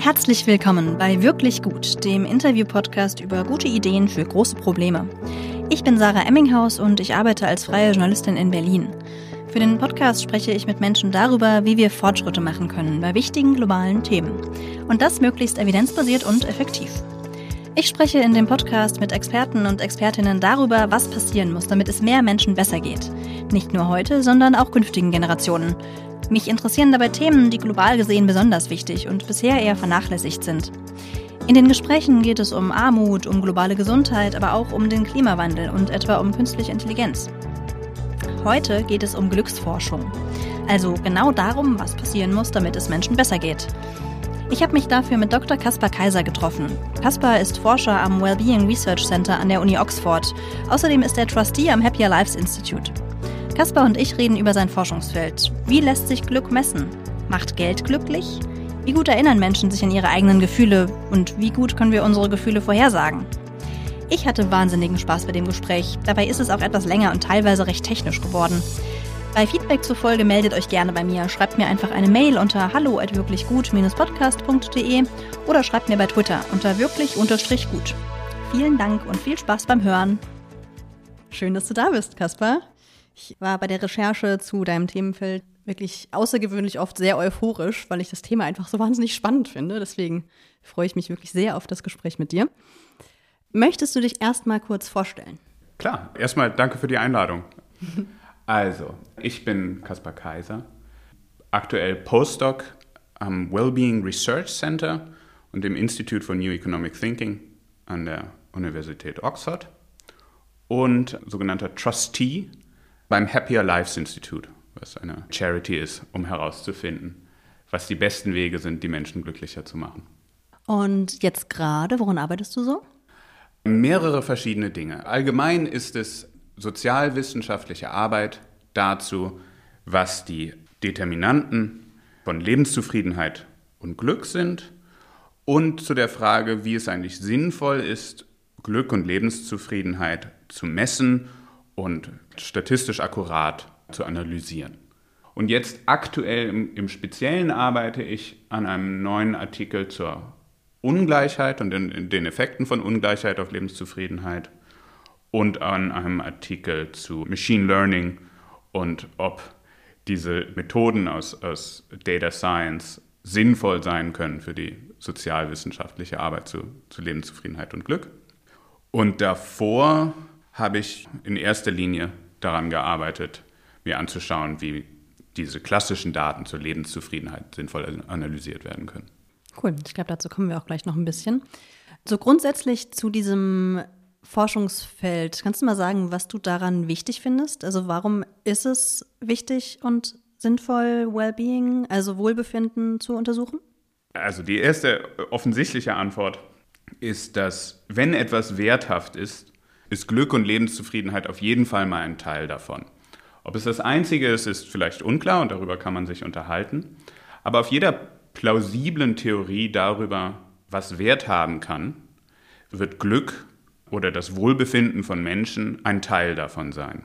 Herzlich willkommen bei Wirklich Gut, dem Interview-Podcast über gute Ideen für große Probleme. Ich bin Sarah Emminghaus und ich arbeite als freie Journalistin in Berlin. Für den Podcast spreche ich mit Menschen darüber, wie wir Fortschritte machen können bei wichtigen globalen Themen. Und das möglichst evidenzbasiert und effektiv. Ich spreche in dem Podcast mit Experten und Expertinnen darüber, was passieren muss, damit es mehr Menschen besser geht. Nicht nur heute, sondern auch künftigen Generationen. Mich interessieren dabei Themen, die global gesehen besonders wichtig und bisher eher vernachlässigt sind. In den Gesprächen geht es um Armut, um globale Gesundheit, aber auch um den Klimawandel und etwa um künstliche Intelligenz. Heute geht es um Glücksforschung. Also genau darum, was passieren muss, damit es Menschen besser geht. Ich habe mich dafür mit Dr. Caspar Keiser getroffen. Caspar ist Forscher am Wellbeing Research Center an der Uni Oxford. Außerdem ist er Trustee am Happier Lives Institute. Caspar und ich reden über sein Forschungsfeld. Wie lässt sich Glück messen? Macht Geld glücklich? Wie gut erinnern Menschen sich an ihre eigenen Gefühle? Und wie gut können wir unsere Gefühle vorhersagen? Ich hatte wahnsinnigen Spaß bei dem Gespräch. Dabei ist es auch etwas länger und teilweise recht technisch geworden. Bei Feedback zur Folge meldet euch gerne bei mir. Schreibt mir einfach eine Mail unter hallo@wirklichgut-podcast.de oder schreibt mir bei Twitter unter wirklich_gut. Vielen Dank und viel Spaß beim Hören. Schön, dass du da bist, Caspar. Ich war bei der Recherche zu deinem Themenfeld wirklich außergewöhnlich oft sehr euphorisch, weil ich das Thema einfach so wahnsinnig spannend finde. Deswegen freue ich mich wirklich sehr auf das Gespräch mit dir. Möchtest du dich erst mal kurz vorstellen? Klar, erstmal danke für die Einladung. Also, ich bin Caspar Keiser, aktuell Postdoc am Wellbeing Research Center und dem Institute for New Economic Thinking an der Universität Oxford und sogenannter Trustee beim Happier Lives Institute, was eine Charity ist, um herauszufinden, was die besten Wege sind, die Menschen glücklicher zu machen. Und jetzt gerade, woran arbeitest du so? Mehrere verschiedene Dinge. Allgemein ist es sozialwissenschaftliche Arbeit dazu, was die Determinanten von Lebenszufriedenheit und Glück sind und zu der Frage, wie es eigentlich sinnvoll ist, Glück und Lebenszufriedenheit zu messen und statistisch akkurat zu analysieren. Und jetzt aktuell im Speziellen arbeite ich an einem neuen Artikel zur Ungleichheit und den Effekten von Ungleichheit auf Lebenszufriedenheit und an einem Artikel zu Machine Learning und ob diese Methoden aus Data Science sinnvoll sein können für die sozialwissenschaftliche Arbeit zu Lebenszufriedenheit und Glück. Und davor habe ich in erster Linie daran gearbeitet, mir anzuschauen, wie diese klassischen Daten zur Lebenszufriedenheit sinnvoll analysiert werden können. Cool, ich glaube, dazu kommen wir auch gleich noch ein bisschen. So grundsätzlich zu diesem Forschungsfeld, kannst du mal sagen, was du daran wichtig findest? Also warum ist es wichtig und sinnvoll, Wellbeing, also Wohlbefinden zu untersuchen? Also die erste offensichtliche Antwort ist, dass wenn etwas werthaft ist Glück und Lebenszufriedenheit auf jeden Fall mal ein Teil davon. Ob es das Einzige ist vielleicht unklar und darüber kann man sich unterhalten. Aber auf jeder plausiblen Theorie darüber, was Wert haben kann, wird Glück oder das Wohlbefinden von Menschen ein Teil davon sein.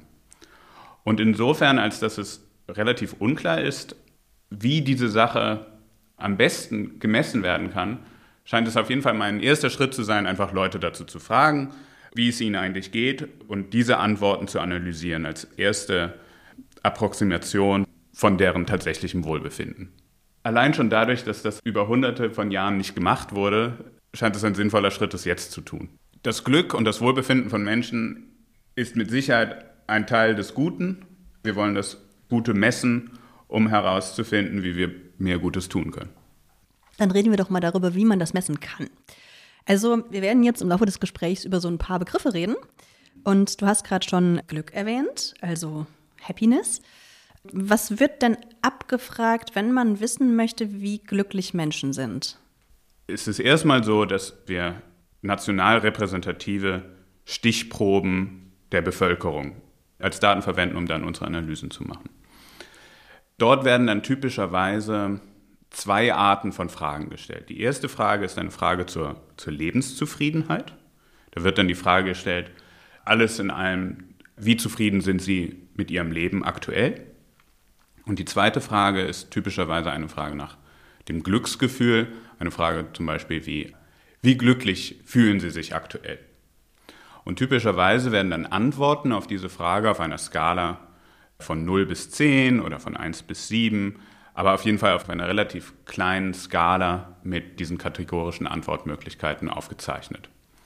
Und insofern, als dass es relativ unklar ist, wie diese Sache am besten gemessen werden kann, scheint es auf jeden Fall mal ein erster Schritt zu sein, einfach Leute dazu zu fragen, wie es ihnen eigentlich geht und diese Antworten zu analysieren als erste Approximation von deren tatsächlichem Wohlbefinden. Allein schon dadurch, dass das über Hunderte von Jahren nicht gemacht wurde, scheint es ein sinnvoller Schritt, es jetzt zu tun. Das Glück und das Wohlbefinden von Menschen ist mit Sicherheit ein Teil des Guten. Wir wollen das Gute messen, um herauszufinden, wie wir mehr Gutes tun können. Dann reden wir doch mal darüber, wie man das messen kann. Also wir werden jetzt im Laufe des Gesprächs über so ein paar Begriffe reden. Und du hast gerade schon Glück erwähnt, also Happiness. Was wird denn abgefragt, wenn man wissen möchte, wie glücklich Menschen sind? Es ist erstmal so, dass wir national repräsentative Stichproben der Bevölkerung als Daten verwenden, um dann unsere Analysen zu machen. Dort werden dann typischerweise zwei Arten von Fragen gestellt. Die erste Frage ist eine Frage zur Lebenszufriedenheit. Da wird dann die Frage gestellt, alles in allem, wie zufrieden sind Sie mit Ihrem Leben aktuell? Und die zweite Frage ist typischerweise eine Frage nach dem Glücksgefühl, eine Frage zum Beispiel wie glücklich fühlen Sie sich aktuell? Und typischerweise werden dann Antworten auf diese Frage auf einer Skala von 0 bis 10 oder von 1 bis 7, aber auf jeden Fall auf einer relativ kleinen Skala mit diesen kategorischen Antwortmöglichkeiten aufgezeichnet.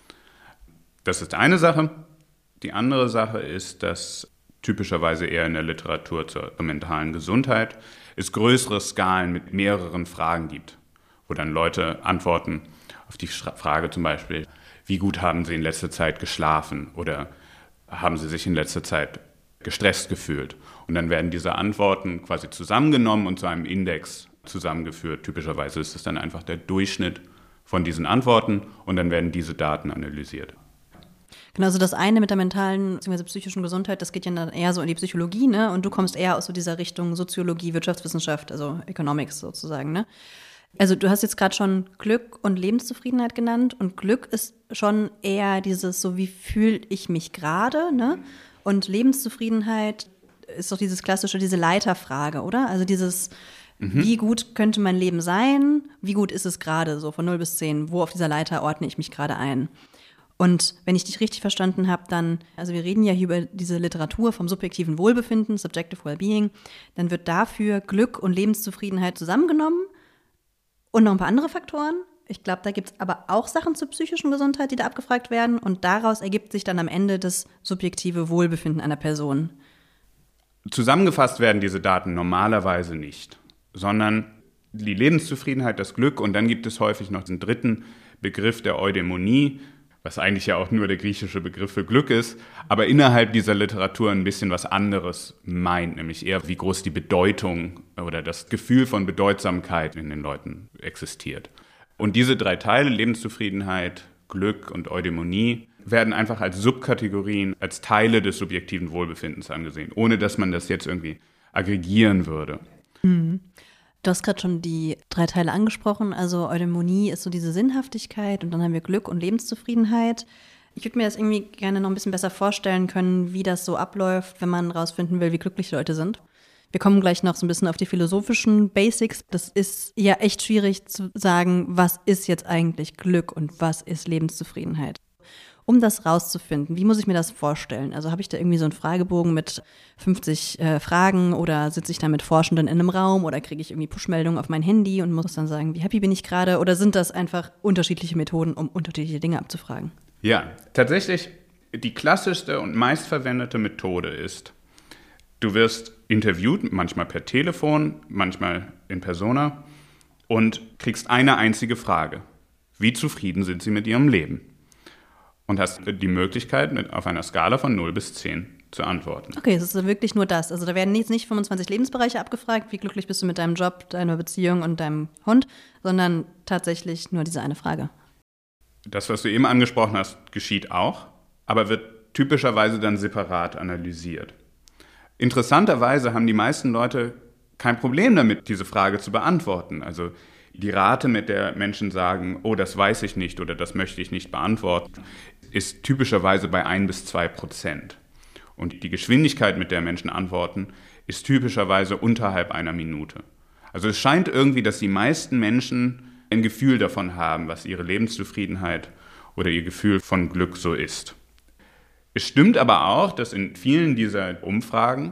Das ist eine Sache. Die andere Sache ist, dass typischerweise eher in der Literatur zur mentalen Gesundheit es größere Skalen mit mehreren Fragen gibt, wo dann Leute antworten auf die Frage zum Beispiel, wie gut haben Sie in letzter Zeit geschlafen oder haben Sie sich in letzter Zeit gestresst gefühlt? Und dann werden diese Antworten quasi zusammengenommen und zu einem Index zusammengeführt. Typischerweise ist es dann einfach der Durchschnitt von diesen Antworten und dann werden diese Daten analysiert. Genau, also das eine mit der mentalen bzw. psychischen Gesundheit, das geht ja dann eher so in die Psychologie, ne? Und du kommst eher aus so dieser Richtung Soziologie, Wirtschaftswissenschaft, also Economics sozusagen, ne? Also du hast jetzt gerade schon Glück und Lebenszufriedenheit genannt und Glück ist schon eher dieses so, wie fühle ich mich gerade, ne? Und Lebenszufriedenheit ist doch dieses klassische, diese Leiterfrage, oder? Also dieses, wie gut könnte mein Leben sein? Wie gut ist es gerade so von 0 bis 10? Wo auf dieser Leiter ordne ich mich gerade ein? Und wenn ich dich richtig verstanden habe, dann, also wir reden ja hier über diese Literatur vom subjektiven Wohlbefinden, Subjective Wellbeing, dann wird dafür Glück und Lebenszufriedenheit zusammengenommen und noch ein paar andere Faktoren. Ich glaube, da gibt es aber auch Sachen zur psychischen Gesundheit, die da abgefragt werden und daraus ergibt sich dann am Ende das subjektive Wohlbefinden einer Person. Zusammengefasst werden diese Daten normalerweise nicht, sondern die Lebenszufriedenheit, das Glück und dann gibt es häufig noch den dritten Begriff der Eudaimonie, was eigentlich ja auch nur der griechische Begriff für Glück ist, aber innerhalb dieser Literatur ein bisschen was anderes meint, nämlich eher, wie groß die Bedeutung oder das Gefühl von Bedeutsamkeit in den Leuten existiert. Und diese drei Teile, Lebenszufriedenheit, Glück und Eudaimonie, werden einfach als Subkategorien, als Teile des subjektiven Wohlbefindens angesehen, ohne dass man das jetzt irgendwie aggregieren würde. Du hast gerade schon die 3 Teile angesprochen, also Eudaimonie ist so diese Sinnhaftigkeit und dann haben wir Glück und Lebenszufriedenheit. Ich würde mir das irgendwie gerne noch ein bisschen besser vorstellen können, wie das so abläuft, wenn man rausfinden will, wie glücklich Leute sind. Wir kommen gleich noch so ein bisschen auf die philosophischen Basics. Das ist ja echt schwierig zu sagen, was ist jetzt eigentlich Glück und was ist Lebenszufriedenheit. Um das rauszufinden, wie muss ich mir das vorstellen? Also habe ich da irgendwie so einen Fragebogen mit 50 Fragen oder sitze ich da mit Forschenden in einem Raum oder kriege ich irgendwie Push-Meldungen auf mein Handy und muss dann sagen, wie happy bin ich gerade? Oder sind das einfach unterschiedliche Methoden, um unterschiedliche Dinge abzufragen? Ja, tatsächlich die klassischste und meistverwendete Methode ist, du wirst interviewt, manchmal per Telefon, manchmal in Persona und kriegst eine einzige Frage. Wie zufrieden sind Sie mit Ihrem Leben? Und hast die Möglichkeit, auf einer Skala von 0 bis 10 zu antworten. Okay, es ist wirklich nur das. Also da werden jetzt nicht 25 Lebensbereiche abgefragt, wie glücklich bist du mit deinem Job, deiner Beziehung und deinem Hund, sondern tatsächlich nur diese eine Frage. Das, was du eben angesprochen hast, geschieht auch, aber wird typischerweise dann separat analysiert. Interessanterweise haben die meisten Leute kein Problem damit, diese Frage zu beantworten. Also die Rate, mit der Menschen sagen, oh, das weiß ich nicht oder das möchte ich nicht beantworten, ist typischerweise bei 1 bis 2%. Und die Geschwindigkeit, mit der Menschen antworten, ist typischerweise unterhalb einer Minute. Also es scheint irgendwie, dass die meisten Menschen ein Gefühl davon haben, was ihre Lebenszufriedenheit oder ihr Gefühl von Glück so ist. Es stimmt aber auch, dass in vielen dieser Umfragen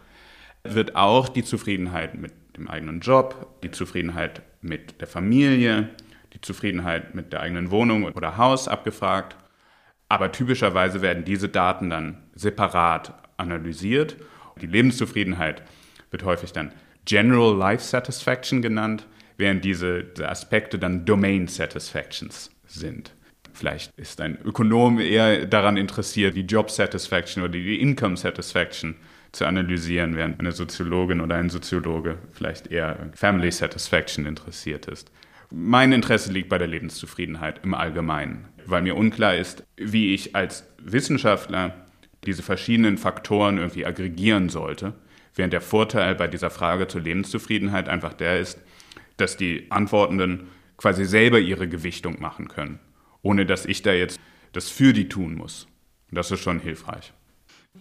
wird auch die Zufriedenheit mit dem eigenen Job, die Zufriedenheit mit der Familie, die Zufriedenheit mit der eigenen Wohnung oder Haus abgefragt. Aber typischerweise werden diese Daten dann separat analysiert. Die Lebenszufriedenheit wird häufig dann General Life Satisfaction genannt, während diese Aspekte dann Domain Satisfactions sind. Vielleicht ist ein Ökonom eher daran interessiert, die Job Satisfaction oder die Income Satisfaction zu analysieren, während eine Soziologin oder ein Soziologe vielleicht eher Family Satisfaction interessiert ist. Mein Interesse liegt bei der Lebenszufriedenheit im Allgemeinen, weil mir unklar ist, wie ich als Wissenschaftler diese verschiedenen Faktoren irgendwie aggregieren sollte, während der Vorteil bei dieser Frage zur Lebenszufriedenheit einfach der ist, dass die Antwortenden quasi selber ihre Gewichtung machen können, ohne dass ich da jetzt das für die tun muss. Und das ist schon hilfreich.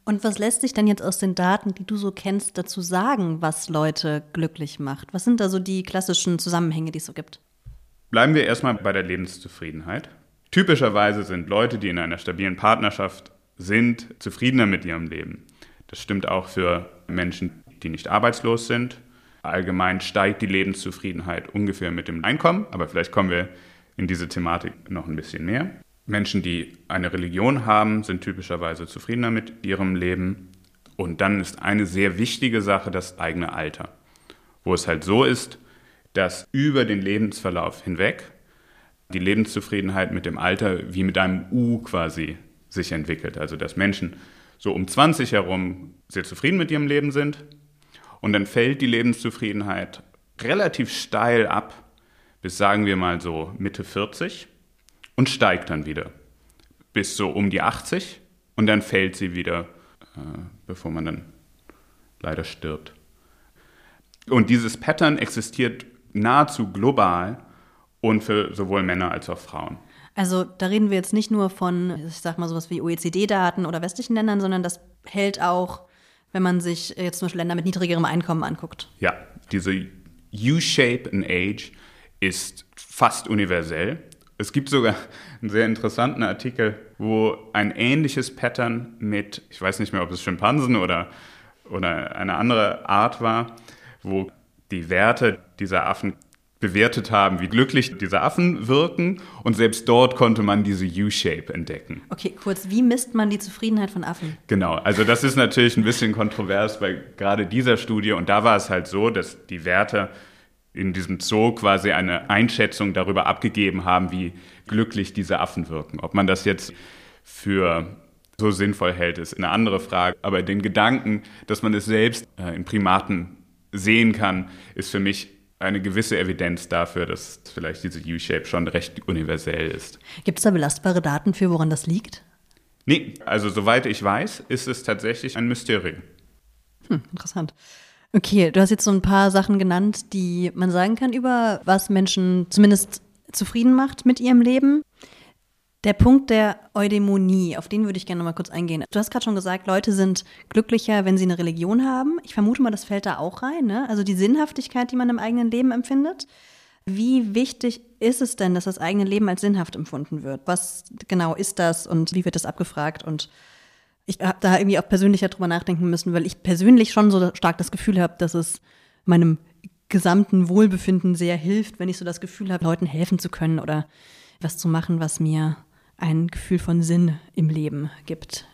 Und was lässt sich denn jetzt aus den Daten, die du so kennst, dazu sagen, was Leute glücklich macht? Was sind da so die klassischen Zusammenhänge, die es so gibt? Bleiben wir erstmal bei der Lebenszufriedenheit. Typischerweise sind Leute, die in einer stabilen Partnerschaft sind, zufriedener mit ihrem Leben. Das stimmt auch für Menschen, die nicht arbeitslos sind. Allgemein steigt die Lebenszufriedenheit ungefähr mit dem Einkommen, aber vielleicht kommen wir in diese Thematik noch ein bisschen mehr. Menschen, die eine Religion haben, sind typischerweise zufriedener mit ihrem Leben. Und dann ist eine sehr wichtige Sache das eigene Alter, wo es halt so ist, dass über den Lebensverlauf hinweg die Lebenszufriedenheit mit dem Alter wie mit einem U quasi sich entwickelt. Also dass Menschen so um 20 herum sehr zufrieden mit ihrem Leben sind und dann fällt die Lebenszufriedenheit relativ steil ab bis, sagen wir mal, so Mitte 40 und steigt dann wieder bis so um die 80 und dann fällt sie wieder, bevor man dann leider stirbt. Und dieses Pattern existiert nahezu global und für sowohl Männer als auch Frauen. Also da reden wir jetzt nicht nur von, ich sag mal sowas wie OECD-Daten oder westlichen Ländern, sondern das hält auch, wenn man sich jetzt zum Beispiel Länder mit niedrigerem Einkommen anguckt. Ja, diese U-Shape in Age ist fast universell. Es gibt sogar einen sehr interessanten Artikel, wo ein ähnliches Pattern mit, ich weiß nicht mehr, ob es Schimpansen oder eine andere Art war, wo die Werte dieser Affen bewertet haben, wie glücklich diese Affen wirken. Und selbst dort konnte man diese U-Shape entdecken. Okay, kurz, wie misst man die Zufriedenheit von Affen? Genau, also das ist natürlich ein bisschen kontrovers bei gerade dieser Studie. Und da war es halt so, dass die Wärter in diesem Zoo quasi eine Einschätzung darüber abgegeben haben, wie glücklich diese Affen wirken. Ob man das jetzt für so sinnvoll hält, ist eine andere Frage. Aber den Gedanken, dass man es selbst in Primaten sehen kann, ist für mich eine gewisse Evidenz dafür, dass vielleicht diese U-Shape schon recht universell ist. Gibt es da belastbare Daten für, woran das liegt? Nee, also soweit ich weiß, ist es tatsächlich ein Mysterium. Interessant. Okay, du hast jetzt so ein paar Sachen genannt, die man sagen kann, über was Menschen zumindest zufrieden macht mit ihrem Leben. Der Punkt der Eudaimonie, auf den würde ich gerne noch mal kurz eingehen. Du hast gerade schon gesagt, Leute sind glücklicher, wenn sie eine Religion haben. Ich vermute mal, das fällt da auch rein, ne? Also die Sinnhaftigkeit, die man im eigenen Leben empfindet. Wie wichtig ist es denn, dass das eigene Leben als sinnhaft empfunden wird? Was genau ist das und wie wird das abgefragt? Und ich habe da irgendwie auch persönlicher drüber nachdenken müssen, weil ich persönlich schon so stark das Gefühl habe, dass es meinem gesamten Wohlbefinden sehr hilft, wenn ich so das Gefühl habe, Leuten helfen zu können oder was zu machen, was mir ein Gefühl von Sinn im Leben gibt.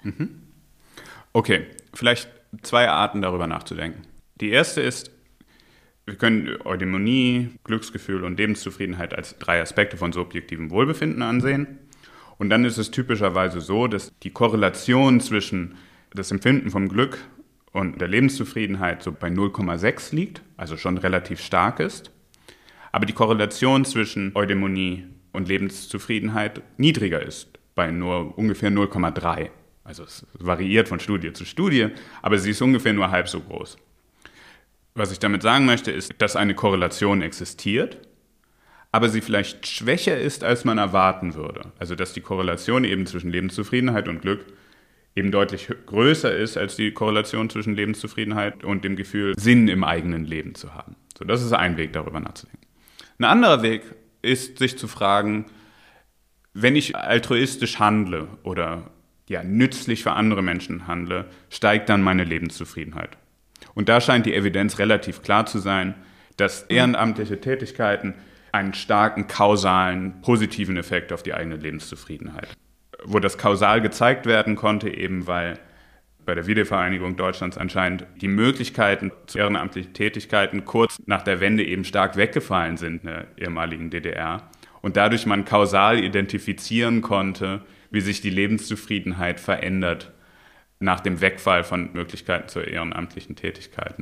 Okay, vielleicht 2 Arten darüber nachzudenken. Die erste ist, wir können Eudaimonie, Glücksgefühl und Lebenszufriedenheit als 3 Aspekte von subjektivem Wohlbefinden ansehen. Und dann ist es typischerweise so, dass die Korrelation zwischen das Empfinden vom Glück und der Lebenszufriedenheit so bei 0,6 liegt, also schon relativ stark ist. Aber die Korrelation zwischen Eudaimonie und Lebenszufriedenheit niedriger ist, bei nur ungefähr 0,3. Also es variiert von Studie zu Studie, aber sie ist ungefähr nur halb so groß. Was ich damit sagen möchte, ist, dass eine Korrelation existiert, aber sie vielleicht schwächer ist, als man erwarten würde. Also dass die Korrelation eben zwischen Lebenszufriedenheit und Glück eben deutlich größer ist, als die Korrelation zwischen Lebenszufriedenheit und dem Gefühl, Sinn im eigenen Leben zu haben. So, das ist ein Weg, darüber nachzudenken. Ein anderer Weg ist, sich zu fragen, wenn ich altruistisch handle oder nützlich für andere Menschen handle, steigt dann meine Lebenszufriedenheit. Und da scheint die Evidenz relativ klar zu sein, dass ehrenamtliche Tätigkeiten einen starken kausalen, positiven Effekt auf die eigene Lebenszufriedenheit. Wo das kausal gezeigt werden konnte, eben weil bei der Wiedervereinigung Deutschlands anscheinend die Möglichkeiten zu ehrenamtlichen Tätigkeiten kurz nach der Wende eben stark weggefallen sind in der ehemaligen DDR und dadurch man kausal identifizieren konnte, wie sich die Lebenszufriedenheit verändert nach dem Wegfall von Möglichkeiten zu ehrenamtlichen Tätigkeiten.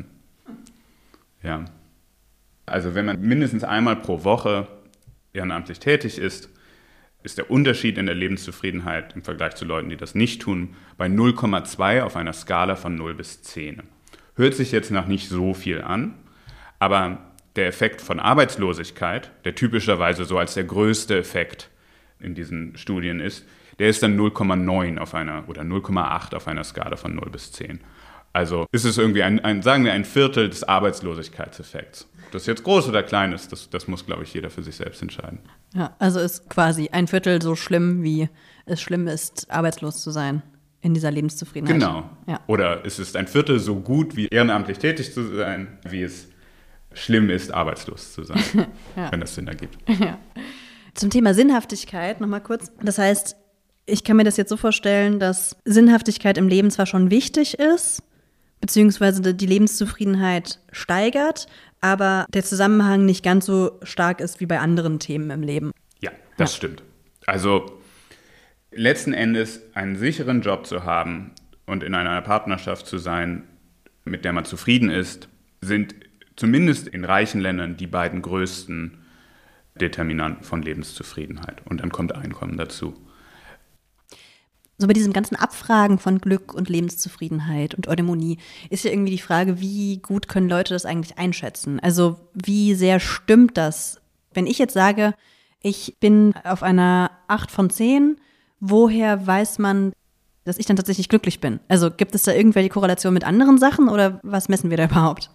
Ja. Also wenn man mindestens einmal pro Woche ehrenamtlich tätig ist, ist der Unterschied in der Lebenszufriedenheit im Vergleich zu Leuten, die das nicht tun, bei 0,2 auf einer Skala von 0 bis 10. Hört sich jetzt noch nicht so viel an, aber der Effekt von Arbeitslosigkeit, der typischerweise so als der größte Effekt in diesen Studien ist, der ist dann 0,9 auf einer oder 0,8 auf einer Skala von 0 bis 10. Also ist es irgendwie sagen wir, ein Viertel des Arbeitslosigkeitseffekts. Ob das jetzt groß oder klein ist, das muss, glaube ich, jeder für sich selbst entscheiden. Ja, also ist quasi ein Viertel so schlimm, wie es schlimm ist, arbeitslos zu sein in dieser Lebenszufriedenheit. Genau. Ja. Oder es ist ein Viertel so gut, wie ehrenamtlich tätig zu sein, wie es schlimm ist, arbeitslos zu sein, ja. Wenn das Sinn ergibt. Ja. Zum Thema Sinnhaftigkeit nochmal kurz. Das heißt, ich kann mir das jetzt so vorstellen, dass Sinnhaftigkeit im Leben zwar schon wichtig ist, beziehungsweise die Lebenszufriedenheit steigert, aber der Zusammenhang nicht ganz so stark ist wie bei anderen Themen im Leben. Ja, das stimmt. Also letzten Endes einen sicheren Job zu haben und in einer Partnerschaft zu sein, mit der man zufrieden ist, sind zumindest in reichen Ländern die beiden größten Determinanten von Lebenszufriedenheit. Und dann kommt Einkommen dazu. So bei diesem ganzen Abfragen von Glück und Lebenszufriedenheit und Eudaimonie ist ja irgendwie die Frage, wie gut können Leute das eigentlich einschätzen? Also wie sehr stimmt das? Wenn ich jetzt sage, ich bin auf einer 8 von 10, woher weiß man, dass ich dann tatsächlich glücklich bin? Also gibt es da irgendwelche Korrelation mit anderen Sachen oder was messen wir da überhaupt?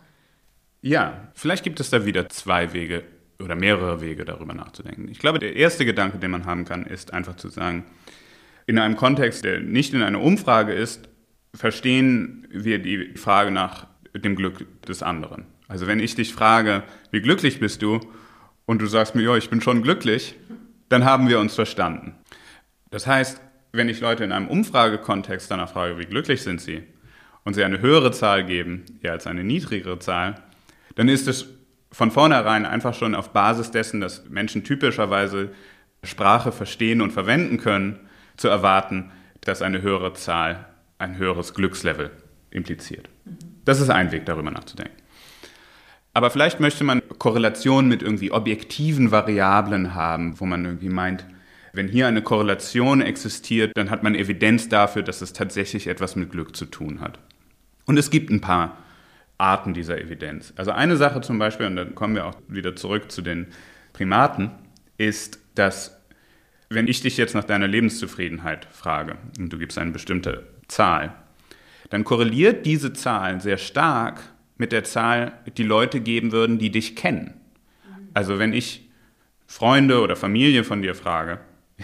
Ja, vielleicht gibt es da wieder 2 Wege oder mehrere Wege, darüber nachzudenken. Ich glaube, der erste Gedanke, den man haben kann, ist einfach zu sagen, in einem Kontext, der nicht in einer Umfrage ist, verstehen wir die Frage nach dem Glück des anderen. Also wenn ich dich frage, wie glücklich bist du, und du sagst mir, ja, ich bin schon glücklich, dann haben wir uns verstanden. Das heißt, wenn ich Leute in einem Umfragekontext danach frage, wie glücklich sind sie, und sie eine höhere Zahl geben, eher als eine niedrigere Zahl, dann ist es von vornherein einfach schon auf Basis dessen, dass Menschen typischerweise Sprache verstehen und verwenden können, zu erwarten, dass eine höhere Zahl ein höheres Glückslevel impliziert. Das ist ein Weg, darüber nachzudenken. Aber vielleicht möchte man Korrelationen mit irgendwie objektiven Variablen haben, wo man irgendwie meint, wenn hier eine Korrelation existiert, dann hat man Evidenz dafür, dass es tatsächlich etwas mit Glück zu tun hat. Und es gibt ein paar Arten dieser Evidenz. Also eine Sache zum Beispiel, und dann kommen wir auch wieder zurück zu den Primaten, ist, dass wenn ich dich jetzt nach deiner Lebenszufriedenheit frage und du gibst eine bestimmte Zahl, dann korreliert diese Zahl sehr stark mit der Zahl, die Leute geben würden, die dich kennen. Also wenn ich Freunde oder Familie von dir frage,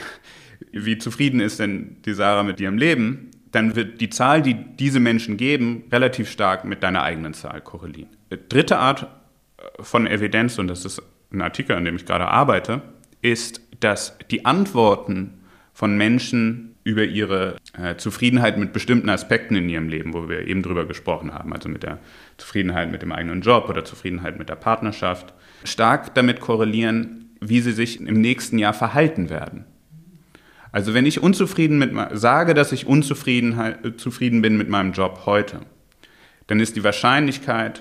wie zufrieden ist denn die Sarah mit ihrem Leben, dann wird die Zahl, die diese Menschen geben, relativ stark mit deiner eigenen Zahl korrelieren. Dritte Art von Evidenz, und das ist ein Artikel, an dem ich gerade arbeite, ist, dass die Antworten von Menschen über ihre Zufriedenheit mit bestimmten Aspekten in ihrem Leben, wo wir eben drüber gesprochen haben, also mit der Zufriedenheit mit dem eigenen Job oder Zufriedenheit mit der Partnerschaft, stark damit korrelieren, wie sie sich im nächsten Jahr verhalten werden. Also wenn ich sage, dass ich zufrieden bin mit meinem Job heute, dann ist die Wahrscheinlichkeit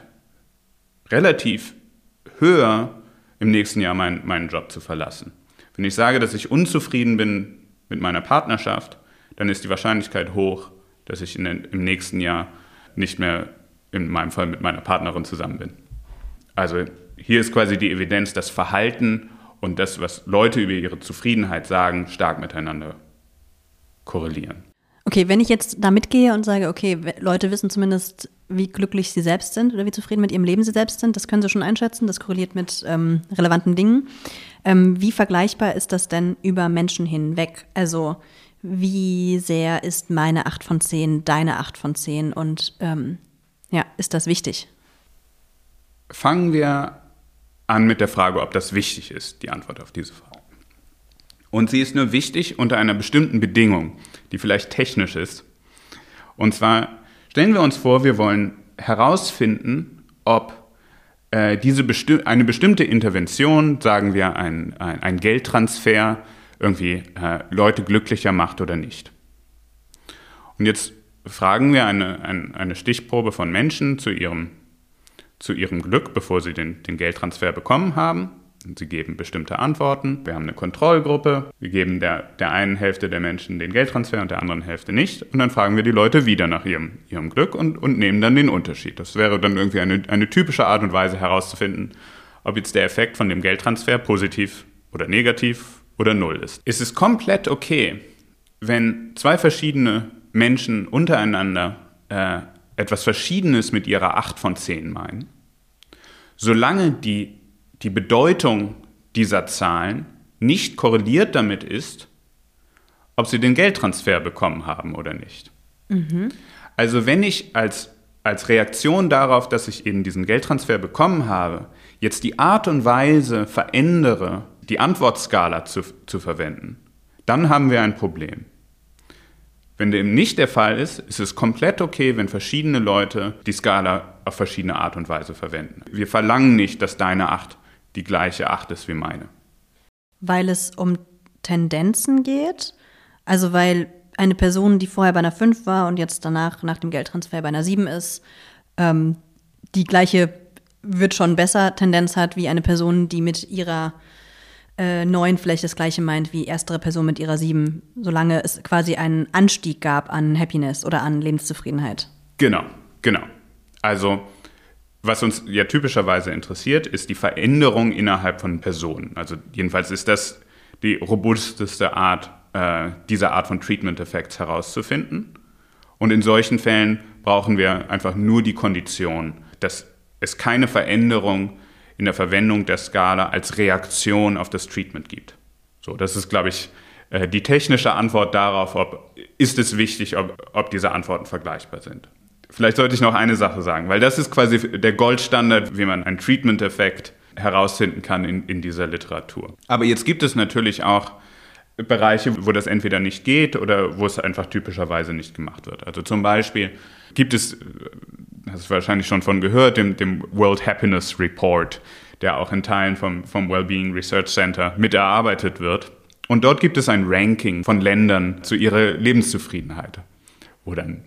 relativ höher, im nächsten Jahr meinen Job zu verlassen. Wenn ich sage, dass ich unzufrieden bin mit meiner Partnerschaft, dann ist die Wahrscheinlichkeit hoch, dass ich im nächsten Jahr nicht mehr in meinem Fall mit meiner Partnerin zusammen bin. Also hier ist quasi die Evidenz, dass Verhalten und das, was Leute über ihre Zufriedenheit sagen, stark miteinander korrelieren. Okay, wenn ich jetzt da mitgehe und sage, okay, Leute wissen zumindest, wie glücklich sie selbst sind oder wie zufrieden mit ihrem Leben sie selbst sind, das können sie schon einschätzen, das korreliert mit relevanten Dingen. Wie vergleichbar ist das denn über Menschen hinweg? Also wie sehr ist meine 8 von 10 deine 8 von 10 und ist das wichtig? Fangen wir an mit der Frage, ob das wichtig ist, die Antwort auf diese Frage. Und sie ist nur wichtig unter einer bestimmten Bedingung, die vielleicht technisch ist. Und zwar stellen wir uns vor, wir wollen herausfinden, ob eine bestimmte Intervention, sagen wir ein Geldtransfer, irgendwie Leute glücklicher macht oder nicht. Und jetzt fragen wir eine Stichprobe von Menschen zu ihrem Glück, bevor sie den Geldtransfer bekommen haben. Und sie geben bestimmte Antworten. Wir haben eine Kontrollgruppe. Wir geben der einen Hälfte der Menschen den Geldtransfer und der anderen Hälfte nicht. Und dann fragen wir die Leute wieder nach ihrem Glück und nehmen dann den Unterschied. Das wäre dann irgendwie eine typische Art und Weise herauszufinden, ob jetzt der Effekt von dem Geldtransfer positiv oder negativ oder null ist. Es ist komplett okay, wenn zwei verschiedene Menschen untereinander etwas Verschiedenes mit ihrer 8 von 10 meinen, solange die Bedeutung dieser Zahlen nicht korreliert damit ist, ob sie den Geldtransfer bekommen haben oder nicht. Mhm. Also wenn ich als Reaktion darauf, dass ich eben diesen Geldtransfer bekommen habe, jetzt die Art und Weise verändere, die Antwortskala zu verwenden, dann haben wir ein Problem. Wenn dem nicht der Fall ist, ist es komplett okay, wenn verschiedene Leute die Skala auf verschiedene Art und Weise verwenden. Wir verlangen nicht, dass deine 8 die gleiche 8 ist wie meine. Weil es um Tendenzen geht? Also weil eine Person, die vorher bei einer 5 war und jetzt danach nach dem Geldtransfer bei einer 7 ist, die gleiche wird schon besser Tendenz hat wie eine Person, die mit ihrer 9 vielleicht das gleiche meint wie erstere Person mit ihrer 7, solange es quasi einen Anstieg gab an Happiness oder an Lebenszufriedenheit. Genau. Also was uns ja typischerweise interessiert, ist die Veränderung innerhalb von Personen. Also jedenfalls ist das die robusteste Art, diese Art von Treatment Effects herauszufinden. Und in solchen Fällen brauchen wir einfach nur die Kondition, dass es keine Veränderung in der Verwendung der Skala als Reaktion auf das Treatment gibt. So, das ist, glaube ich, die technische Antwort darauf, ist es wichtig, ob diese Antworten vergleichbar sind. Vielleicht sollte ich noch eine Sache sagen, weil das ist quasi der Goldstandard, wie man einen Treatment-Effekt herausfinden kann in dieser Literatur. Aber jetzt gibt es natürlich auch Bereiche, wo das entweder nicht geht oder wo es einfach typischerweise nicht gemacht wird. Also zum Beispiel gibt es, hast du wahrscheinlich schon von gehört, dem World Happiness Report, der auch in Teilen vom Wellbeing Research Center miterarbeitet wird. Und dort gibt es ein Ranking von Ländern zu ihrer Lebenszufriedenheit. Wo dann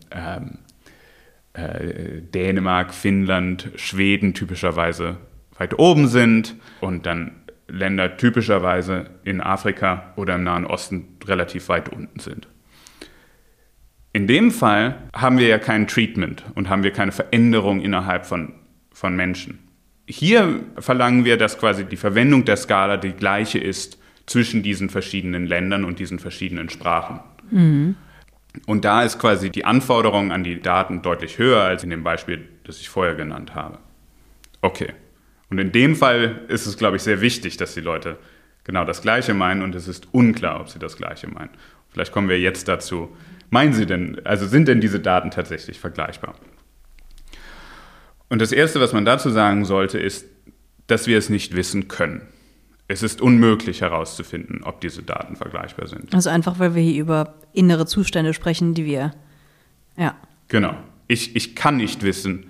Dänemark, Finnland, Schweden typischerweise weit oben sind und dann Länder typischerweise in Afrika oder im Nahen Osten relativ weit unten sind. In dem Fall haben wir ja kein Treatment und haben wir keine Veränderung innerhalb von Menschen. Hier verlangen wir, dass quasi die Verwendung der Skala die gleiche ist zwischen diesen verschiedenen Ländern und diesen verschiedenen Sprachen. Mhm. Und da ist quasi die Anforderung an die Daten deutlich höher als in dem Beispiel, das ich vorher genannt habe. Okay. Und in dem Fall ist es, glaube ich, sehr wichtig, dass die Leute genau das Gleiche meinen und es ist unklar, ob sie das Gleiche meinen. Vielleicht kommen wir jetzt dazu. Meinen Sie denn, also sind denn diese Daten tatsächlich vergleichbar? Und das Erste, was man dazu sagen sollte, ist, dass wir es nicht wissen können. Es ist unmöglich herauszufinden, ob diese Daten vergleichbar sind. Also einfach, weil wir hier über innere Zustände sprechen, die wir, ja. Genau. Ich kann nicht wissen,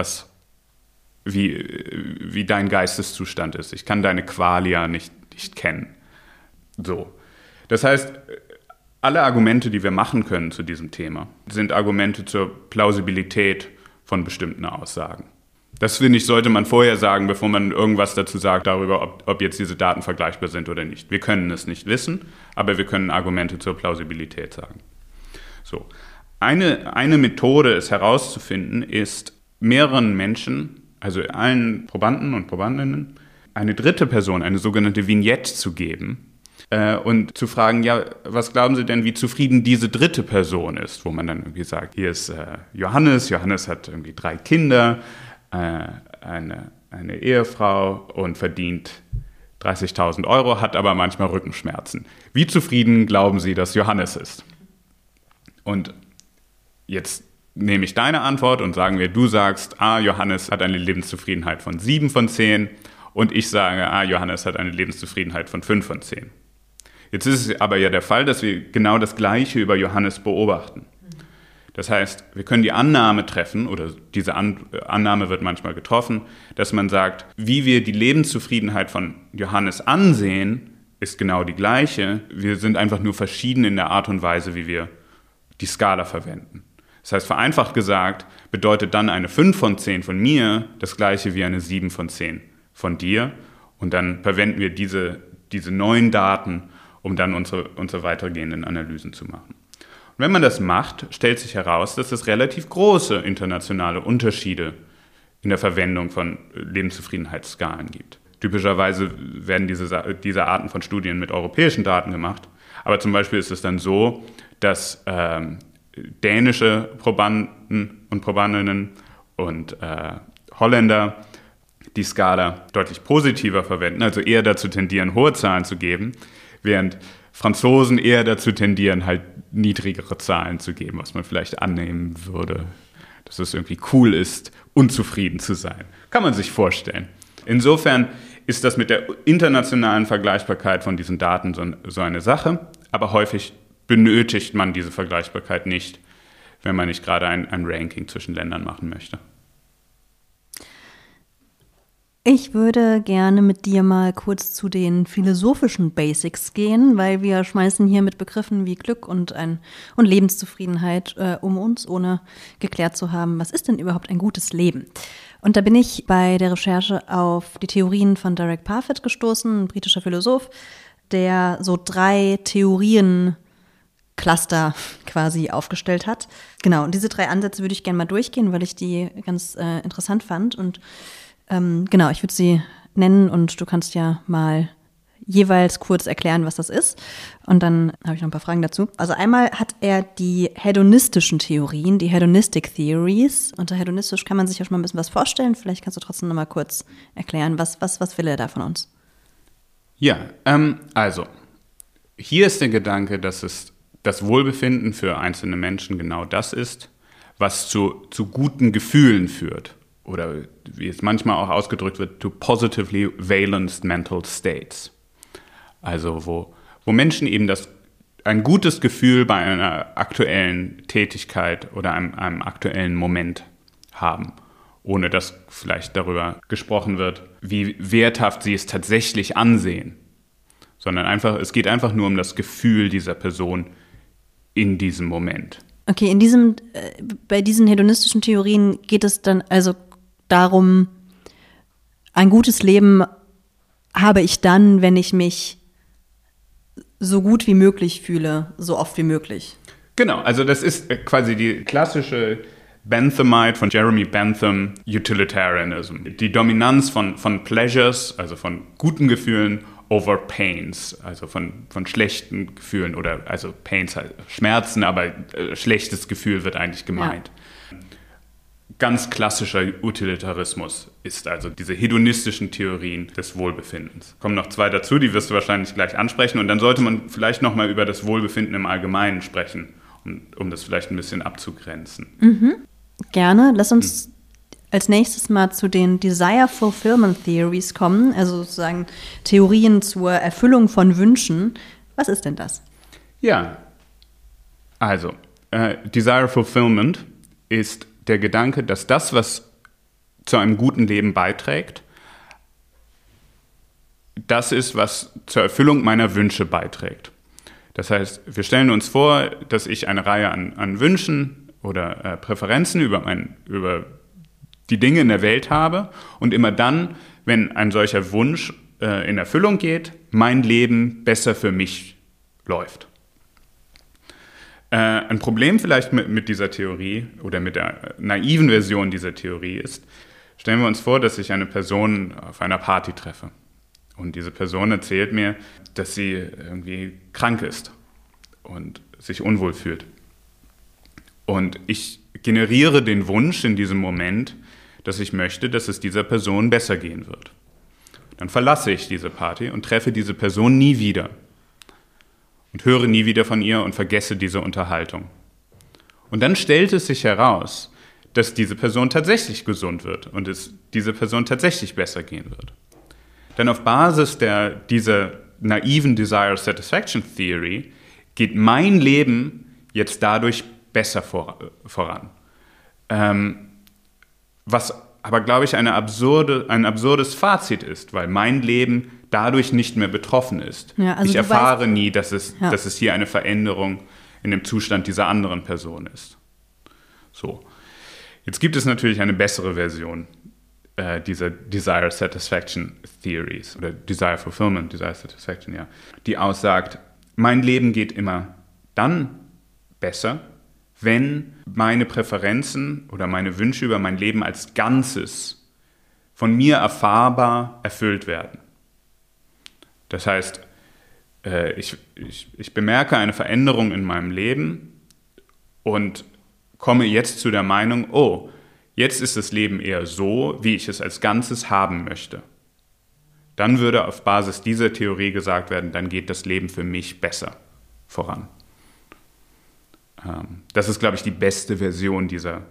wie dein Geisteszustand ist. Ich kann deine Qualia nicht kennen. So. Das heißt, alle Argumente, die wir machen können zu diesem Thema, sind Argumente zur Plausibilität von bestimmten Aussagen. Das, finde ich, sollte man vorher sagen, bevor man irgendwas dazu sagt, darüber, ob jetzt diese Daten vergleichbar sind oder nicht. Wir können es nicht wissen, aber wir können Argumente zur Plausibilität sagen. So. Eine Methode, es herauszufinden, ist, mehreren Menschen, also allen Probanden und Probandinnen, eine dritte Person, eine sogenannte Vignette zu geben und zu fragen, ja, was glauben Sie denn, wie zufrieden diese dritte Person ist? Wo man dann irgendwie sagt, hier ist Johannes hat irgendwie 3 Kinder, eine Ehefrau und verdient 30.000 Euro, hat aber manchmal Rückenschmerzen. Wie zufrieden glauben Sie, dass Johannes ist? Und jetzt nehme ich deine Antwort und sagen wir, du sagst, Johannes hat eine Lebenszufriedenheit von 7 von 10 und ich sage, Johannes hat eine Lebenszufriedenheit von 5 von 10. Jetzt ist es aber ja der Fall, dass wir genau das Gleiche über Johannes beobachten. Das heißt, wir können die Annahme treffen, oder diese Annahme wird manchmal getroffen, dass man sagt, wie wir die Lebenszufriedenheit von Johannes ansehen, ist genau die gleiche. Wir sind einfach nur verschieden in der Art und Weise, wie wir die Skala verwenden. Das heißt, vereinfacht gesagt, bedeutet dann eine 5 von 10 von mir das gleiche wie eine 7 von 10 von dir. Und dann verwenden wir diese neuen Daten, um dann unsere weitergehenden Analysen zu machen. Und wenn man das macht, stellt sich heraus, dass es relativ große internationale Unterschiede in der Verwendung von Lebenszufriedenheitsskalen gibt. Typischerweise werden diese Arten von Studien mit europäischen Daten gemacht. Aber zum Beispiel ist es dann so, dass dänische Probanden und Probandinnen und Holländer die Skala deutlich positiver verwenden, also eher dazu tendieren, hohe Zahlen zu geben, während Franzosen eher dazu tendieren, halt niedrigere Zahlen zu geben, was man vielleicht annehmen würde, dass es irgendwie cool ist, unzufrieden zu sein. Kann man sich vorstellen. Insofern ist das mit der internationalen Vergleichbarkeit von diesen Daten so eine Sache, aber häufig benötigt man diese Vergleichbarkeit nicht, wenn man nicht gerade ein Ranking zwischen Ländern machen möchte. Ich würde gerne mit dir mal kurz zu den philosophischen Basics gehen, weil wir schmeißen hier mit Begriffen wie Glück und Lebenszufriedenheit um uns, ohne geklärt zu haben, was ist denn überhaupt ein gutes Leben? Und da bin ich bei der Recherche auf die Theorien von Derek Parfit gestoßen, ein britischer Philosoph, der so 3 Theorien-Cluster quasi aufgestellt hat. Genau, und diese 3 Ansätze würde ich gerne mal durchgehen, weil ich die ganz interessant fand. Und genau, ich würde sie nennen und du kannst ja mal jeweils kurz erklären, was das ist. Und dann habe ich noch ein paar Fragen dazu. Also einmal hat er die hedonistischen Theorien, die Hedonistic Theories. Unter hedonistisch kann man sich ja schon mal ein bisschen was vorstellen. Vielleicht kannst du trotzdem noch mal kurz erklären, was will er da von uns? Ja, also hier ist der Gedanke, dass es das Wohlbefinden für einzelne Menschen genau das ist, was zu guten Gefühlen führt. Oder wie es manchmal auch ausgedrückt wird, to positively valenced mental states. Also wo Menschen eben ein gutes Gefühl bei einer aktuellen Tätigkeit oder einem aktuellen Moment haben, ohne dass vielleicht darüber gesprochen wird, wie werthaft sie es tatsächlich ansehen, sondern es geht einfach nur um das Gefühl dieser Person in diesem Moment. Okay, bei diesen hedonistischen Theorien geht es dann also darum, ein gutes Leben habe ich dann, wenn ich mich so gut wie möglich fühle, so oft wie möglich. Genau, also das ist quasi die klassische Benthamite von Jeremy Bentham Utilitarianism. Die Dominanz von Pleasures, also von guten Gefühlen, over Pains, also von schlechten Gefühlen oder also Pains halt Schmerzen, aber schlechtes Gefühl wird eigentlich gemeint. Ja. Ganz klassischer Utilitarismus ist also diese hedonistischen Theorien des Wohlbefindens. Kommen noch 2 dazu, die wirst du wahrscheinlich gleich ansprechen. Und dann sollte man vielleicht noch mal über das Wohlbefinden im Allgemeinen sprechen, um das vielleicht ein bisschen abzugrenzen. Mhm. Gerne. Lass uns als nächstes mal zu den Desire Fulfillment Theories kommen, also sozusagen Theorien zur Erfüllung von Wünschen. Was ist denn das? Ja, also Desire Fulfillment ist der Gedanke, dass das, was zu einem guten Leben beiträgt, das ist, was zur Erfüllung meiner Wünsche beiträgt. Das heißt, wir stellen uns vor, dass ich eine Reihe an Wünschen oder Präferenzen über die Dinge in der Welt habe und immer dann, wenn ein solcher Wunsch in Erfüllung geht, mein Leben besser für mich läuft. Ein Problem vielleicht mit dieser Theorie oder mit der naiven Version dieser Theorie ist, stellen wir uns vor, dass ich eine Person auf einer Party treffe. Und diese Person erzählt mir, dass sie irgendwie krank ist und sich unwohl fühlt. Und ich generiere den Wunsch in diesem Moment, dass ich möchte, dass es dieser Person besser gehen wird. Dann verlasse ich diese Party und treffe diese Person nie wieder. Und höre nie wieder von ihr und vergesse diese Unterhaltung. Und dann stellt es sich heraus, dass diese Person tatsächlich gesund wird und es dieser Person tatsächlich besser gehen wird. Denn auf Basis dieser naiven Desire Satisfaction Theory geht mein Leben jetzt dadurch besser voran. Was aber, glaube ich, ein absurdes Fazit ist, weil mein Leben dadurch nicht mehr betroffen ist. Ja, also ich erfahre nie, dass es hier eine Veränderung in dem Zustand dieser anderen Person ist. So. Jetzt gibt es natürlich eine bessere Version dieser Desire Satisfaction Theories oder Desire Fulfillment, Desire Satisfaction, ja, die aussagt, mein Leben geht immer dann besser, wenn meine Präferenzen oder meine Wünsche über mein Leben als Ganzes von mir erfahrbar erfüllt werden. Das heißt, ich bemerke eine Veränderung in meinem Leben und komme jetzt zu der Meinung, oh, jetzt ist das Leben eher so, wie ich es als Ganzes haben möchte. Dann würde auf Basis dieser Theorie gesagt werden, dann geht das Leben für mich besser voran. Das ist, glaube ich, die beste Version dieser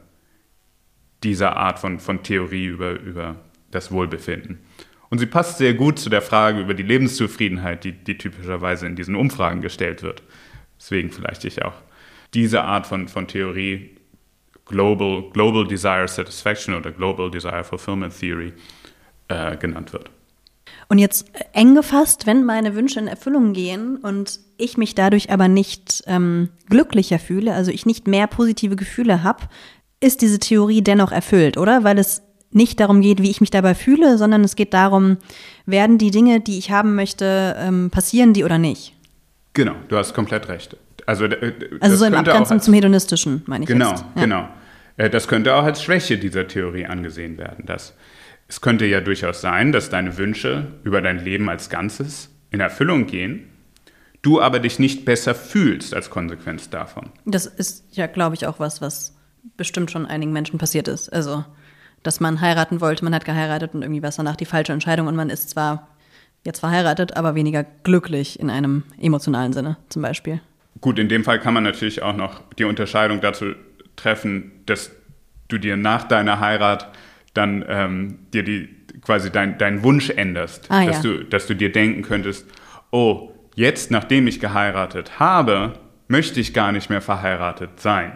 Art von Theorie über das Wohlbefinden. Und sie passt sehr gut zu der Frage über die Lebenszufriedenheit, die typischerweise in diesen Umfragen gestellt wird. Deswegen vielleicht ich auch diese Art von Theorie, Global Desire Satisfaction oder Global Desire Fulfillment Theory, genannt wird. Und jetzt eng gefasst, wenn meine Wünsche in Erfüllung gehen und ich mich dadurch aber nicht glücklicher fühle, also ich nicht mehr positive Gefühle habe, ist diese Theorie dennoch erfüllt, oder? Weil es nicht darum geht, wie ich mich dabei fühle, sondern es geht darum, werden die Dinge, die ich haben möchte, passieren die oder nicht? Genau, du hast komplett recht. Also so im Abgrenzung zum Hedonistischen, meine ich genau, jetzt. Ja. Genau. Das könnte auch als Schwäche dieser Theorie angesehen werden. Es könnte ja durchaus sein, dass deine Wünsche über dein Leben als Ganzes in Erfüllung gehen, du aber dich nicht besser fühlst als Konsequenz davon. Das ist ja, glaube ich, auch was bestimmt schon einigen Menschen passiert ist. Also, dass man heiraten wollte, man hat geheiratet und irgendwie war es danach die falsche Entscheidung und man ist zwar jetzt verheiratet, aber weniger glücklich in einem emotionalen Sinne zum Beispiel. Gut, in dem Fall kann man natürlich auch noch die Unterscheidung dazu treffen, dass du dir nach deiner Heirat dann dir quasi deinen Wunsch änderst. Dass du dir denken könntest, oh, jetzt, nachdem ich geheiratet habe, möchte ich gar nicht mehr verheiratet sein.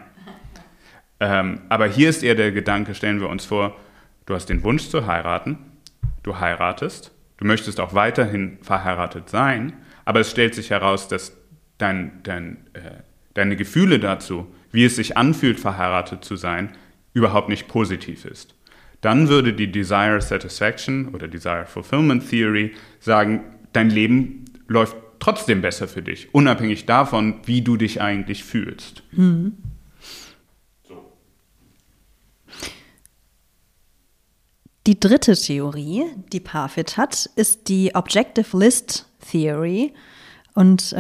Aber hier ist eher der Gedanke, stellen wir uns vor, du hast den Wunsch zu heiraten, du heiratest, du möchtest auch weiterhin verheiratet sein, aber es stellt sich heraus, dass deine Gefühle dazu, wie es sich anfühlt, verheiratet zu sein, überhaupt nicht positiv ist. Dann würde die Desire Satisfaction oder Desire Fulfillment Theory sagen, dein Leben läuft trotzdem besser für dich, unabhängig davon, wie du dich eigentlich fühlst. Mhm. So. Die dritte Theorie, die Parfit hat, ist die Objective List Theory. Und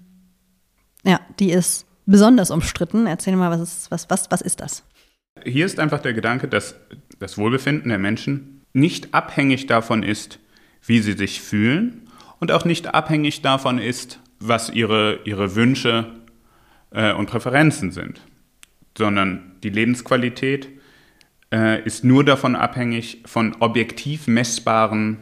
die ist besonders umstritten. Erzähl mal, was ist das? Hier ist einfach der Gedanke, dass das Wohlbefinden der Menschen nicht abhängig davon ist, wie sie sich fühlen und auch nicht abhängig davon ist, was ihre Wünsche und Präferenzen sind, sondern die Lebensqualität ist nur davon abhängig von objektiv messbaren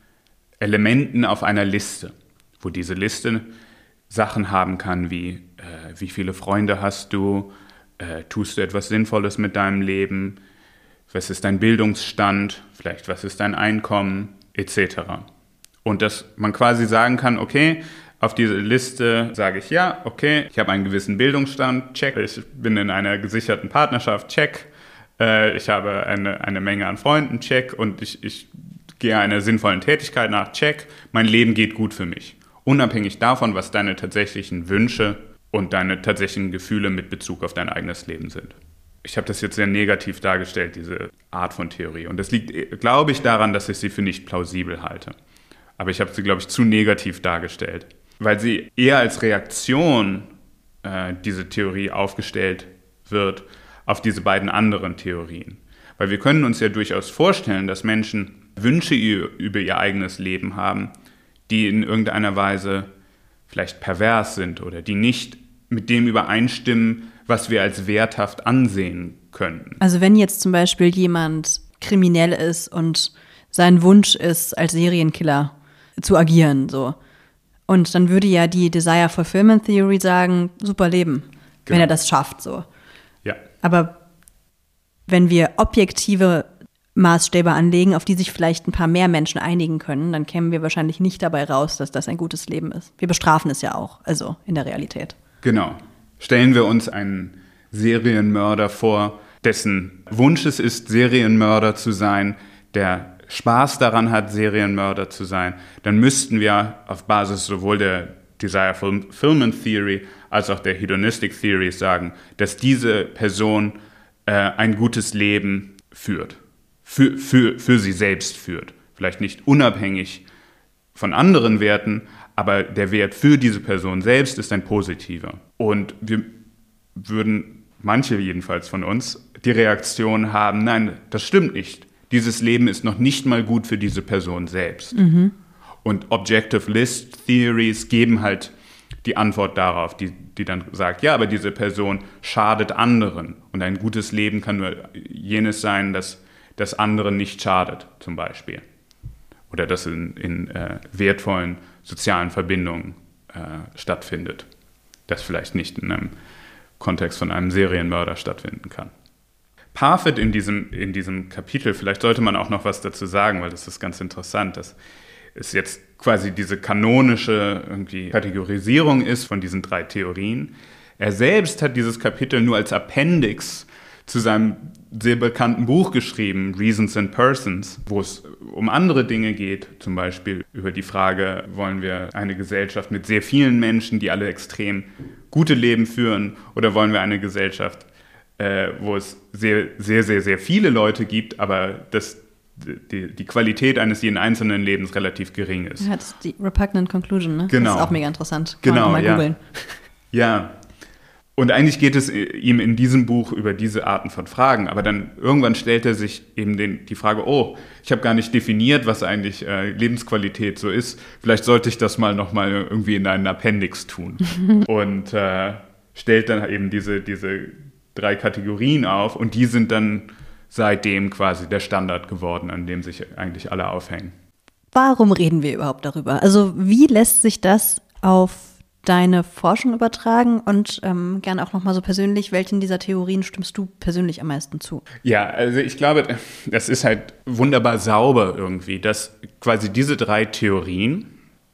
Elementen auf einer Liste, wo diese Liste Sachen haben kann wie viele Freunde hast du, tust du etwas Sinnvolles mit deinem Leben, was ist dein Bildungsstand, vielleicht was ist dein Einkommen, etc. Und dass man quasi sagen kann, okay, auf diese Liste sage ich ja, okay, ich habe einen gewissen Bildungsstand, check, ich bin in einer gesicherten Partnerschaft, check, ich habe eine Menge an Freunden, check, und ich gehe einer sinnvollen Tätigkeit nach, check, mein Leben geht gut für mich. Unabhängig davon, was deine tatsächlichen Wünsche und deine tatsächlichen Gefühle mit Bezug auf dein eigenes Leben sind. Ich habe das jetzt sehr negativ dargestellt, diese Art von Theorie. Und das liegt, glaube ich, daran, dass ich sie für nicht plausibel halte. Aber ich habe sie, glaube ich, zu negativ dargestellt, weil sie eher als Reaktion diese Theorie aufgestellt wird auf diese beiden anderen Theorien. Weil wir können uns ja durchaus vorstellen, dass Menschen Wünsche über ihr eigenes Leben haben, die in irgendeiner Weise vielleicht pervers sind oder die nicht mit dem übereinstimmen, was wir als werthaft ansehen könnten. Also wenn jetzt zum Beispiel jemand kriminell ist und sein Wunsch ist, als Serienkiller zu agieren, so. Und dann würde ja die Desire Fulfillment Theory sagen, super Leben, wenn er das schafft, so. Ja. Aber wenn wir objektive Maßstäbe anlegen, auf die sich vielleicht ein paar mehr Menschen einigen können, dann kämen wir wahrscheinlich nicht dabei raus, dass das ein gutes Leben ist. Wir bestrafen es ja auch, also in der Realität. Genau. Stellen wir uns einen Serienmörder vor, dessen Wunsch es ist, Serienmörder zu sein, der Spaß daran hat, Serienmörder zu sein, dann müssten wir auf Basis sowohl der Desire Fulfillment Theory als auch der Hedonistic Theory sagen, dass diese Person ein gutes Leben führt. für sie selbst führt. Vielleicht nicht unabhängig von anderen Werten, aber der Wert für diese Person selbst ist ein positiver. Und wir würden, manche jedenfalls von uns, die Reaktion haben, nein, das stimmt nicht. Dieses Leben ist noch nicht mal gut für diese Person selbst. Mhm. Und Objective List Theories geben halt die Antwort darauf, die dann sagt, ja, aber diese Person schadet anderen. Und ein gutes Leben kann nur jenes sein, das anderen nicht schadet, zum Beispiel. Oder das in wertvollen sozialen Verbindungen stattfindet. Das vielleicht nicht in einem Kontext von einem Serienmörder stattfinden kann. Parfit in diesem Kapitel, vielleicht sollte man auch noch was dazu sagen, weil das ist ganz interessant, dass es jetzt quasi diese kanonische irgendwie Kategorisierung ist von diesen 3 Theorien. Er selbst hat dieses Kapitel nur als Appendix zu seinem sehr bekannten Buch geschrieben, Reasons and Persons, wo es um andere Dinge geht, zum Beispiel über die Frage, wollen wir eine Gesellschaft mit sehr vielen Menschen, die alle extrem gute Leben führen, oder wollen wir eine Gesellschaft, wo es sehr, sehr, sehr, sehr viele Leute gibt, aber die Qualität eines jeden einzelnen Lebens relativ gering ist. Ja, das ist die Repugnant Conclusion, ne? Genau. Das ist auch mega interessant. Kann man mal googeln. Ja. Und eigentlich geht es ihm in diesem Buch über diese Arten von Fragen, aber dann irgendwann stellt er sich eben die Frage, ich habe gar nicht definiert, was eigentlich Lebensqualität so ist. Vielleicht sollte ich das nochmal irgendwie in einen Appendix tun. Und stellt dann eben diese 3 Kategorien auf und die sind dann seitdem quasi der Standard geworden, an dem sich eigentlich alle aufhängen. Warum reden wir überhaupt darüber? Also wie lässt sich das auf deine Forschung übertragen und gerne auch nochmal so persönlich, welchen dieser Theorien stimmst du persönlich am meisten zu? Ja, also ich glaube, das ist halt wunderbar sauber irgendwie, dass quasi diese 3 Theorien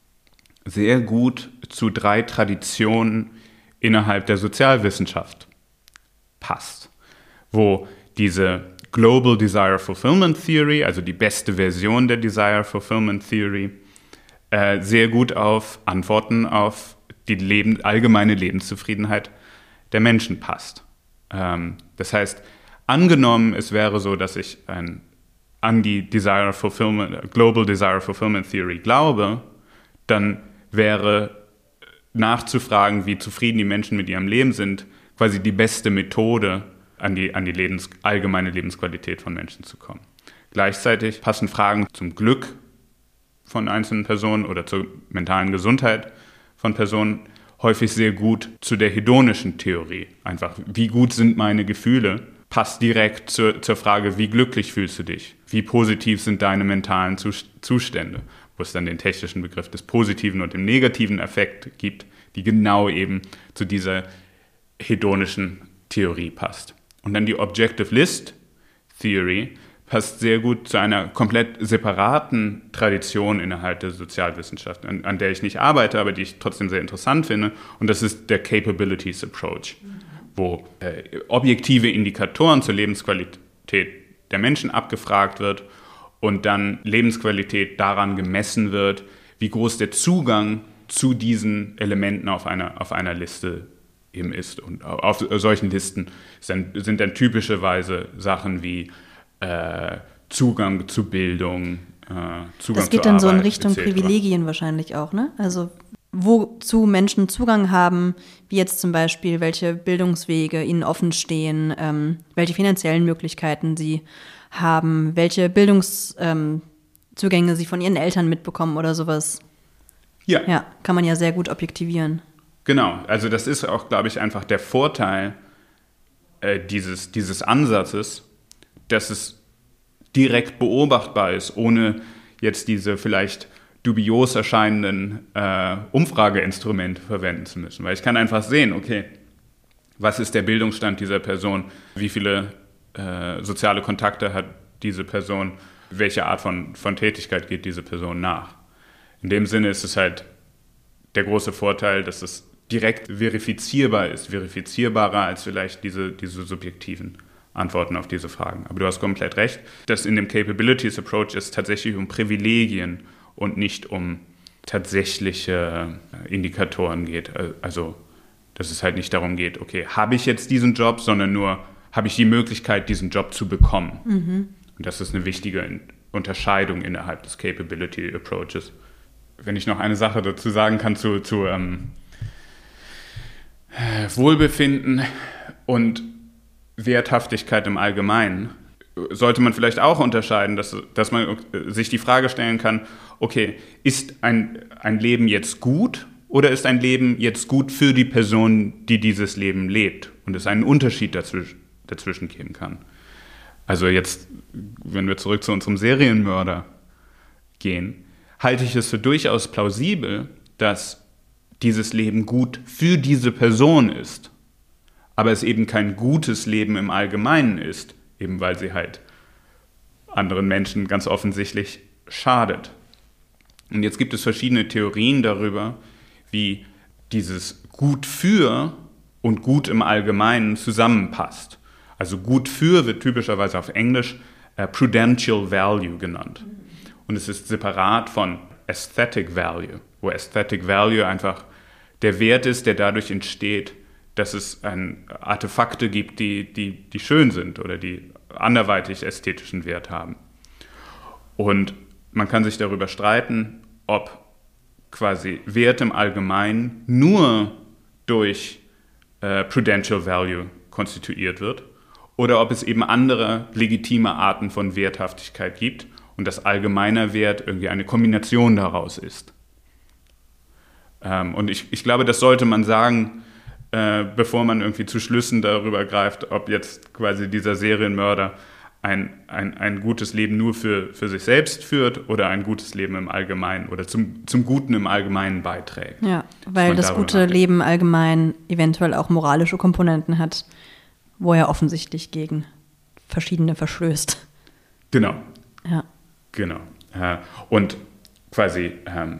sehr gut zu 3 Traditionen innerhalb der Sozialwissenschaft passt, wo diese Global Desire Fulfillment Theory, also die beste Version der Desire Fulfillment Theory, sehr gut auf Antworten auf die allgemeine Lebenszufriedenheit der Menschen passt. Das heißt, angenommen, es wäre so, dass ich an die Global Desire Fulfillment Theory glaube, dann wäre nachzufragen, wie zufrieden die Menschen mit ihrem Leben sind, quasi die beste Methode, an die allgemeine Lebensqualität von Menschen zu kommen. Gleichzeitig passen Fragen zum Glück von einzelnen Personen oder zur mentalen Gesundheit von Personen häufig sehr gut zu der hedonischen Theorie. Einfach, wie gut sind meine Gefühle, passt direkt zur Frage, wie glücklich fühlst du dich? Wie positiv sind deine mentalen Zustände? Wo es dann den technischen Begriff des positiven und dem negativen Effekt gibt, die genau eben zu dieser hedonischen Theorie passt. Und dann die Objective List Theory passt sehr gut zu einer komplett separaten Tradition innerhalb der Sozialwissenschaft, an der ich nicht arbeite, aber die ich trotzdem sehr interessant finde. Und das ist der Capabilities Approach, wo objektive Indikatoren zur Lebensqualität der Menschen abgefragt wird und dann Lebensqualität daran gemessen wird, wie groß der Zugang zu diesen Elementen auf einer Liste eben ist. Und auf solchen Listen sind dann typischerweise Sachen wie Zugang zu Bildung, Zugang zu Arbeit. Das geht dann so in Richtung etc. Privilegien wahrscheinlich auch, ne? Also wozu Menschen Zugang haben, wie jetzt zum Beispiel, welche Bildungswege ihnen offen stehen, welche finanziellen Möglichkeiten sie haben, welche Bildungszugänge sie von ihren Eltern mitbekommen oder sowas. Ja, kann man ja sehr gut objektivieren. Genau, also das ist auch, glaube ich, einfach der Vorteil dieses Ansatzes, dass es direkt beobachtbar ist, ohne jetzt diese vielleicht dubios erscheinenden Umfrageinstrumente verwenden zu müssen. Weil ich kann einfach sehen, okay, was ist der Bildungsstand dieser Person, wie viele soziale Kontakte hat diese Person, welche Art von Tätigkeit geht diese Person nach. In dem Sinne ist es halt der große Vorteil, dass es direkt verifizierbar ist, verifizierbarer als vielleicht diese subjektiven Antworten auf diese Fragen. Aber du hast komplett recht, dass in dem Capabilities Approach es tatsächlich um Privilegien und nicht um tatsächliche Indikatoren geht. Also, dass es halt nicht darum geht, okay, habe ich jetzt diesen Job, sondern nur, habe ich die Möglichkeit, diesen Job zu bekommen. Mhm. Und das ist eine wichtige Unterscheidung innerhalb des Capability Approaches. Wenn ich noch eine Sache dazu sagen kann zu Wohlbefinden und Werthaftigkeit im Allgemeinen, sollte man vielleicht auch unterscheiden, dass man sich die Frage stellen kann, okay, ist ein Leben jetzt gut oder ist ein Leben jetzt gut für die Person, die dieses Leben lebt und es einen Unterschied dazwischen geben kann? Also jetzt, wenn wir zurück zu unserem Serienmörder gehen, halte ich es für durchaus plausibel, dass dieses Leben gut für diese Person ist, aber es eben kein gutes Leben im Allgemeinen ist, eben weil sie halt anderen Menschen ganz offensichtlich schadet. Und jetzt gibt es verschiedene Theorien darüber, wie dieses Gut für und Gut im Allgemeinen zusammenpasst. Also Gut für wird typischerweise auf Englisch Prudential Value genannt. Und es ist separat von Aesthetic Value, wo Aesthetic Value einfach der Wert ist, der dadurch entsteht, dass es Artefakte gibt, die schön sind oder die anderweitig ästhetischen Wert haben. Und man kann sich darüber streiten, ob quasi Wert im Allgemeinen nur durch Prudential Value konstituiert wird oder ob es eben andere legitime Arten von Werthaftigkeit gibt und dass allgemeiner Wert irgendwie eine Kombination daraus ist. Und ich glaube, das sollte man sagen, bevor man irgendwie zu Schlüssen darüber greift, ob jetzt quasi dieser Serienmörder ein gutes Leben nur für sich selbst führt oder ein gutes Leben im Allgemeinen oder zum Guten im Allgemeinen beiträgt. Ja, weil das gute Leben allgemein eventuell auch moralische Komponenten hat, wo er offensichtlich gegen verschiedene verstößt. Genau. Ja. Genau. Und quasi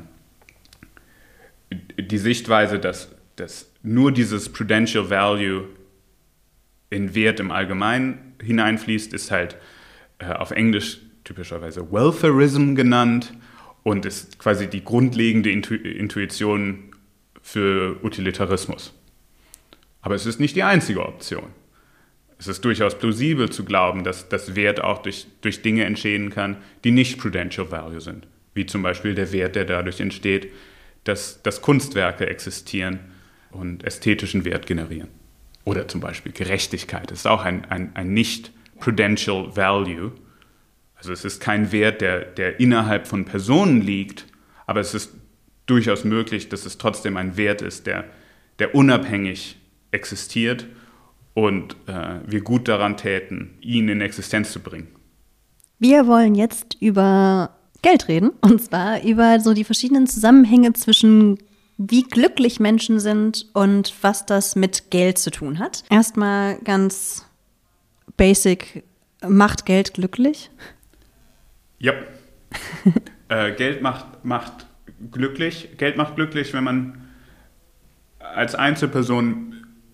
die Sichtweise, dass nur dieses Prudential Value in Wert im Allgemeinen hineinfließt, ist halt auf Englisch typischerweise Welfarism genannt und ist quasi die grundlegende Intuition für Utilitarismus. Aber es ist nicht die einzige Option. Es ist durchaus plausibel zu glauben, dass das Wert auch durch Dinge entstehen kann, die nicht Prudential Value sind. Wie zum Beispiel der Wert, der dadurch entsteht, dass Kunstwerke existieren und ästhetischen Wert generieren. Oder zum Beispiel Gerechtigkeit. Das ist auch ein nicht-prudential value. Also es ist kein Wert, der innerhalb von Personen liegt, aber es ist durchaus möglich, dass es trotzdem ein Wert ist, der unabhängig existiert und wir gut daran täten, ihn in Existenz zu bringen. Wir wollen jetzt über Geld reden, und zwar über so die verschiedenen Zusammenhänge zwischen wie glücklich Menschen sind und was das mit Geld zu tun hat. Erstmal ganz basic, macht Geld glücklich? Ja. Geld macht glücklich. Geld macht glücklich, wenn man als Einzelperson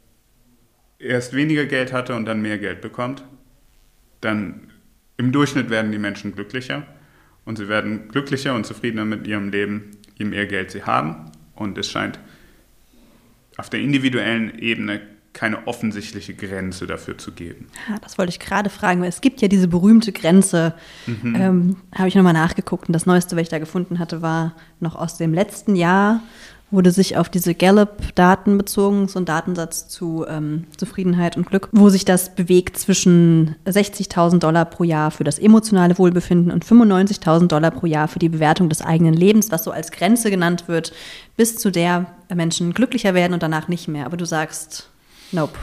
erst weniger Geld hatte und dann mehr Geld bekommt. Dann im Durchschnitt werden die Menschen glücklicher und sie werden glücklicher und zufriedener mit ihrem Leben, je mehr Geld sie haben. Und es scheint auf der individuellen Ebene keine offensichtliche Grenze dafür zu geben. Ja, das wollte ich gerade fragen, weil es gibt ja diese berühmte Grenze. Habe ich nochmal nachgeguckt und das Neueste, was ich da gefunden hatte, war noch aus dem letzten Jahr, wurde sich auf diese Gallup-Daten bezogen, so ein Datensatz zu Zufriedenheit und Glück, wo sich das bewegt zwischen $60.000 pro Jahr für das emotionale Wohlbefinden und $95.000 pro Jahr für die Bewertung des eigenen Lebens, was so als Grenze genannt wird, bis zu der Menschen glücklicher werden und danach nicht mehr. Aber du sagst, nope.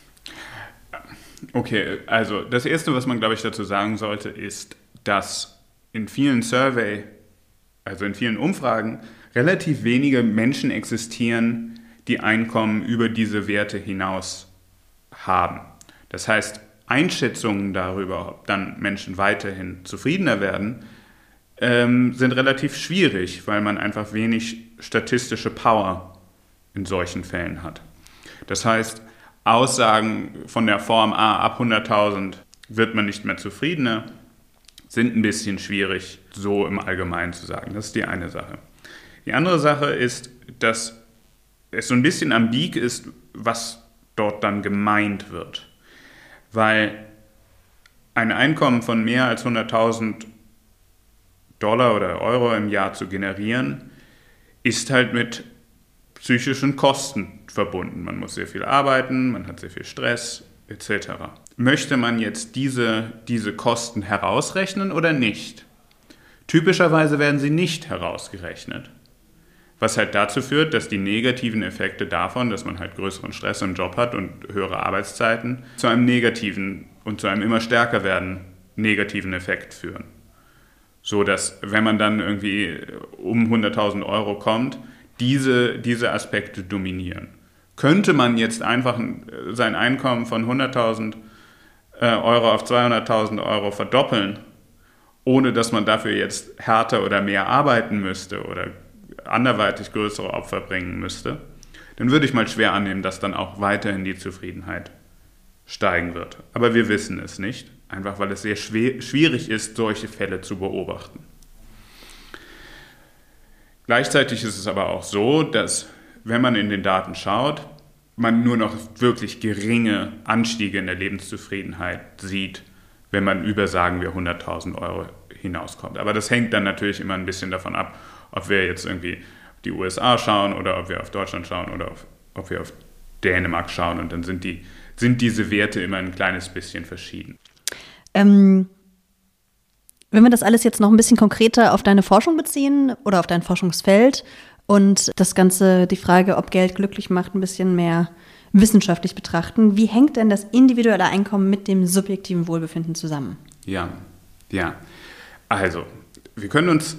Okay, also das Erste, was man, glaube ich, dazu sagen sollte, ist, dass in vielen also in vielen Umfragen, relativ wenige Menschen existieren, die Einkommen über diese Werte hinaus haben. Das heißt, Einschätzungen darüber, ob dann Menschen weiterhin zufriedener werden, sind relativ schwierig, weil man einfach wenig statistische Power in solchen Fällen hat. Das heißt, Aussagen von der Form ab 100.000 wird man nicht mehr zufriedener, sind ein bisschen schwierig, so im Allgemeinen zu sagen. Das ist die eine Sache. Die andere Sache ist, dass es so ein bisschen ambig ist, was dort dann gemeint wird. Weil ein Einkommen von mehr als 100.000 Dollar oder Euro im Jahr zu generieren, ist halt mit psychischen Kosten verbunden. Man muss sehr viel arbeiten, man hat sehr viel Stress etc. Möchte man jetzt diese Kosten herausrechnen oder nicht? Typischerweise werden sie nicht herausgerechnet, was halt dazu führt, dass die negativen Effekte davon, dass man halt größeren Stress im Job hat und höhere Arbeitszeiten, zu einem negativen und zu einem immer stärker werden negativen Effekt führen. So dass, wenn man dann irgendwie um 100.000 Euro kommt, diese Aspekte dominieren. Könnte man jetzt einfach sein Einkommen von 100.000 Euro auf 200.000 Euro verdoppeln, ohne dass man dafür jetzt härter oder mehr arbeiten müsste oder anderweitig größere Opfer bringen müsste, dann würde ich mal schwer annehmen, dass dann auch weiterhin die Zufriedenheit steigen wird. Aber wir wissen es nicht, einfach weil es sehr schwierig ist, solche Fälle zu beobachten. Gleichzeitig ist es aber auch so, dass, wenn man in den Daten schaut, man nur noch wirklich geringe Anstiege in der Lebenszufriedenheit sieht, wenn man über, sagen wir, 100.000 Euro hinauskommt. Aber das hängt dann natürlich immer ein bisschen davon ab, ob wir jetzt irgendwie auf die USA schauen oder ob wir auf Deutschland schauen oder ob wir auf Dänemark schauen. Und dann sind diese Werte immer ein kleines bisschen verschieden. Wenn wir das alles jetzt noch ein bisschen konkreter auf deine Forschung beziehen oder auf dein Forschungsfeld und das Ganze, die Frage, ob Geld glücklich macht, ein bisschen mehr wissenschaftlich betrachten, wie hängt denn das individuelle Einkommen mit dem subjektiven Wohlbefinden zusammen? Ja. Also, wir können uns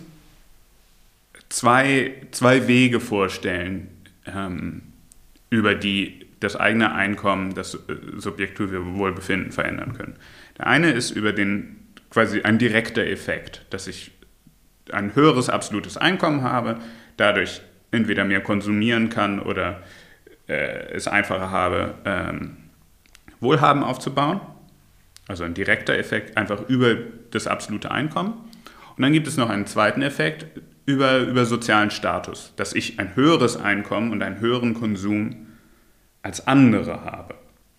zwei Wege vorstellen, über die das eigene Einkommen das subjektive Wohlbefinden verändern können. Der eine ist über quasi ein direkter Effekt, dass ich ein höheres absolutes Einkommen habe, dadurch entweder mehr konsumieren kann oder es einfacher habe, Wohlhaben aufzubauen. Also ein direkter Effekt einfach über das absolute Einkommen. Und dann gibt es noch einen zweiten Effekt über sozialen Status, dass ich ein höheres Einkommen und einen höheren Konsum als andere habe.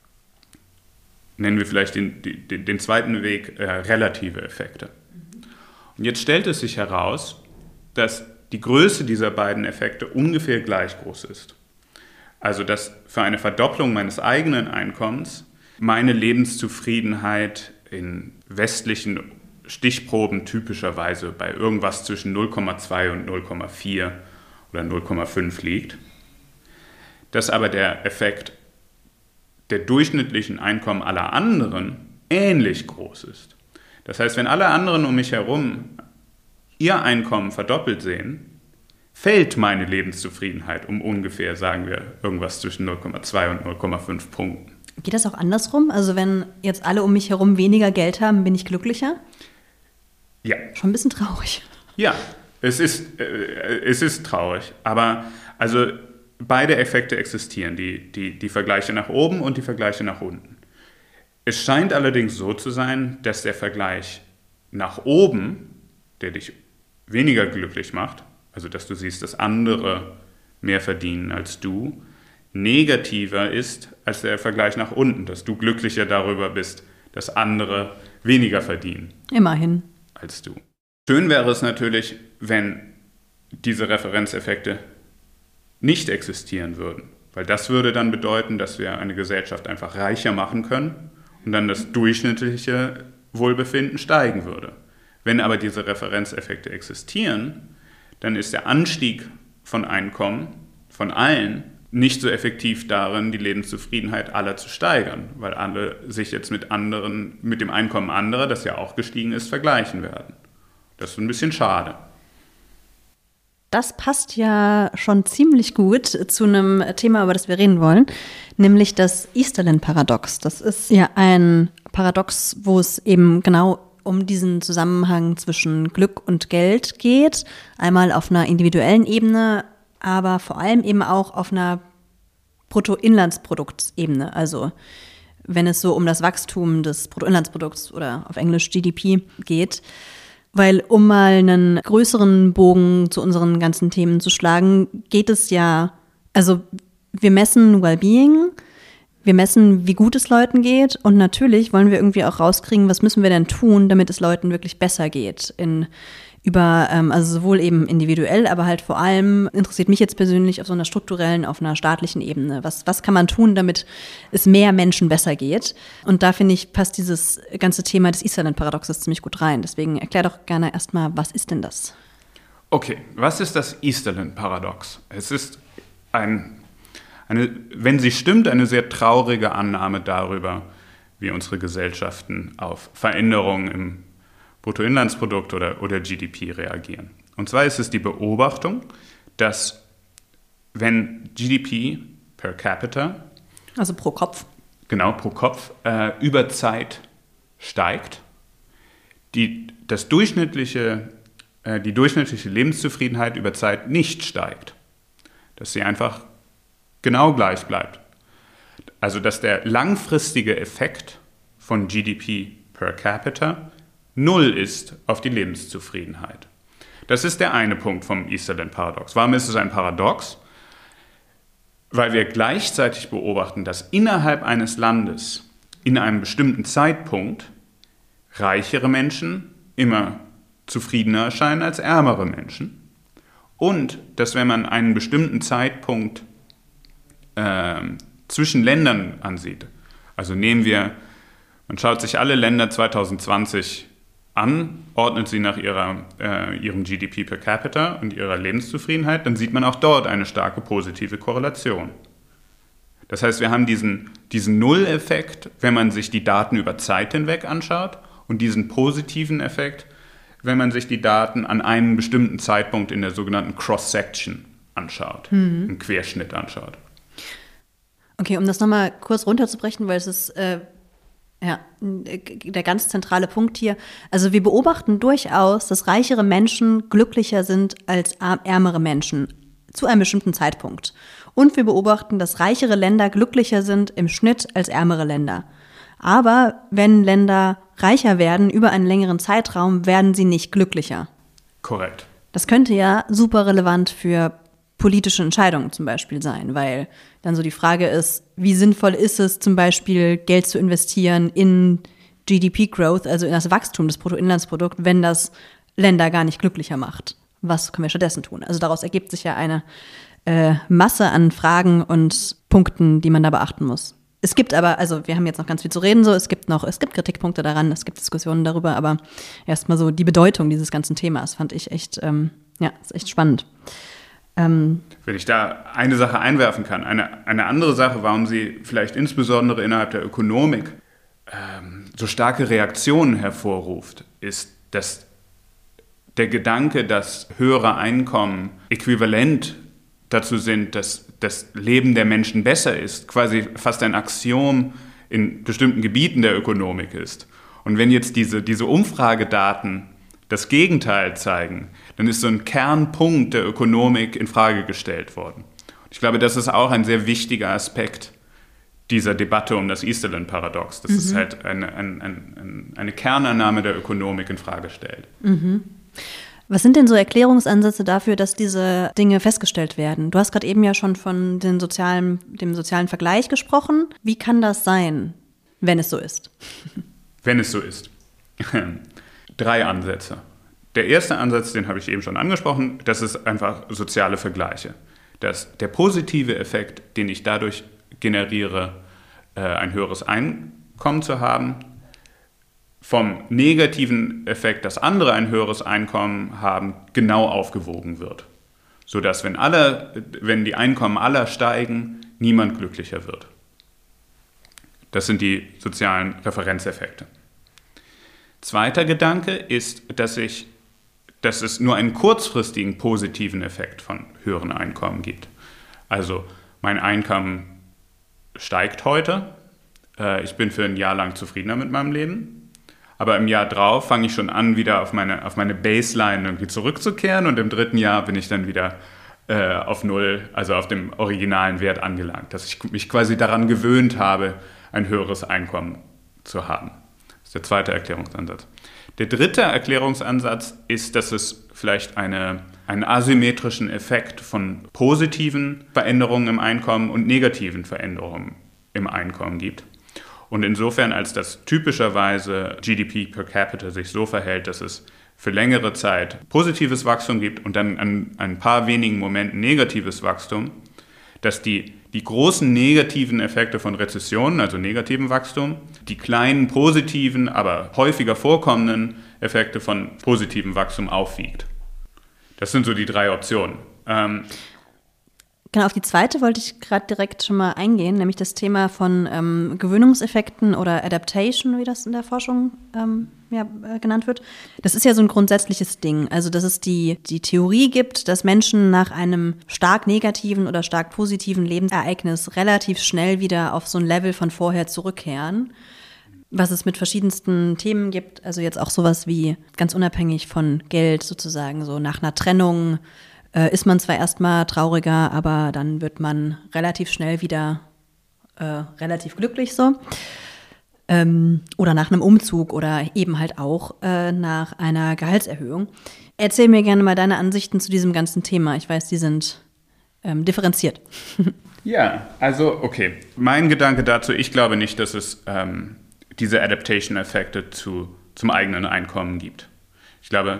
Nennen wir vielleicht den zweiten Weg relative Effekte. Und jetzt stellt es sich heraus, dass die Größe dieser beiden Effekte ungefähr gleich groß ist. Also dass für eine Verdopplung meines eigenen Einkommens meine Lebenszufriedenheit in westlichen Stichproben typischerweise bei irgendwas zwischen 0,2 und 0,4 oder 0,5 liegt. Dass aber der Effekt der durchschnittlichen Einkommen aller anderen ähnlich groß ist. Das heißt, wenn alle anderen um mich herum ihr Einkommen verdoppelt sehen, fällt meine Lebenszufriedenheit um ungefähr, sagen wir, irgendwas zwischen 0,2 und 0,5 Punkten. Geht das auch andersrum? Also wenn jetzt alle um mich herum weniger Geld haben, bin ich glücklicher? Ja. Schon ein bisschen traurig. Ja, es ist traurig. Aber also beide Effekte existieren, die Vergleiche nach oben und die Vergleiche nach unten. Es scheint allerdings so zu sein, dass der Vergleich nach oben, der dich weniger glücklich macht, also dass du siehst, dass andere mehr verdienen als du, negativer ist als der Vergleich nach unten, dass du glücklicher darüber bist, dass andere weniger verdienen. Immerhin. Als du. Schön wäre es natürlich, wenn diese Referenzeffekte nicht existieren würden, weil das würde dann bedeuten, dass wir eine Gesellschaft einfach reicher machen können und dann das durchschnittliche Wohlbefinden steigen würde. Wenn aber diese Referenzeffekte existieren, dann ist der Anstieg von Einkommen von allen nicht so effektiv darin, die Lebenszufriedenheit aller zu steigern, weil alle sich jetzt mit dem Einkommen anderer, das ja auch gestiegen ist, vergleichen werden. Das ist ein bisschen schade. Das passt ja schon ziemlich gut zu einem Thema, über das wir reden wollen, nämlich das Easterlin-Paradox. Das ist ja ein Paradox, wo es eben genau um diesen Zusammenhang zwischen Glück und Geld geht. Einmal auf einer individuellen Ebene, aber vor allem eben auch auf einer Bruttoinlandsproduktsebene. Also wenn es so um das Wachstum des Bruttoinlandsprodukts oder auf Englisch GDP geht. Weil um mal einen größeren Bogen zu unseren ganzen Themen zu schlagen, geht es ja, also wir messen Wellbeing, wir messen, wie gut es Leuten geht und natürlich wollen wir irgendwie auch rauskriegen, was müssen wir denn tun, damit es Leuten wirklich besser geht also sowohl eben individuell, aber halt vor allem interessiert mich jetzt persönlich auf so einer strukturellen, auf einer staatlichen Ebene. Was kann man tun, damit es mehr Menschen besser geht? Und da finde ich, passt dieses ganze Thema des Easterland-Paradoxes ziemlich gut rein. Deswegen erklär doch gerne erstmal, was ist denn das? Okay, was ist das Easterland-Paradox? Es ist wenn sie stimmt, eine sehr traurige Annahme darüber, wie unsere Gesellschaften auf Veränderungen im Bruttoinlandsprodukt oder GDP reagieren. Und zwar ist es die Beobachtung, dass wenn GDP per capita, also pro Kopf, genau, pro Kopf, über Zeit steigt, die durchschnittliche Lebenszufriedenheit über Zeit nicht steigt. Dass sie einfach genau gleich bleibt. Also dass der langfristige Effekt von GDP per capita 0 ist auf die Lebenszufriedenheit. Das ist der eine Punkt vom Easterland-Paradox. Warum ist es ein Paradox? Weil wir gleichzeitig beobachten, dass innerhalb eines Landes in einem bestimmten Zeitpunkt reichere Menschen immer zufriedener erscheinen als ärmere Menschen und dass, wenn man einen bestimmten Zeitpunkt zwischen Ländern ansieht, also man schaut sich alle Länder 2020 an, ordnet sie nach ihrem GDP per capita und ihrer Lebenszufriedenheit, dann sieht man auch dort eine starke positive Korrelation. Das heißt, wir haben diesen Null-Effekt, wenn man sich die Daten über Zeit hinweg anschaut und diesen positiven Effekt, wenn man sich die Daten an einem bestimmten Zeitpunkt in der sogenannten Cross-Section anschaut, einen Querschnitt anschaut. Okay, um das nochmal kurz runterzubrechen, weil es ist der ganz zentrale Punkt hier. Also wir beobachten durchaus, dass reichere Menschen glücklicher sind als ärmere Menschen zu einem bestimmten Zeitpunkt. Und wir beobachten, dass reichere Länder glücklicher sind im Schnitt als ärmere Länder. Aber wenn Länder reicher werden über einen längeren Zeitraum, werden sie nicht glücklicher. Korrekt. Das könnte ja super relevant für politische Entscheidungen zum Beispiel sein, weil dann so die Frage ist, wie sinnvoll ist es zum Beispiel, Geld zu investieren in GDP-Growth, also in das Wachstum des Bruttoinlandsprodukts, wenn das Länder gar nicht glücklicher macht. Was können wir stattdessen tun? Also daraus ergibt sich ja eine Masse an Fragen und Punkten, die man da beachten muss. Es gibt aber, also wir haben jetzt noch ganz viel zu reden, es gibt Kritikpunkte daran, es gibt Diskussionen darüber, aber erstmal so die Bedeutung dieses ganzen Themas fand ich echt, ist echt spannend. Wenn ich da eine Sache einwerfen kann, eine andere Sache, warum sie vielleicht insbesondere innerhalb der Ökonomik so starke Reaktionen hervorruft, ist, dass der Gedanke, dass höhere Einkommen äquivalent dazu sind, dass das Leben der Menschen besser ist, quasi fast ein Axiom in bestimmten Gebieten der Ökonomik ist. Und wenn jetzt diese Umfragedaten das Gegenteil zeigen, dann ist so ein Kernpunkt der Ökonomik in Frage gestellt worden. Ich glaube, das ist auch ein sehr wichtiger Aspekt dieser Debatte um das Easterland-Paradox, dass es halt eine Kernannahme der Ökonomik in Frage stellt. Was sind denn so Erklärungsansätze dafür, dass diese Dinge festgestellt werden? Du hast gerade eben ja schon von dem sozialen Vergleich gesprochen. Wie kann das sein, wenn es so ist? Wenn es so ist. 3 Ansätze. Der erste Ansatz, den habe ich eben schon angesprochen, das ist einfach soziale Vergleiche. Dass der positive Effekt, den ich dadurch generiere, ein höheres Einkommen zu haben, vom negativen Effekt, dass andere ein höheres Einkommen haben, genau aufgewogen wird. Sodass, wenn die Einkommen aller steigen, niemand glücklicher wird. Das sind die sozialen Referenzeffekte. Zweiter Gedanke ist, dass es nur einen kurzfristigen positiven Effekt von höheren Einkommen gibt. Also mein Einkommen steigt heute, ich bin für ein Jahr lang zufriedener mit meinem Leben, aber im Jahr drauf fange ich schon an, wieder auf meine Baseline irgendwie zurückzukehren und im 3. Jahr bin ich dann wieder auf 0, also auf dem originalen Wert angelangt, dass ich mich quasi daran gewöhnt habe, ein höheres Einkommen zu haben. Das ist der zweite Erklärungsansatz. Der dritte Erklärungsansatz ist, dass es vielleicht einen asymmetrischen Effekt von positiven Veränderungen im Einkommen und negativen Veränderungen im Einkommen gibt. Und insofern, als das typischerweise GDP per capita sich so verhält, dass es für längere Zeit positives Wachstum gibt und dann an ein paar wenigen Momenten negatives Wachstum, dass die großen negativen Effekte von Rezessionen, also negativem Wachstum, die kleinen positiven, aber häufiger vorkommenden Effekte von positivem Wachstum aufwiegt. Das sind so die 3 Optionen. Genau, auf die zweite wollte ich gerade direkt schon mal eingehen, nämlich das Thema von Gewöhnungseffekten oder Adaptation, wie das in der Forschung genannt wird. Das ist ja so ein grundsätzliches Ding, also dass es die Theorie gibt, dass Menschen nach einem stark negativen oder stark positiven Lebensereignis relativ schnell wieder auf so ein Level von vorher zurückkehren. Was es mit verschiedensten Themen gibt, also jetzt auch sowas wie ganz unabhängig von Geld sozusagen, so nach einer Trennung ist man zwar erstmal trauriger, aber dann wird man relativ schnell wieder relativ glücklich so. Oder nach einem Umzug oder eben halt auch nach einer Gehaltserhöhung. Erzähl mir gerne mal deine Ansichten zu diesem ganzen Thema. Ich weiß, die sind differenziert. Ja, also okay. Mein Gedanke dazu, ich glaube nicht, dass es diese Adaptation-Effekte zum eigenen Einkommen gibt. Ich glaube,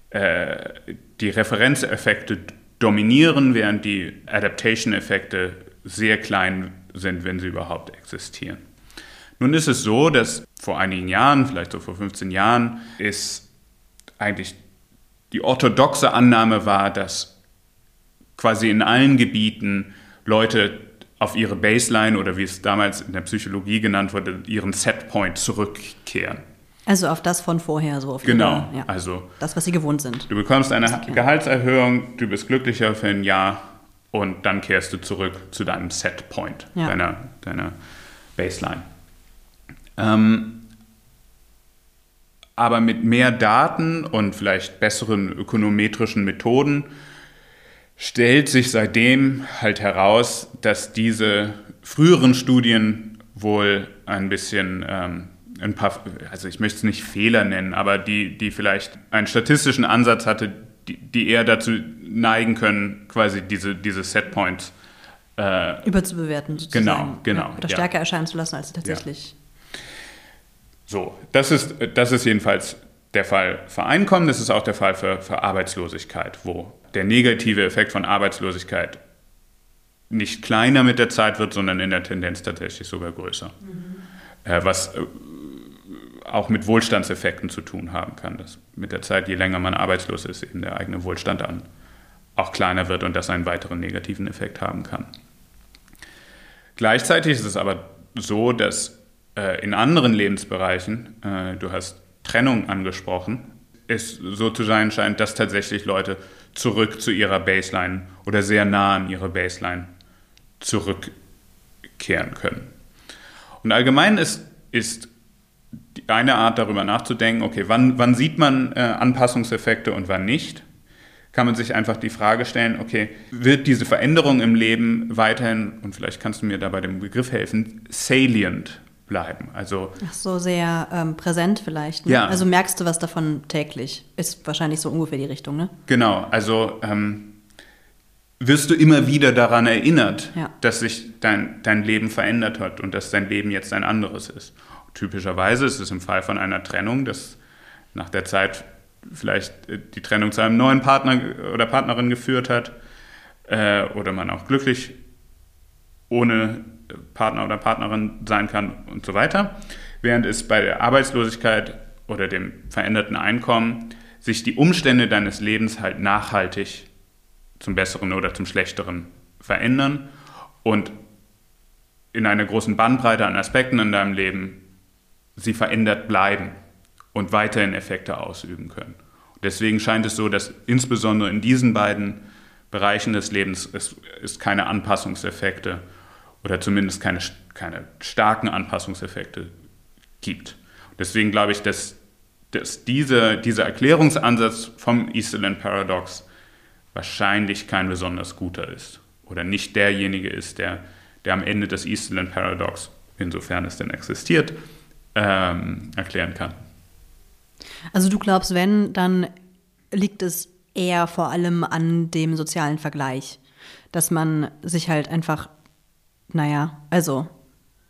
die Referenzeffekte dominieren, während die Adaptation-Effekte sehr klein sind, wenn sie überhaupt existieren. Nun ist es so, dass vor einigen Jahren, vielleicht so vor 15 Jahren, ist eigentlich die orthodoxe Annahme war, dass quasi in allen Gebieten Leute auf ihre Baseline oder wie es damals in der Psychologie genannt wurde, ihren Setpoint zurückkehren. Also auf das von vorher, so auf genau, ihre, also das, was sie gewohnt sind. Du bekommst eine Gehaltserhöhung, du bist glücklicher für ein Jahr und dann kehrst du zurück zu deinem Setpoint, deiner Baseline. Aber mit mehr Daten und vielleicht besseren ökonometrischen Methoden stellt sich seitdem halt heraus, dass diese früheren Studien wohl ein bisschen ein paar, also ich möchte es nicht Fehler nennen, aber die vielleicht einen statistischen Ansatz hatte, die eher dazu neigen können, quasi diese Setpoints überzubewerten sozusagen. Genau. Oder stärker erscheinen zu lassen, als sie tatsächlich. Ja. So, das ist jedenfalls der Fall für Einkommen, das ist auch der Fall für Arbeitslosigkeit, wo der negative Effekt von Arbeitslosigkeit nicht kleiner mit der Zeit wird, sondern in der Tendenz tatsächlich sogar größer. Was auch mit Wohlstandseffekten zu tun haben kann, dass mit der Zeit, je länger man arbeitslos ist, eben der eigene Wohlstand dann auch kleiner wird und das einen weiteren negativen Effekt haben kann. Gleichzeitig ist es aber so, dass in anderen Lebensbereichen, du hast Trennung angesprochen, es so zu sein scheint, dass tatsächlich Leute zurück zu ihrer Baseline oder sehr nah an ihre Baseline zurückkehren können. Und allgemein ist eine Art, darüber nachzudenken, okay, wann sieht man Anpassungseffekte und wann nicht, kann man sich einfach die Frage stellen, okay, wird diese Veränderung im Leben weiterhin, und vielleicht kannst du mir da bei dem Begriff helfen, salient bleiben? Also ach so, sehr präsent vielleicht. Ne? Ja. Also merkst du was davon täglich? Ist wahrscheinlich so ungefähr die Richtung, ne? Genau, also wirst du immer wieder daran erinnert, dass sich dein Leben verändert hat und dass dein Leben jetzt ein anderes ist. Typischerweise ist es im Fall von einer Trennung, dass nach der Zeit vielleicht die Trennung zu einem neuen Partner oder Partnerin geführt hat oder man auch glücklich ohne Partner oder Partnerin sein kann und so weiter. Während es bei der Arbeitslosigkeit oder dem veränderten Einkommen sich die Umstände deines Lebens halt nachhaltig zum Besseren oder zum Schlechteren verändern und in einer großen Bandbreite an Aspekten in deinem Leben sie verändert bleiben und weiterhin Effekte ausüben können. Und deswegen scheint es so, dass insbesondere in diesen beiden Bereichen des Lebens es keine Anpassungseffekte oder zumindest keine starken Anpassungseffekte gibt. Deswegen glaube ich, dass dieser Erklärungsansatz vom Easterlin Paradox wahrscheinlich kein besonders guter ist oder nicht derjenige ist, der am Ende des Easterlin Paradox, insofern es denn existiert, erklären kann. Also du glaubst, wenn, dann liegt es eher vor allem an dem sozialen Vergleich, dass man sich halt einfach, also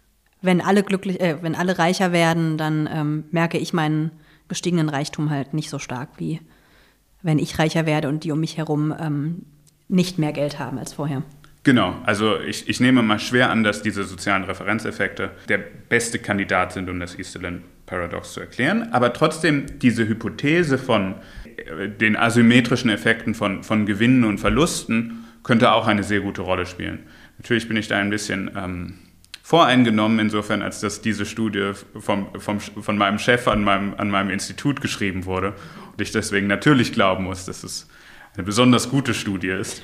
wenn alle reicher werden, dann merke ich meinen gestiegenen Reichtum halt nicht so stark, wie wenn ich reicher werde und die um mich herum nicht mehr Geld haben als vorher. Genau, also ich nehme mal schwer an, dass diese sozialen Referenzeffekte der beste Kandidat sind, um das Easterlin-Paradox zu erklären. Aber trotzdem diese Hypothese von den asymmetrischen Effekten von Gewinnen und Verlusten könnte auch eine sehr gute Rolle spielen. Natürlich bin ich da ein bisschen voreingenommen, insofern, als dass diese Studie von meinem Chef an meinem Institut geschrieben wurde und ich deswegen natürlich glauben muss, dass es eine besonders gute Studie ist.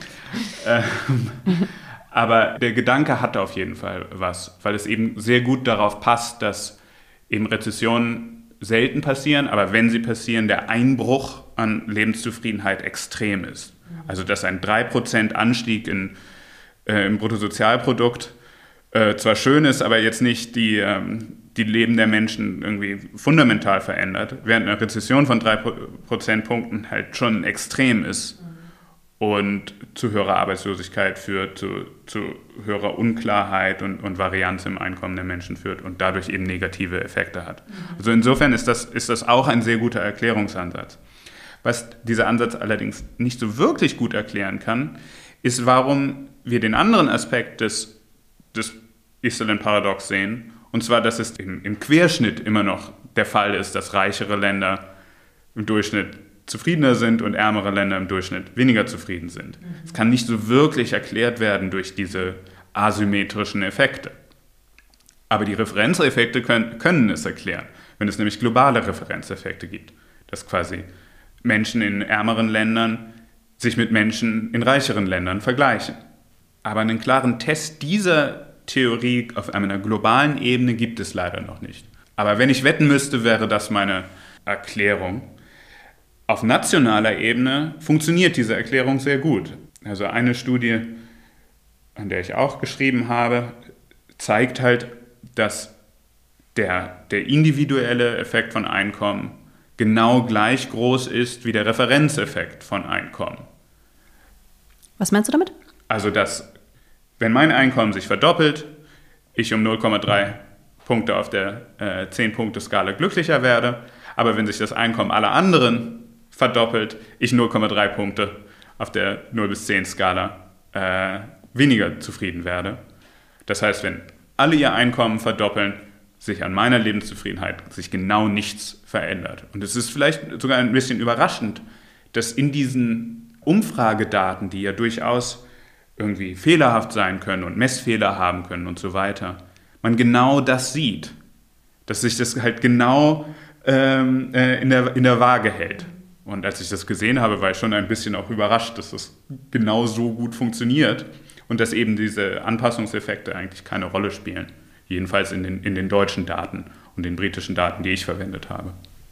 Aber der Gedanke hatte auf jeden Fall was, weil es eben sehr gut darauf passt, dass eben Rezessionen selten passieren, aber wenn sie passieren, der Einbruch an Lebenszufriedenheit extrem ist. Also dass ein 3% Anstieg im Bruttosozialprodukt zwar schön ist, aber jetzt nicht die Leben der Menschen irgendwie fundamental verändert, während eine Rezession von 3 Prozentpunkten halt schon extrem ist und zu höherer Arbeitslosigkeit führt, zu höherer Unklarheit und Varianz im Einkommen der Menschen führt und dadurch eben negative Effekte hat. Also insofern ist das auch ein sehr guter Erklärungsansatz. Was dieser Ansatz allerdings nicht so wirklich gut erklären kann, ist, warum wir den anderen Aspekt des Easterlin-Paradox sehen, und zwar, dass es im Querschnitt immer noch der Fall ist, dass reichere Länder im Durchschnitt zufriedener sind und ärmere Länder im Durchschnitt weniger zufrieden sind. Es kann nicht so wirklich erklärt werden durch diese asymmetrischen Effekte. Aber die Referenzeffekte können es erklären, wenn es nämlich globale Referenzeffekte gibt, dass quasi Menschen in ärmeren Ländern sich mit Menschen in reicheren Ländern vergleichen. Aber einen klaren Test dieser Theorie auf einer globalen Ebene gibt es leider noch nicht. Aber wenn ich wetten müsste, wäre das meine Erklärung. Auf nationaler Ebene funktioniert diese Erklärung sehr gut. Also eine Studie, an der ich auch geschrieben habe, zeigt halt, dass der individuelle Effekt von Einkommen genau gleich groß ist wie der Referenzeffekt von Einkommen. Was meinst du damit? Also, dass wenn mein Einkommen sich verdoppelt, ich um 0,3 Punkte auf der 10-Punkte-Skala glücklicher werde, aber wenn sich das Einkommen aller anderen verdoppelt, ich 0,3 Punkte auf der 0 bis 10 Skala weniger zufrieden werde. Das heißt, wenn alle ihr Einkommen verdoppeln, sich an meiner Lebenszufriedenheit sich genau nichts verändert. Und es ist vielleicht sogar ein bisschen überraschend, dass in diesen Umfragedaten, die ja durchaus irgendwie fehlerhaft sein können und Messfehler haben können und so weiter, man genau das sieht, dass sich das halt genau in der Waage hält. Und als ich das gesehen habe, war ich schon ein bisschen auch überrascht, dass das genau so gut funktioniert und dass eben diese Anpassungseffekte eigentlich keine Rolle spielen. Jedenfalls in den deutschen Daten und den britischen Daten, die ich verwendet habe.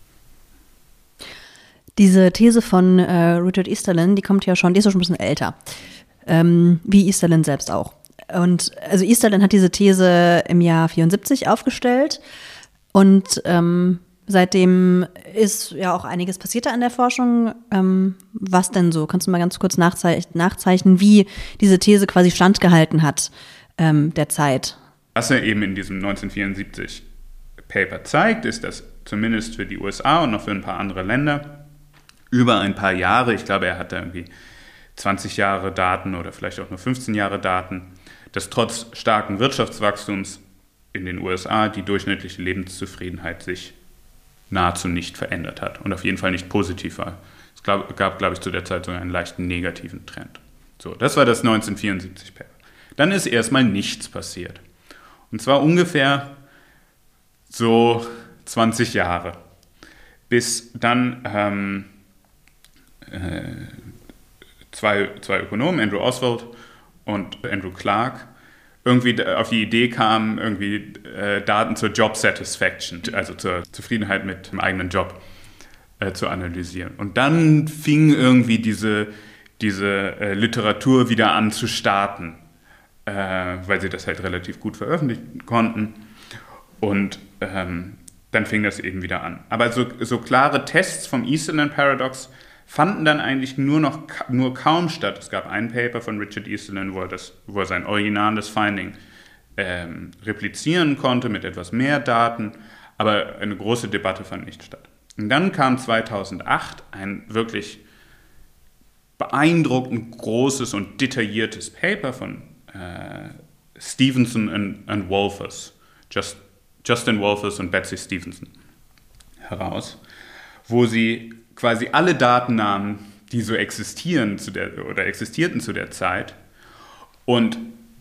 Diese These von Richard Easterlin, die ist ja schon ein bisschen älter. Wie Easterlin selbst auch. Und also Easterlin hat diese These im Jahr 1974 aufgestellt und seitdem ist ja auch einiges passiert an der Forschung. Was denn so? Kannst du mal ganz kurz nachzeichnen, wie diese These quasi standgehalten hat der Zeit? Was er eben in diesem 1974 Paper zeigt, ist, dass zumindest für die USA und noch für ein paar andere Länder über ein paar Jahre, ich glaube, er hatte irgendwie 20 Jahre Daten oder vielleicht auch nur 15 Jahre Daten, dass trotz starken Wirtschaftswachstums in den USA die durchschnittliche Lebenszufriedenheit sich nahezu nicht verändert hat und auf jeden Fall nicht positiv war. Es gab, glaube ich, zu der Zeit sogar einen leichten negativen Trend. So, das war das 1974 Paper. Dann ist erstmal nichts passiert. Und zwar ungefähr so 20 Jahre, bis dann zwei Ökonomen, Andrew Oswald und Andrew Clark, irgendwie auf die Idee kamen, irgendwie Daten zur Job Satisfaction, also zur Zufriedenheit mit dem eigenen Job, zu analysieren. Und dann fing irgendwie diese Literatur wieder an zu starten, weil sie das halt relativ gut veröffentlichen konnten. Und dann fing das eben wieder an. Aber so klare Tests vom Easterlin-Paradox fanden dann eigentlich nur kaum statt. Es gab ein Paper von Richard Easterlin, wo er sein originales Finding replizieren konnte mit etwas mehr Daten, aber eine große Debatte fand nicht statt. Und dann kam 2008 ein wirklich beeindruckend großes und detailliertes Paper von Stevenson und Wolfers, Justin Wolfers und Betsy Stevenson heraus, wo sie quasi alle Daten nahmen, die so existierten zu der Zeit und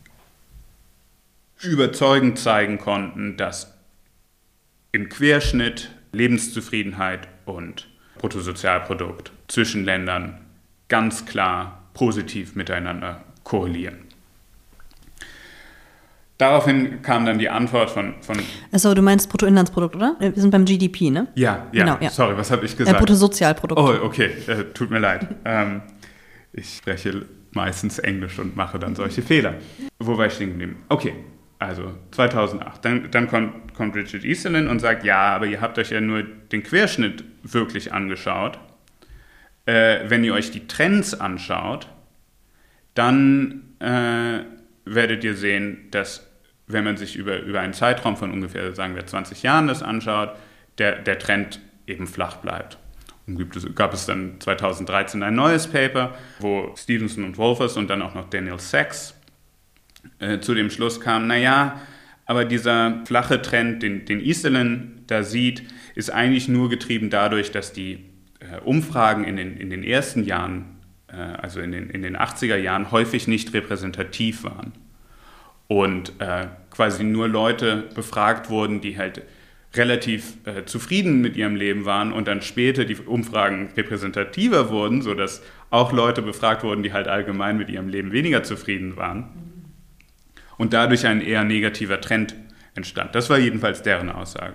überzeugend zeigen konnten, dass im Querschnitt Lebenszufriedenheit und Bruttosozialprodukt zwischen Ländern ganz klar positiv miteinander korrelieren. Daraufhin kam dann die Antwort von Also du meinst Bruttoinlandsprodukt, oder? Wir sind beim GDP, ne? Ja, genau, ja. Sorry, was habe ich gesagt? Bruttosozialprodukt. Oh, okay, tut mir leid. Ich spreche meistens Englisch und mache dann solche Fehler. Wo war ich stehen geblieben? Okay, also 2008. Dann kommt Richard Easterlin und sagt, ja, aber ihr habt euch ja nur den Querschnitt wirklich angeschaut. Wenn ihr euch die Trends anschaut, dann werdet ihr sehen, dass, wenn man sich über einen Zeitraum von ungefähr, sagen wir, 20 Jahren das anschaut, der Trend eben flach bleibt. Und gab es dann 2013 ein neues Paper, wo Stevenson und Wolfers und dann auch noch Daniel Sachs zu dem Schluss kamen, naja, aber dieser flache Trend, den Easterlin da sieht, ist eigentlich nur getrieben dadurch, dass die Umfragen in den ersten Jahren, also in den 80er Jahren, häufig nicht repräsentativ waren. Und quasi nur Leute befragt wurden, die halt relativ zufrieden mit ihrem Leben waren und dann später die Umfragen repräsentativer wurden, sodass auch Leute befragt wurden, die halt allgemein mit ihrem Leben weniger zufrieden waren. Und dadurch ein eher negativer Trend entstand. Das war jedenfalls deren Aussage.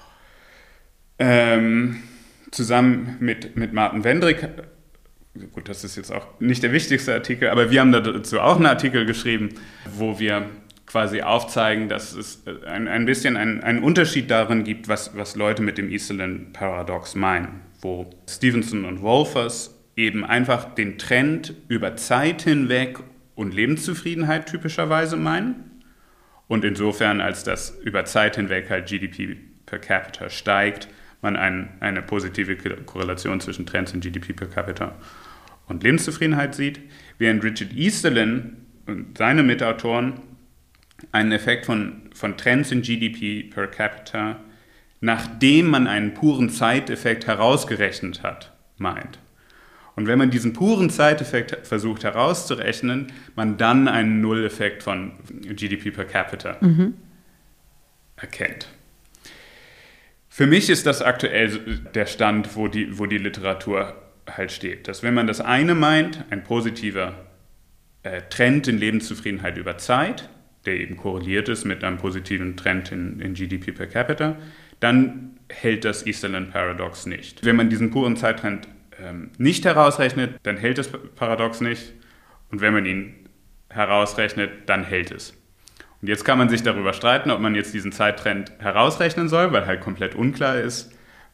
Zusammen mit Martin Wendrick, gut, das ist jetzt auch nicht der wichtigste Artikel, aber wir haben dazu auch einen Artikel geschrieben, wo wir quasi aufzeigen, dass es ein bisschen einen Unterschied darin gibt, was Leute mit dem Easterlin-Paradox meinen, wo Stevenson und Wolfers eben einfach den Trend über Zeit hinweg und Lebenszufriedenheit typischerweise meinen und insofern, als das über Zeit hinweg halt GDP per capita steigt, man eine positive Korrelation zwischen Trends in GDP per capita und Lebenszufriedenheit sieht, während Richard Easterlin und seine Mitautoren einen Effekt von Trends in GDP per capita, nachdem man einen puren Zeiteffekt herausgerechnet hat, meint. Und wenn man diesen puren Zeiteffekt versucht herauszurechnen, man dann einen Nulleffekt von GDP per capita erkennt. Für mich ist das aktuell der Stand, wo die Literatur halt steht. Dass wenn man das eine meint, ein positiver Trend in Lebenszufriedenheit über Zeit, der eben korreliert ist mit einem positiven Trend in GDP per capita, dann hält das Easterlin-Paradox nicht. Wenn man diesen puren Zeittrend nicht herausrechnet, dann hält das Paradox nicht. Und wenn man ihn herausrechnet, dann hält es. Und jetzt kann man sich darüber streiten, ob man jetzt diesen Zeittrend herausrechnen soll, weil halt komplett unklar ist,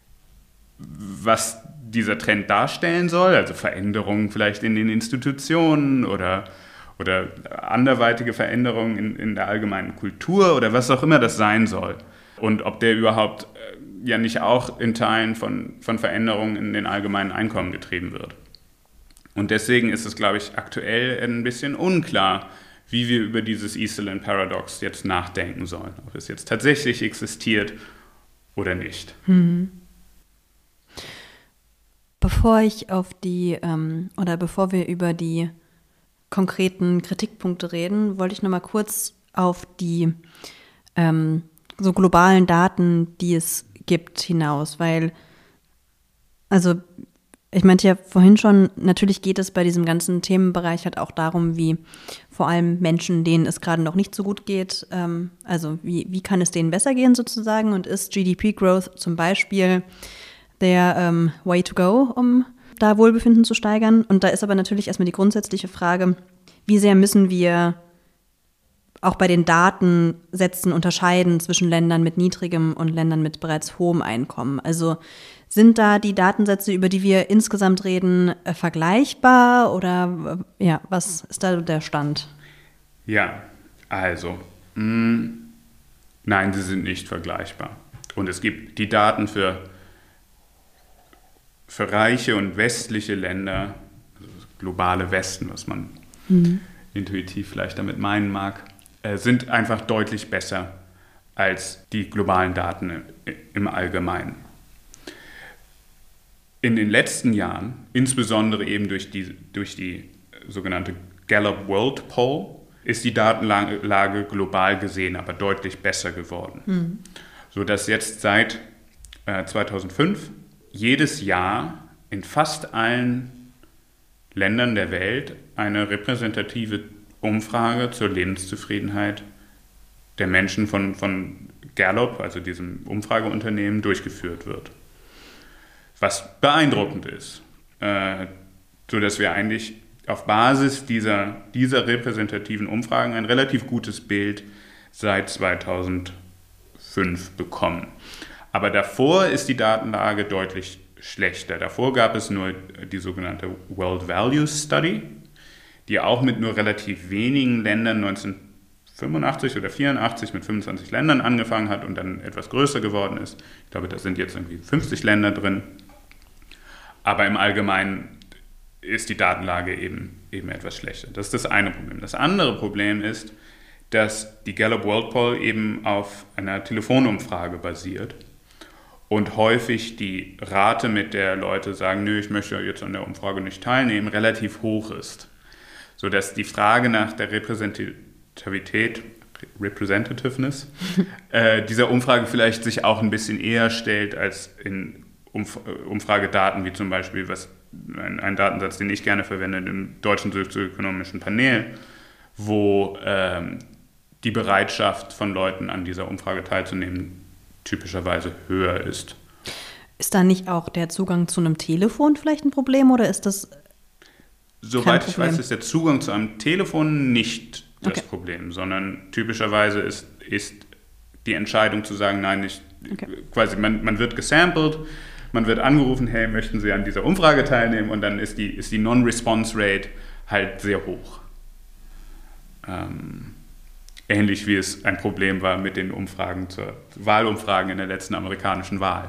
was dieser Trend darstellen soll, also Veränderungen vielleicht in den Institutionen oder anderweitige Veränderungen in der allgemeinen Kultur oder was auch immer das sein soll. Und ob der überhaupt ja nicht auch in Teilen von Veränderungen in den allgemeinen Einkommen getrieben wird. Und deswegen ist es, glaube ich, aktuell ein bisschen unklar, wie wir über dieses Easterlin-Paradox jetzt nachdenken sollen. Ob es jetzt tatsächlich existiert oder nicht. Bevor wir über die konkreten Kritikpunkte reden, wollte ich noch mal kurz auf die so globalen Daten, die es gibt, hinaus, weil, also ich meinte ja vorhin schon, natürlich geht es bei diesem ganzen Themenbereich halt auch darum, wie vor allem Menschen, denen es gerade noch nicht so gut geht, also wie kann es denen besser gehen sozusagen, und ist GDP-Growth zum Beispiel der way to go, um da Wohlbefinden zu steigern. Und da ist aber natürlich erstmal die grundsätzliche Frage, wie sehr müssen wir auch bei den Datensätzen unterscheiden zwischen Ländern mit niedrigem und Ländern mit bereits hohem Einkommen. Also sind da die Datensätze, über die wir insgesamt reden, vergleichbar oder ja, was ist da der Stand? Ja, also Nein, sie sind nicht vergleichbar. Und es gibt die Daten für reiche und westliche Länder, also das globale Westen, was man intuitiv vielleicht damit meinen mag, sind einfach deutlich besser als die globalen Daten im Allgemeinen. In den letzten Jahren, insbesondere eben durch die sogenannte Gallup World Poll, ist die Datenlage global gesehen aber deutlich besser geworden. Sodass jetzt seit 2005 jedes Jahr in fast allen Ländern der Welt eine repräsentative Umfrage zur Lebenszufriedenheit der Menschen von Gallup, also diesem Umfrageunternehmen, durchgeführt wird. Was beeindruckend ist, sodass wir eigentlich auf Basis dieser repräsentativen Umfragen ein relativ gutes Bild seit 2005 bekommen. Aber davor ist die Datenlage deutlich schlechter. Davor gab es nur die sogenannte World Values Study, die auch mit nur relativ wenigen Ländern 1985 oder 84 mit 25 Ländern angefangen hat und dann etwas größer geworden ist. Ich glaube, da sind jetzt irgendwie 50 Länder drin. Aber im Allgemeinen ist die Datenlage eben etwas schlechter. Das ist das eine Problem. Das andere Problem ist, dass die Gallup World Poll eben auf einer Telefonumfrage basiert und häufig die Rate, mit der Leute sagen, nö, ich möchte jetzt an der Umfrage nicht teilnehmen, relativ hoch ist. Sodass die Frage nach der Representativeness dieser Umfrage vielleicht sich auch ein bisschen eher stellt als in Umfragedaten, wie zum Beispiel ein Datensatz, den ich gerne verwende, im Deutschen Sozioökonomischen Panel, wo die Bereitschaft von Leuten an dieser Umfrage teilzunehmen typischerweise höher ist. Ist da nicht auch der Zugang zu einem Telefon vielleicht ein Problem oder ist das Soweit ich weiß, ist der Zugang zu einem Telefon nicht das Problem, sondern typischerweise ist die Entscheidung zu sagen, nein, quasi man wird gesampelt, man wird angerufen, hey, möchten Sie an dieser Umfrage teilnehmen? Und dann ist die Non-Response-Rate halt sehr hoch. Ähnlich wie es ein Problem war mit den Wahlumfragen in der letzten amerikanischen Wahl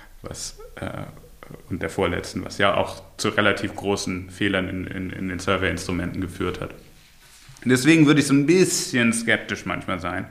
und der vorletzten, was ja auch zu relativ großen Fehlern in den Survey-Instrumenten geführt hat. Deswegen würde ich so ein bisschen skeptisch manchmal sein.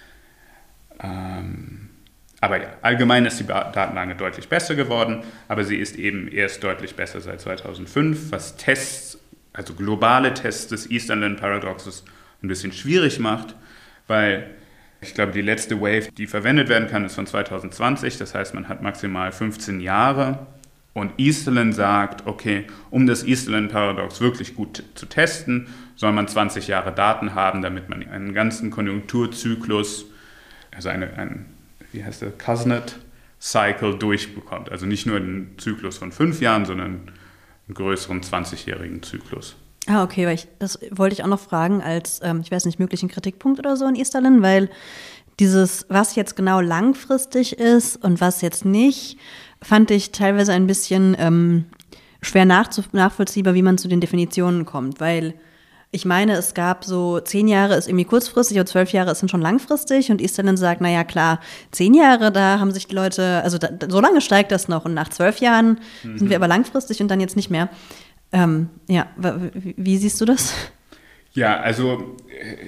Aber ja, allgemein ist die Datenlage deutlich besser geworden, aber sie ist eben erst deutlich besser seit 2005, was Tests, also globale Tests des Easterlin Paradoxes ein bisschen schwierig macht, weil ich glaube, die letzte Wave, die verwendet werden kann, ist von 2020, das heißt, man hat maximal 15 Jahre und Easterlin sagt, okay, um das Easterlin Paradox wirklich gut zu testen, soll man 20 Jahre Daten haben, damit man einen ganzen Konjunkturzyklus, also wie heißt der, Kuznets-Cycle durchbekommt. Also nicht nur einen Zyklus von 5 Jahren, sondern einen größeren 20-jährigen Zyklus. Ah, okay, weil das wollte ich auch noch fragen als, ich weiß nicht, möglichen Kritikpunkt oder so in Easterlin, weil dieses, was jetzt genau langfristig ist und was jetzt nicht, fand ich teilweise ein bisschen schwer nachvollziehbar, wie man zu den Definitionen kommt, weil ich meine, es gab so 10 Jahre ist irgendwie kurzfristig und 12 Jahre ist dann schon langfristig und Easterlin sagt, naja klar, 10 Jahre, da haben sich die Leute, also so lange steigt das noch und nach 12 Jahren sind wir aber langfristig und dann jetzt nicht mehr. Ja, wie siehst du das? Ja, also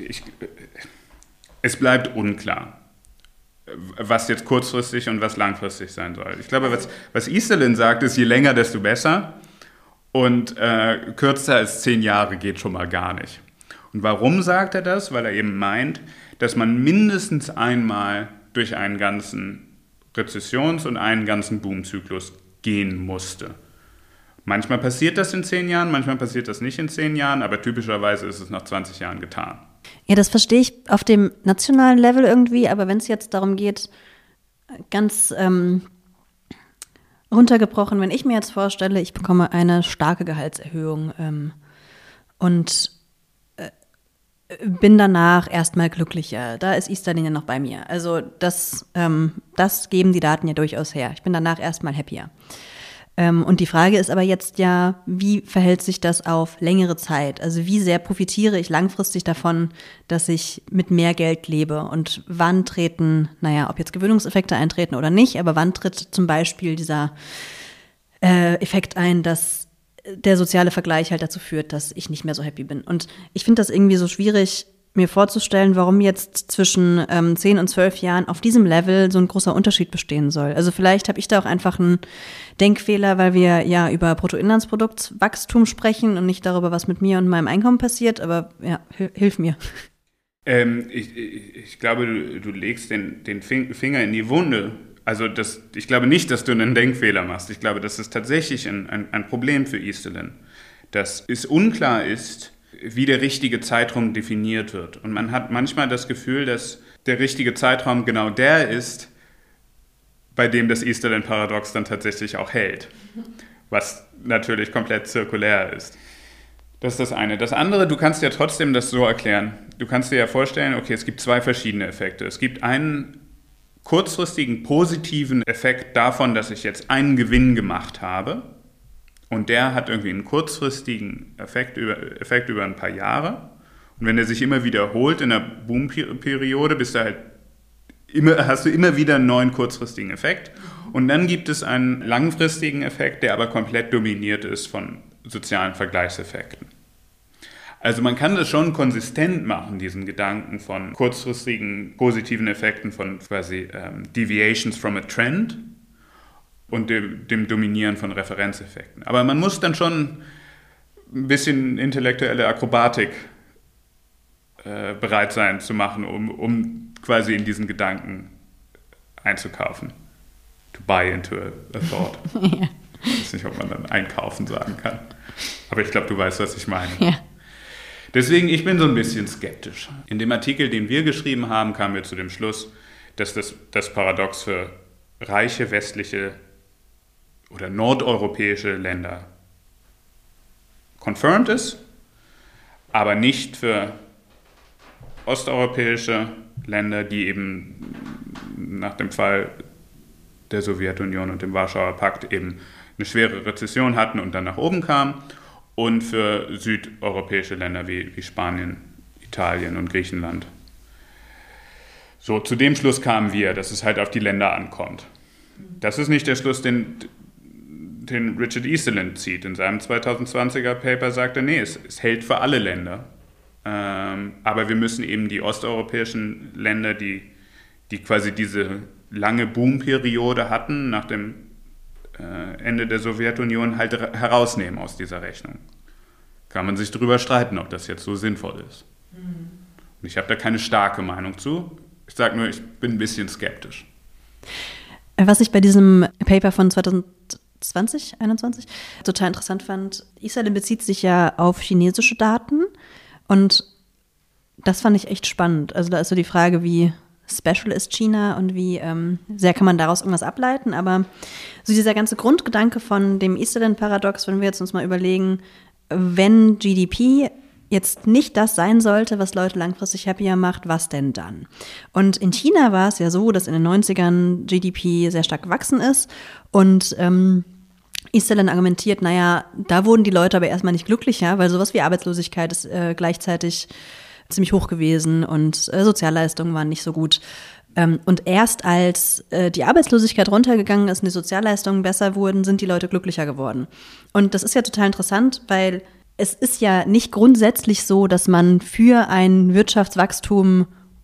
es bleibt unklar, was jetzt kurzfristig und was langfristig sein soll. Ich glaube, was Easterlin sagt, ist, je länger, desto besser. Und kürzer als 10 Jahre geht schon mal gar nicht. Und warum sagt er das? Weil er eben meint, dass man mindestens einmal durch einen ganzen Rezessions- und einen ganzen Boomzyklus gehen musste. Manchmal passiert das in 10 Jahren, manchmal passiert das nicht in 10 Jahren, aber typischerweise ist es nach 20 Jahren getan. Ja, das verstehe ich auf dem nationalen Level irgendwie, aber wenn es jetzt darum geht, ganz runtergebrochen, wenn ich mir jetzt vorstelle, ich bekomme eine starke Gehaltserhöhung und bin danach erstmal glücklicher. Da ist Easterlin ja noch bei mir. Also das geben die Daten ja durchaus her. Ich bin danach erstmal happier. Und die Frage ist aber jetzt ja, wie verhält sich das auf längere Zeit? Also wie sehr profitiere ich langfristig davon, dass ich mit mehr Geld lebe? Und wann treten, ob jetzt Gewöhnungseffekte eintreten oder nicht, aber wann tritt zum Beispiel dieser Effekt ein, dass der soziale Vergleich halt dazu führt, dass ich nicht mehr so happy bin. Und ich finde das irgendwie so schwierig, mir vorzustellen, warum jetzt zwischen 10 und 12 Jahren auf diesem Level so ein großer Unterschied bestehen soll. Also vielleicht habe ich da auch einfach einen Denkfehler, weil wir ja über Bruttoinlandsproduktswachstum sprechen und nicht darüber, was mit mir und meinem Einkommen passiert, aber ja, hilf mir. Ich glaube, du legst den Finger in die Wunde. Also ich glaube nicht, dass du einen Denkfehler machst. Ich glaube, das ist tatsächlich ein Problem für Easterlin, dass es unklar ist, wie der richtige Zeitraum definiert wird. Und man hat manchmal das Gefühl, dass der richtige Zeitraum genau der ist, bei dem das Easterlin-Paradox dann tatsächlich auch hält. Was natürlich komplett zirkulär ist. Das ist das eine. Das andere, du kannst ja trotzdem das so erklären. Du kannst dir ja vorstellen, okay, es gibt zwei verschiedene Effekte. Es gibt einen kurzfristigen positiven Effekt davon, dass ich jetzt einen Gewinn gemacht habe. Und der hat irgendwie einen kurzfristigen Effekt über ein paar Jahre. Und wenn der sich immer wiederholt in der Boomperiode, hast du immer wieder einen neuen kurzfristigen Effekt. Und dann gibt es einen langfristigen Effekt, der aber komplett dominiert ist von sozialen Vergleichseffekten. Also man kann das schon konsistent machen, diesen Gedanken von kurzfristigen positiven Effekten von quasi Deviations from a Trend und dem Dominieren von Referenzeffekten. Aber man muss dann schon ein bisschen intellektuelle Akrobatik bereit sein zu machen, um quasi in diesen Gedanken einzukaufen. To buy into a thought. Ja. Ich weiß nicht, ob man dann einkaufen sagen kann. Aber ich glaube, du weißt, was ich meine. Ja. Deswegen, ich bin so ein bisschen skeptisch. In dem Artikel, den wir geschrieben haben, kamen wir zu dem Schluss, dass das Paradox für reiche westliche oder nordeuropäische Länder confirmed ist, aber nicht für osteuropäische Länder, die eben nach dem Fall der Sowjetunion und dem Warschauer Pakt eben eine schwere Rezession hatten und dann nach oben kamen, und für südeuropäische Länder wie Spanien, Italien und Griechenland. So, zu dem Schluss kamen wir, dass es halt auf die Länder ankommt. Das ist nicht der Schluss, den Richard Easterlin zieht. In seinem 2020er Paper sagt er, nee, es hält für alle Länder. Aber wir müssen eben die osteuropäischen Länder, die quasi diese lange Boomperiode hatten, nach dem Ende der Sowjetunion, halt herausnehmen aus dieser Rechnung. Kann man sich darüber streiten, ob das jetzt so sinnvoll ist. Und ich habe da keine starke Meinung zu. Ich sage nur, ich bin ein bisschen skeptisch. Was ich bei diesem Paper von 2021 total interessant fand, Easterlin bezieht sich ja auf chinesische Daten und das fand ich echt spannend. Also da ist so die Frage, wie special ist China und wie sehr kann man daraus irgendwas ableiten, aber so dieser ganze Grundgedanke von dem Easterlin-Paradox, wenn wir jetzt uns mal überlegen, wenn GDP jetzt nicht das sein sollte, was Leute langfristig happier macht, was denn dann? Und in China war es ja so, dass in den 90ern GDP sehr stark gewachsen ist und Easterlin argumentiert, da wurden die Leute aber erstmal nicht glücklicher, weil sowas wie Arbeitslosigkeit ist gleichzeitig ziemlich hoch gewesen und Sozialleistungen waren nicht so gut. Und erst als die Arbeitslosigkeit runtergegangen ist und die Sozialleistungen besser wurden, sind die Leute glücklicher geworden. Und das ist ja total interessant, weil es ist ja nicht grundsätzlich so, dass man für ein Wirtschaftswachstum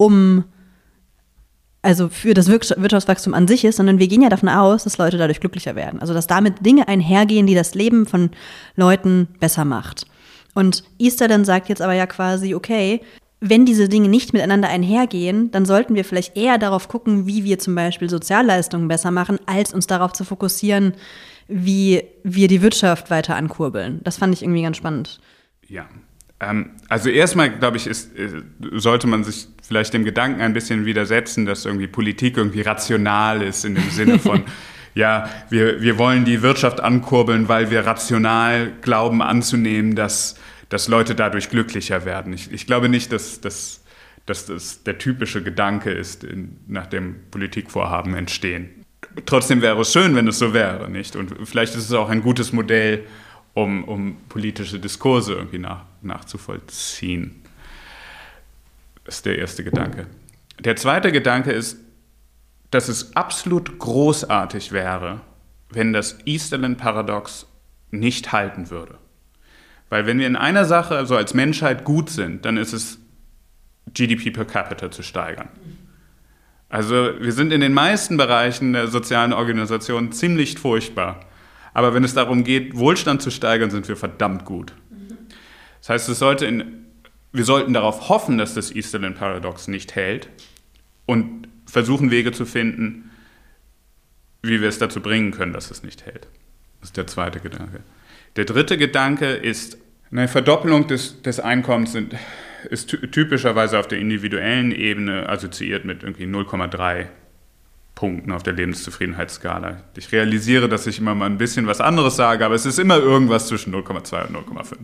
also für das Wirtschaftswachstum an sich ist, sondern wir gehen ja davon aus, dass Leute dadurch glücklicher werden. Also dass damit Dinge einhergehen, die das Leben von Leuten besser macht. Und Easterlin sagt jetzt aber ja quasi, okay, wenn diese Dinge nicht miteinander einhergehen, dann sollten wir vielleicht eher darauf gucken, wie wir zum Beispiel Sozialleistungen besser machen, als uns darauf zu fokussieren, wie wir die Wirtschaft weiter ankurbeln. Das fand ich irgendwie ganz spannend. Ja, also erstmal, glaube ich, sollte man sich vielleicht dem Gedanken ein bisschen widersetzen, dass irgendwie Politik irgendwie rational ist in dem Sinne von, ja, wir wollen die Wirtschaft ankurbeln, weil wir rational glauben anzunehmen, dass Leute dadurch glücklicher werden. Ich glaube nicht, dass das der typische Gedanke ist, nach dem Politikvorhaben entstehen. Trotzdem wäre es schön, wenn es so wäre, nicht? Und vielleicht ist es auch ein gutes Modell, um politische Diskurse irgendwie nachzuvollziehen. Das ist der erste Gedanke. Der zweite Gedanke ist, dass es absolut großartig wäre, wenn das Easterlin-Paradox nicht halten würde. Weil wenn wir in einer Sache, also als Menschheit, gut sind, dann ist es, GDP per capita zu steigern. Also wir sind in den meisten Bereichen der sozialen Organisation ziemlich furchtbar. Aber wenn es darum geht, Wohlstand zu steigern, sind wir verdammt gut. Das heißt, wir sollten darauf hoffen, dass das Easterlin-Paradox nicht hält und versuchen, Wege zu finden, wie wir es dazu bringen können, dass es nicht hält. Das ist der zweite Gedanke. Der dritte Gedanke ist, eine Verdoppelung des Einkommens ist typischerweise auf der individuellen Ebene assoziiert mit irgendwie 0,3 Punkten auf der Lebenszufriedenheitsskala. Ich realisiere, dass ich immer mal ein bisschen was anderes sage, aber es ist immer irgendwas zwischen 0,2 und 0,5.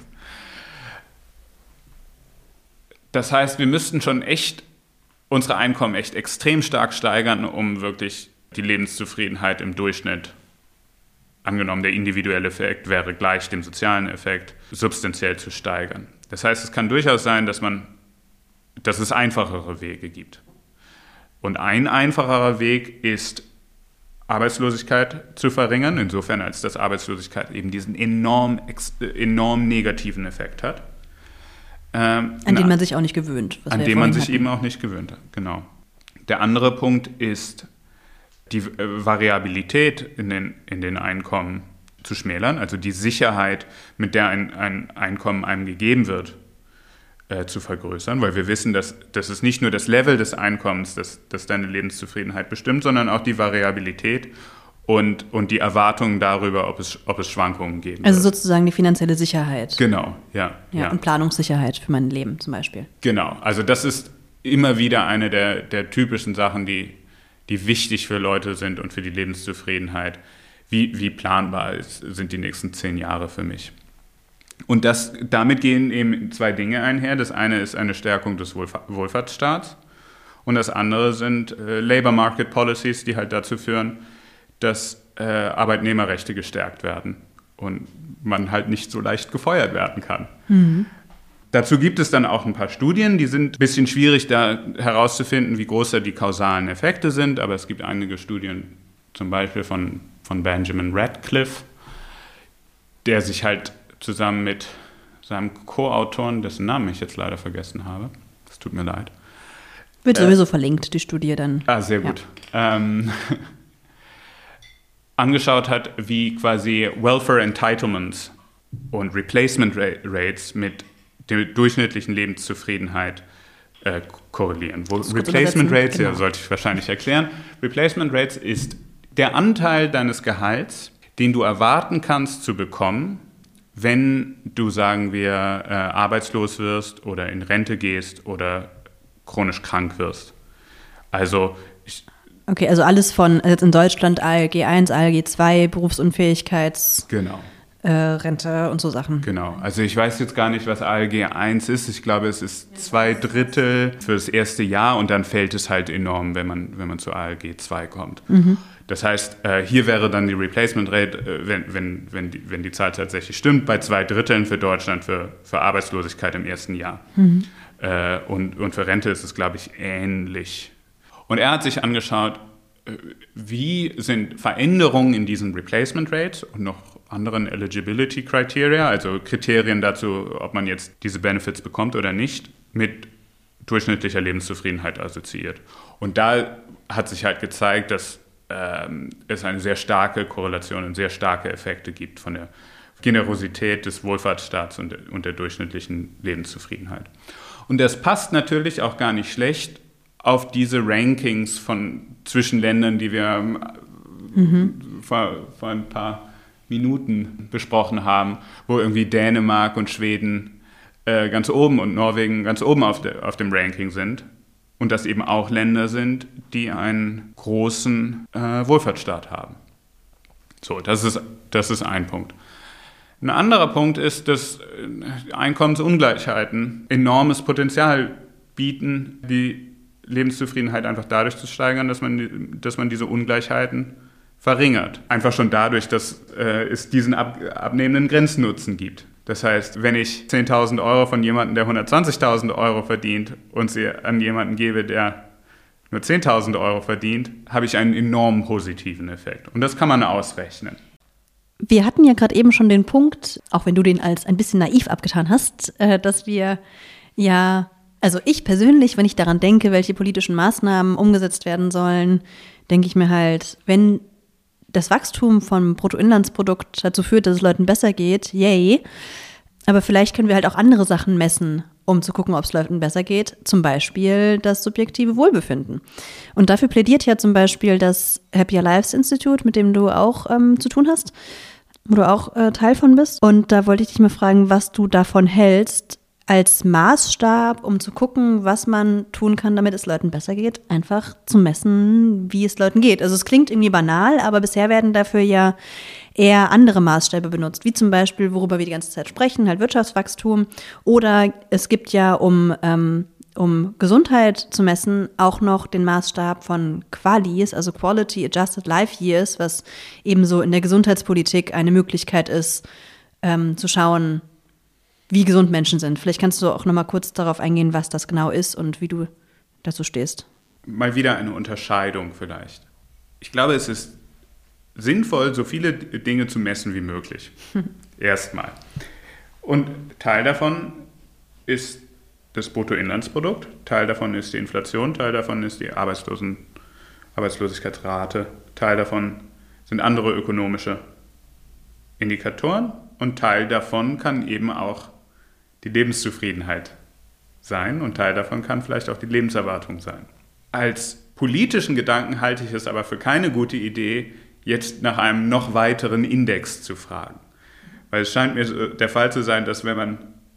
Das heißt, wir müssten schon unsere Einkommen echt extrem stark steigern, um wirklich die Lebenszufriedenheit im Durchschnitt, angenommen der individuelle Effekt wäre gleich dem sozialen Effekt, substanziell zu steigern. Das heißt, es kann durchaus sein, dass es einfachere Wege gibt. Und ein einfacherer Weg ist, Arbeitslosigkeit zu verringern, insofern als dass Arbeitslosigkeit eben diesen enorm negativen Effekt hat. An den man sich auch nicht gewöhnt. An den man sich eben auch nicht gewöhnt hat, genau. Der andere Punkt ist, die Variabilität in den Einkommen zu schmälern, also die Sicherheit, mit der ein Einkommen einem gegeben wird, zu vergrößern, weil wir wissen, dass es nicht nur das Level des Einkommens, das deine Lebenszufriedenheit bestimmt, sondern auch die Variabilität und die Erwartungen darüber, ob es Schwankungen geben wird. Also sozusagen die finanzielle Sicherheit. Genau, ja. Und Planungssicherheit für mein Leben zum Beispiel. Genau, also das ist immer wieder eine der typischen Sachen, die wichtig für Leute sind und für die Lebenszufriedenheit. Wie planbar sind die nächsten 10 Jahre für mich? Und damit gehen eben 2 Dinge einher. Das eine ist eine Stärkung des Wohlfahrtsstaats und das andere sind Labor Market Policies, die halt dazu führen, dass Arbeitnehmerrechte gestärkt werden und man halt nicht so leicht gefeuert werden kann. Mhm. Dazu gibt es dann auch ein paar Studien, die sind ein bisschen schwierig da herauszufinden, wie groß da die kausalen Effekte sind, aber es gibt einige Studien, zum Beispiel von Benjamin Radcliffe, der sich halt zusammen mit seinem Co-Autoren, dessen Namen ich jetzt leider vergessen habe, das tut mir leid. Wird sowieso verlinkt, die Studie dann. Sehr gut. Ja. Angeschaut hat, wie quasi Welfare Entitlements und Replacement Rates mit der durchschnittlichen Lebenszufriedenheit korrelieren. Replacement Rates, genau. Ja, sollte ich wahrscheinlich erklären. Replacement Rates ist der Anteil deines Gehalts, den du erwarten kannst zu bekommen, wenn du, sagen wir, arbeitslos wirst oder in Rente gehst oder chronisch krank wirst. Also okay, also alles von jetzt in Deutschland ALG 1, ALG 2, Berufsunfähigkeits... Genau. Rente und so Sachen. Genau, also ich weiß jetzt gar nicht, was ALG 1 ist. Ich glaube, es ist 2/3 für das erste Jahr und dann fällt es halt enorm, wenn man zu ALG 2 kommt. Mhm. Das heißt, hier wäre dann die Replacement Rate, wenn die Zahl tatsächlich stimmt, bei 2/3 für Deutschland für Arbeitslosigkeit im ersten Jahr. Mhm. Und für Rente ist es, glaube ich, ähnlich. Und er hat sich angeschaut, wie sind Veränderungen in diesen Replacement Rates und noch anderen Eligibility Criteria, also Kriterien dazu, ob man jetzt diese Benefits bekommt oder nicht, mit durchschnittlicher Lebenszufriedenheit assoziiert. Und da hat sich halt gezeigt, dass es eine sehr starke Korrelation und sehr starke Effekte gibt von der Generosität des Wohlfahrtsstaats und der durchschnittlichen Lebenszufriedenheit. Und das passt natürlich auch gar nicht schlecht auf diese Rankings zwischen Ländern, die wir vor ein paar Minuten besprochen haben, wo irgendwie Dänemark und Schweden ganz oben und Norwegen ganz oben auf dem Ranking sind. Und das eben auch Länder sind, die einen großen Wohlfahrtsstaat haben. So, das ist ein Punkt. Ein anderer Punkt ist, dass Einkommensungleichheiten enormes Potenzial bieten, die Lebenszufriedenheit einfach dadurch zu steigern, dass man diese Ungleichheiten verringert. Einfach schon dadurch, dass es diesen abnehmenden Grenznutzen gibt. Das heißt, wenn ich 10.000 Euro von jemandem, der 120.000 Euro verdient, und sie an jemanden gebe, der nur 10.000 Euro verdient, habe ich einen enorm positiven Effekt. Und das kann man ausrechnen. Wir hatten ja gerade eben schon den Punkt, auch wenn du den als ein bisschen naiv abgetan hast, dass wir ja, also ich persönlich, wenn ich daran denke, welche politischen Maßnahmen umgesetzt werden sollen, denke ich mir halt, wenn das Wachstum vom Bruttoinlandsprodukt dazu führt, dass es Leuten besser geht, yay. Aber vielleicht können wir halt auch andere Sachen messen, um zu gucken, ob es Leuten besser geht. Zum Beispiel das subjektive Wohlbefinden. Und dafür plädiert ja zum Beispiel das Happier Lives Institute, mit dem du auch zu tun hast, wo du auch Teil von bist. Und da wollte ich dich mal fragen, was du davon hältst, als Maßstab, um zu gucken, was man tun kann, damit es Leuten besser geht, einfach zu messen, wie es Leuten geht. Also es klingt irgendwie banal, aber bisher werden dafür ja eher andere Maßstäbe benutzt, wie zum Beispiel, worüber wir die ganze Zeit sprechen, halt Wirtschaftswachstum. Oder es gibt ja, um Gesundheit zu messen, auch noch den Maßstab von QALYs, also Quality Adjusted Life Years, was ebenso in der Gesundheitspolitik eine Möglichkeit ist, zu schauen, wie gesund Menschen sind. Vielleicht kannst du auch noch mal kurz darauf eingehen, was das genau ist und wie du dazu stehst. Mal wieder eine Unterscheidung vielleicht. Ich glaube, es ist sinnvoll, so viele Dinge zu messen wie möglich. Erstmal. Und Teil davon ist das Bruttoinlandsprodukt, Teil davon ist die Inflation, Teil davon ist die Arbeitslosigkeitsrate, Teil davon sind andere ökonomische Indikatoren und Teil davon kann eben auch die Lebenszufriedenheit sein und Teil davon kann vielleicht auch die Lebenserwartung sein. Als politischen Gedanken halte ich es aber für keine gute Idee, jetzt nach einem noch weiteren Index zu fragen. Weil es scheint mir der Fall zu sein, dass wenn man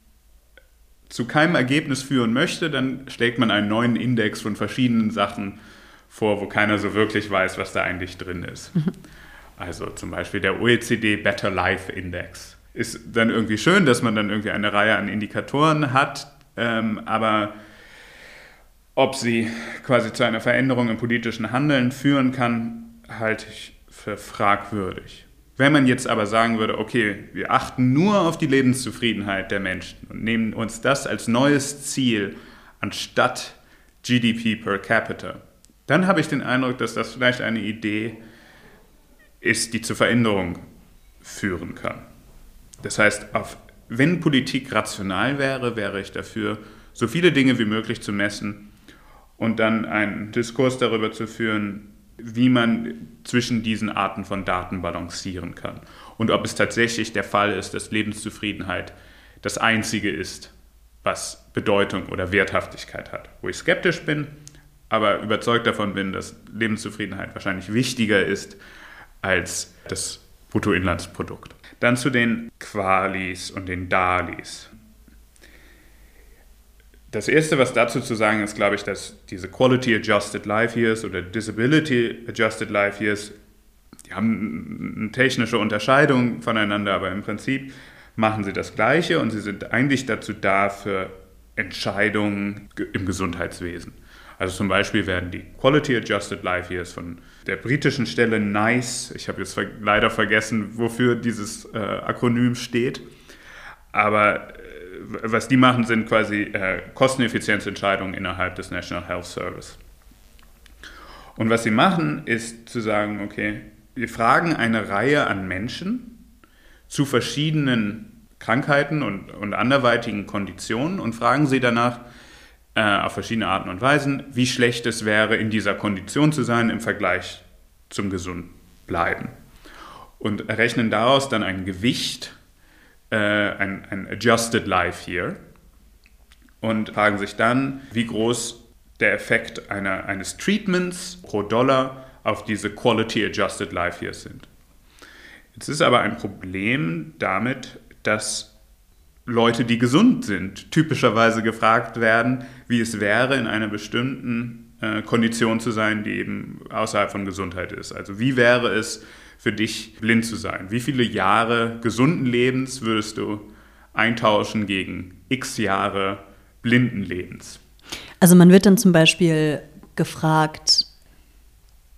zu keinem Ergebnis führen möchte, dann schlägt man einen neuen Index von verschiedenen Sachen vor, wo keiner so wirklich weiß, was da eigentlich drin ist. Also zum Beispiel der OECD Better Life Index. Ist dann irgendwie schön, dass man dann irgendwie eine Reihe an Indikatoren hat, aber ob sie quasi zu einer Veränderung im politischen Handeln führen kann, halte ich für fragwürdig. Wenn man jetzt aber sagen würde, okay, wir achten nur auf die Lebenszufriedenheit der Menschen und nehmen uns das als neues Ziel anstatt GDP per capita, dann habe ich den Eindruck, dass das vielleicht eine Idee ist, die zu Veränderung führen kann. Das heißt, wenn Politik rational wäre, wäre ich dafür, so viele Dinge wie möglich zu messen und dann einen Diskurs darüber zu führen, wie man zwischen diesen Arten von Daten balancieren kann. Und ob es tatsächlich der Fall ist, dass Lebenszufriedenheit das Einzige ist, was Bedeutung oder Werthaftigkeit hat. Wo ich skeptisch bin, aber überzeugt davon bin, dass Lebenszufriedenheit wahrscheinlich wichtiger ist als das Bruttoinlandsprodukt. Dann zu den QALYs und den DALYs. Das Erste, was dazu zu sagen ist, glaube ich, dass diese Quality Adjusted Life Years oder Disability Adjusted Life Years, die haben eine technische Unterscheidung voneinander, aber im Prinzip machen sie das Gleiche und sie sind eigentlich dazu da für Entscheidungen im Gesundheitswesen. Also zum Beispiel werden die Quality Adjusted Life Years von der britischen Stelle NICE, ich habe jetzt leider vergessen, wofür dieses Akronym steht, aber was die machen, sind quasi Kosteneffizienzentscheidungen innerhalb des National Health Service. Und was sie machen, ist zu sagen, okay, wir fragen eine Reihe an Menschen zu verschiedenen Krankheiten und anderweitigen Konditionen und fragen sie danach, auf verschiedene Arten und Weisen, wie schlecht es wäre, in dieser Kondition zu sein im Vergleich zum Gesundbleiben. Und errechnen daraus dann ein Gewicht, ein Adjusted Life Year und fragen sich dann, wie groß der Effekt eines Treatments pro Dollar auf diese Quality Adjusted Life Years sind. Jetzt ist aber ein Problem damit, dass Leute, die gesund sind, typischerweise gefragt werden, wie es wäre, in einer bestimmten Kondition zu sein, die eben außerhalb von Gesundheit ist. Also wie wäre es für dich, blind zu sein? Wie viele Jahre gesunden Lebens würdest du eintauschen gegen x Jahre blinden Lebens? Also man wird dann zum Beispiel gefragt,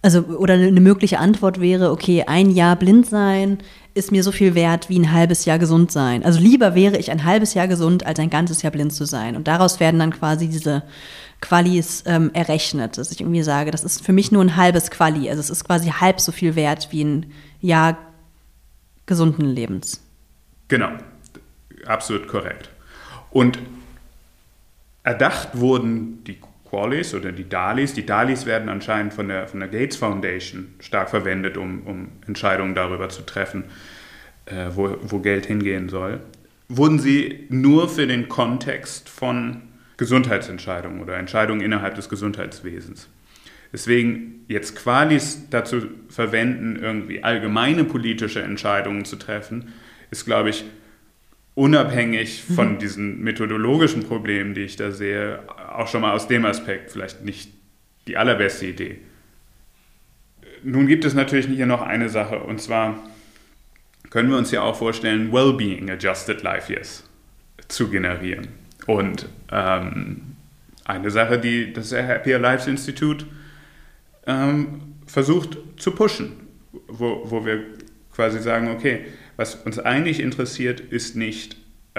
Also, oder eine mögliche Antwort wäre, okay, 1 Jahr blind sein ist mir so viel wert wie ein halbes Jahr gesund sein. Also lieber wäre ich ein halbes Jahr gesund, als ein ganzes Jahr blind zu sein. Und daraus werden dann quasi diese Qualis errechnet, dass ich irgendwie sage, das ist für mich nur ein halbes Quali. Also es ist quasi halb so viel wert wie ein Jahr gesunden Lebens. Genau, absolut korrekt. Und erdacht wurden die Qualis oder die DALIs. Die DALIs werden anscheinend von der Gates Foundation stark verwendet, um Entscheidungen darüber zu treffen, wo Geld hingehen soll. Wurden sie nur für den Kontext von Gesundheitsentscheidungen oder Entscheidungen innerhalb des Gesundheitswesens. Deswegen jetzt Qualis dazu verwenden, irgendwie allgemeine politische Entscheidungen zu treffen, ist, glaube ich, unabhängig von diesen methodologischen Problemen, die ich da sehe, auch schon mal aus dem Aspekt vielleicht nicht die allerbeste Idee. Nun gibt es natürlich hier noch eine Sache, und zwar können wir uns ja auch vorstellen, Wellbeing Adjusted Life Years zu generieren. Und eine Sache, die das Happier Lives Institute versucht zu pushen, wo wir quasi sagen, okay, was uns eigentlich interessiert, ist nicht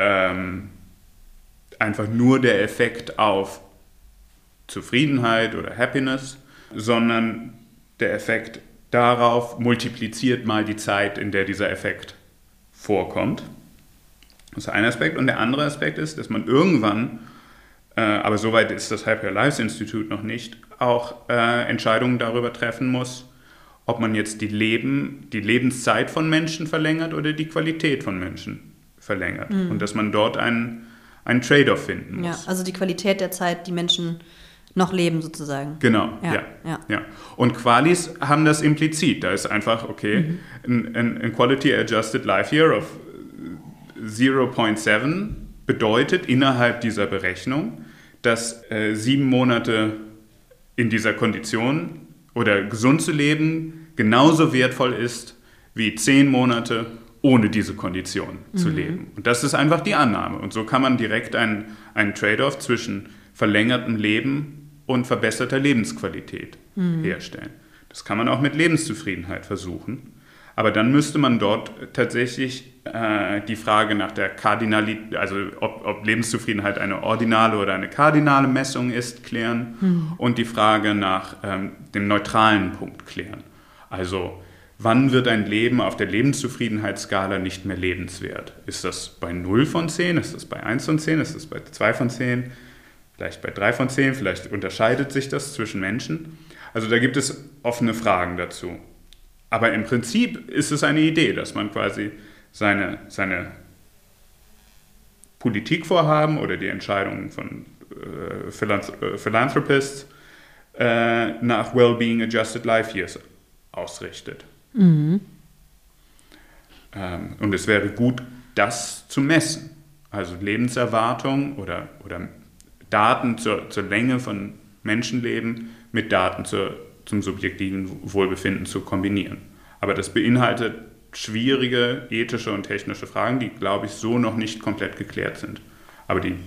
einfach nur der Effekt auf Zufriedenheit oder Happiness, sondern der Effekt darauf multipliziert mal die Zeit, in der dieser Effekt vorkommt. Das ist ein Aspekt. Und der andere Aspekt ist, dass man irgendwann, aber soweit ist das Happier Lives Institute noch nicht, auch Entscheidungen darüber treffen muss, ob man jetzt die Lebenszeit von Menschen verlängert oder die Qualität von Menschen verlängert. Mhm. Und dass man dort einen Trade-off finden muss. Ja, also die Qualität der Zeit, die Menschen noch leben sozusagen. Genau, ja. Und Qualis haben das implizit. Da ist einfach, okay, ein Quality Adjusted Life Year of 0,7 bedeutet innerhalb dieser Berechnung, dass 7 Monate in dieser Kondition oder gesund zu leben genauso wertvoll ist wie 10 Monate ohne diese Kondition zu leben. Und das ist einfach die Annahme. Und so kann man direkt einen Trade-off zwischen verlängertem Leben und verbesserter Lebensqualität herstellen. Das kann man auch mit Lebenszufriedenheit versuchen. Aber dann müsste man dort tatsächlich die Frage nach der Kardinalität, also ob Lebenszufriedenheit eine ordinale oder eine kardinale Messung ist, klären und die Frage nach dem neutralen Punkt klären. Also wann wird ein Leben auf der Lebenszufriedenheitsskala nicht mehr lebenswert? Ist das bei 0 von 10? Ist das bei 1 von 10? Ist das bei 2 von 10? Vielleicht bei 3 von 10? Vielleicht unterscheidet sich das zwischen Menschen. Also da gibt es offene Fragen dazu. Aber im Prinzip ist es eine Idee, dass man quasi seine Politikvorhaben oder die Entscheidungen von Philanthropists nach Wellbeing Adjusted Life Years ausrichtet. Und es wäre gut, das zu messen. Also Lebenserwartung oder Daten zur Länge von Menschenleben mit Daten zum subjektiven Wohlbefinden zu kombinieren. Aber das beinhaltet schwierige ethische und technische Fragen, die, glaube ich, so noch nicht komplett geklärt sind, aber die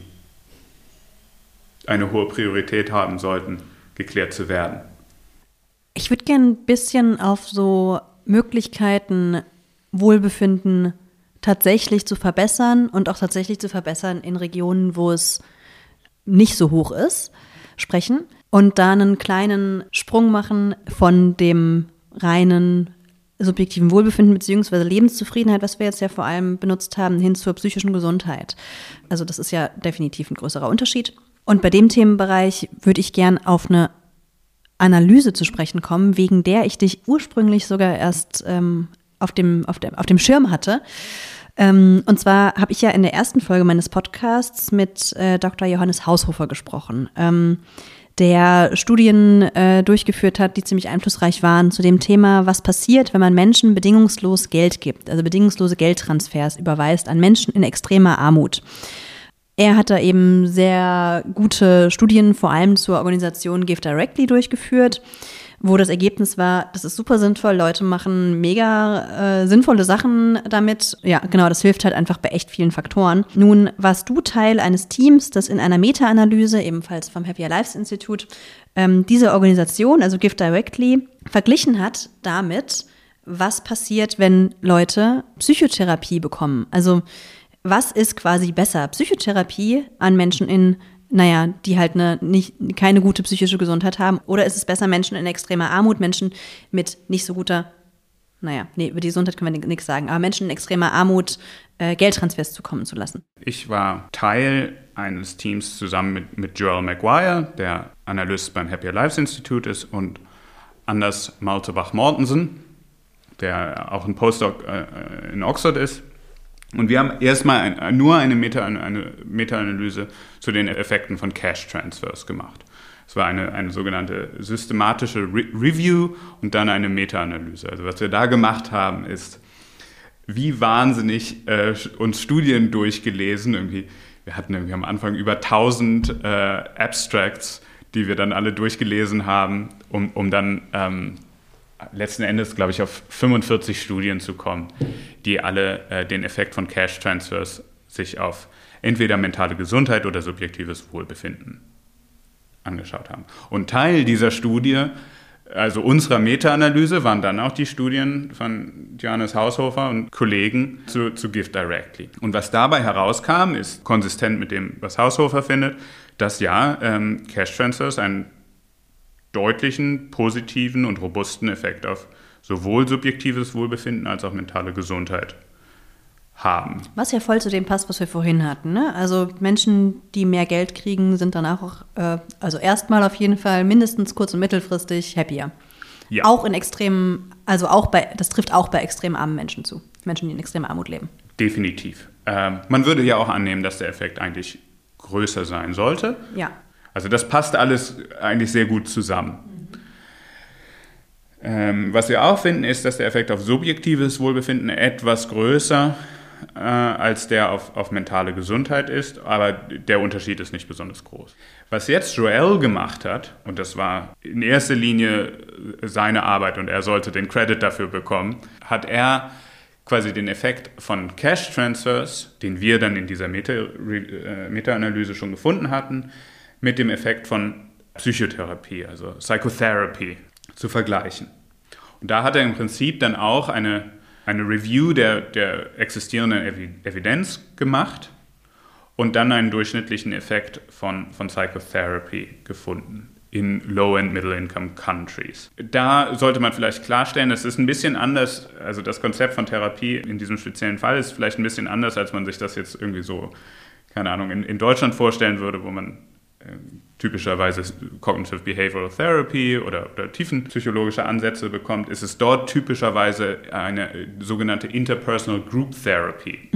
eine hohe Priorität haben sollten, geklärt zu werden. Ich würde gerne ein bisschen auf so Möglichkeiten, Wohlbefinden tatsächlich zu verbessern und auch tatsächlich zu verbessern in Regionen, wo es nicht so hoch ist, sprechen. Und da einen kleinen Sprung machen von dem reinen subjektiven Wohlbefinden bzw. Lebenszufriedenheit, was wir jetzt ja vor allem benutzt haben, hin zur psychischen Gesundheit. Also das ist ja definitiv ein größerer Unterschied. Und bei dem Themenbereich würde ich gern auf eine Analyse zu sprechen kommen, wegen der ich dich ursprünglich sogar erst auf dem Schirm hatte. Und zwar habe ich ja in der ersten Folge meines Podcasts mit Dr. Johannes Haushofer gesprochen, der Studien durchgeführt hat, die ziemlich einflussreich waren zu dem Thema, was passiert, wenn man Menschen bedingungslos Geld gibt, also bedingungslose Geldtransfers überweist an Menschen in extremer Armut. Er hat da eben sehr gute Studien, vor allem zur Organisation Give Directly durchgeführt, wo das Ergebnis war, das ist super sinnvoll, Leute machen mega sinnvolle Sachen damit. Ja, genau, das hilft halt einfach bei echt vielen Faktoren. Nun warst du Teil eines Teams, das in einer Meta-Analyse, ebenfalls vom Happier Lives Institute, diese Organisation, also Give Directly, verglichen hat damit, was passiert, wenn Leute Psychotherapie bekommen. Also was ist quasi besser? Psychotherapie an Menschen die halt keine gute psychische Gesundheit haben? Oder ist es besser, Menschen in extremer Armut, Menschen mit nicht so guter, über die Gesundheit können wir nichts sagen, aber Menschen in extremer Armut Geldtransfers zukommen zu lassen? Ich war Teil eines Teams zusammen mit Joel Maguire, der Analyst beim Happier Lives Institute ist, und Anders Malterbach-Mortensen, der auch ein Postdoc in Oxford ist. Und wir haben erstmal nur eine Meta-Analyse zu den Effekten von Cash-Transfers gemacht. Es war eine sogenannte systematische Review und dann eine Meta-Analyse. Also was wir da gemacht haben, ist, wie wahnsinnig uns Studien durchgelesen. Wir hatten am Anfang über 1000 Abstracts, die wir dann alle durchgelesen haben, um dann letzten Endes, glaube ich, auf 45 Studien zu kommen, die alle den Effekt von Cash-Transfers sich auf entweder mentale Gesundheit oder subjektives Wohlbefinden angeschaut haben. Und Teil dieser Studie, also unserer Meta-Analyse, waren dann auch die Studien von Johannes Haushofer und Kollegen zu Give Directly. Und was dabei herauskam, ist konsistent mit dem, was Haushofer findet, dass Cash-Transfers einen deutlichen, positiven und robusten Effekt auf sowohl subjektives Wohlbefinden als auch mentale Gesundheit haben. Was ja voll zu dem passt, was wir vorhin hatten, ne? Also Menschen, die mehr Geld kriegen, sind danach auch, erstmal auf jeden Fall mindestens kurz- und mittelfristig happier. Ja. Auch in extremen, das trifft auch bei extrem armen Menschen zu. Menschen, die in extremer Armut leben. Definitiv. Man würde ja auch annehmen, dass der Effekt eigentlich größer sein sollte. Ja. Also das passt alles eigentlich sehr gut zusammen. Was wir auch finden, ist, dass der Effekt auf subjektives Wohlbefinden etwas größer als der auf mentale Gesundheit ist, aber der Unterschied ist nicht besonders groß. Was jetzt Joel gemacht hat, und das war in erster Linie seine Arbeit und er sollte den Credit dafür bekommen, hat er quasi den Effekt von Cash-Transfers, den wir dann in dieser Meta-Analyse schon gefunden hatten, mit dem Effekt von Psychotherapie, also Psychotherapy, zu vergleichen. Und da hat er im Prinzip dann auch eine Review der existierenden Evidenz gemacht und dann einen durchschnittlichen Effekt von Psychotherapy gefunden in Low- and Middle-Income Countries. Da sollte man vielleicht klarstellen, es ist ein bisschen anders, also das Konzept von Therapie in diesem speziellen Fall ist vielleicht ein bisschen anders, als man sich das jetzt irgendwie so, keine Ahnung, in Deutschland vorstellen würde, wo man typischerweise Cognitive Behavioral Therapy oder tiefenpsychologische Ansätze bekommt, ist es dort typischerweise eine sogenannte Interpersonal Group Therapy,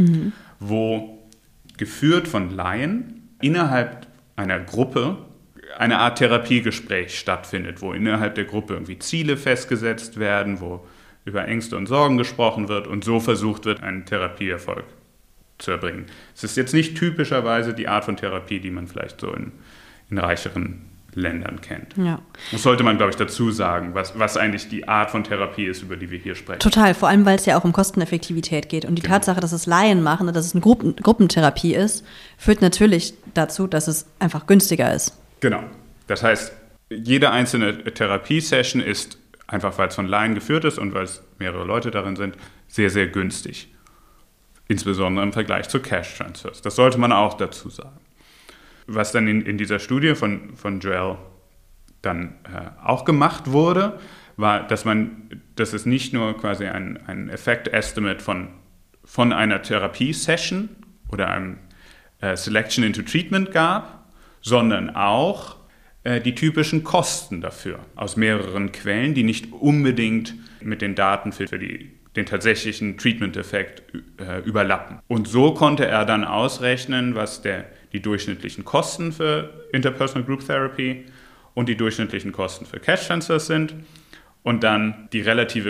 wo geführt von Laien innerhalb einer Gruppe eine Art Therapiegespräch stattfindet, wo innerhalb der Gruppe irgendwie Ziele festgesetzt werden, wo über Ängste und Sorgen gesprochen wird und so versucht wird, einen Therapieerfolg zu erbringen. Es ist jetzt nicht typischerweise die Art von Therapie, die man vielleicht so in reicheren Ländern kennt. Ja. Das sollte man, glaube ich, dazu sagen, was eigentlich die Art von Therapie ist, über die wir hier sprechen. Total, vor allem, weil es ja auch um Kosteneffektivität geht. Und die Tatsache, dass es Laien machen und dass es eine Gruppentherapie ist, führt natürlich dazu, dass es einfach günstiger ist. Genau. Das heißt, jede einzelne Therapiesession ist, einfach weil es von Laien geführt ist und weil es mehrere Leute darin sind, sehr, sehr günstig. Insbesondere im Vergleich zu Cash-Transfers. Das sollte man auch dazu sagen. Was dann in dieser Studie von Joel dann auch gemacht wurde, war, dass es nicht nur quasi ein Effect-Estimate von einer Therapiesession oder einem Selection into Treatment gab, sondern auch die typischen Kosten dafür aus mehreren Quellen, die nicht unbedingt mit den Daten für den tatsächlichen Treatment-Effekt überlappen. Und so konnte er dann ausrechnen, was die durchschnittlichen Kosten für Interpersonal Group Therapy und die durchschnittlichen Kosten für Cash Transfers sind und dann die relative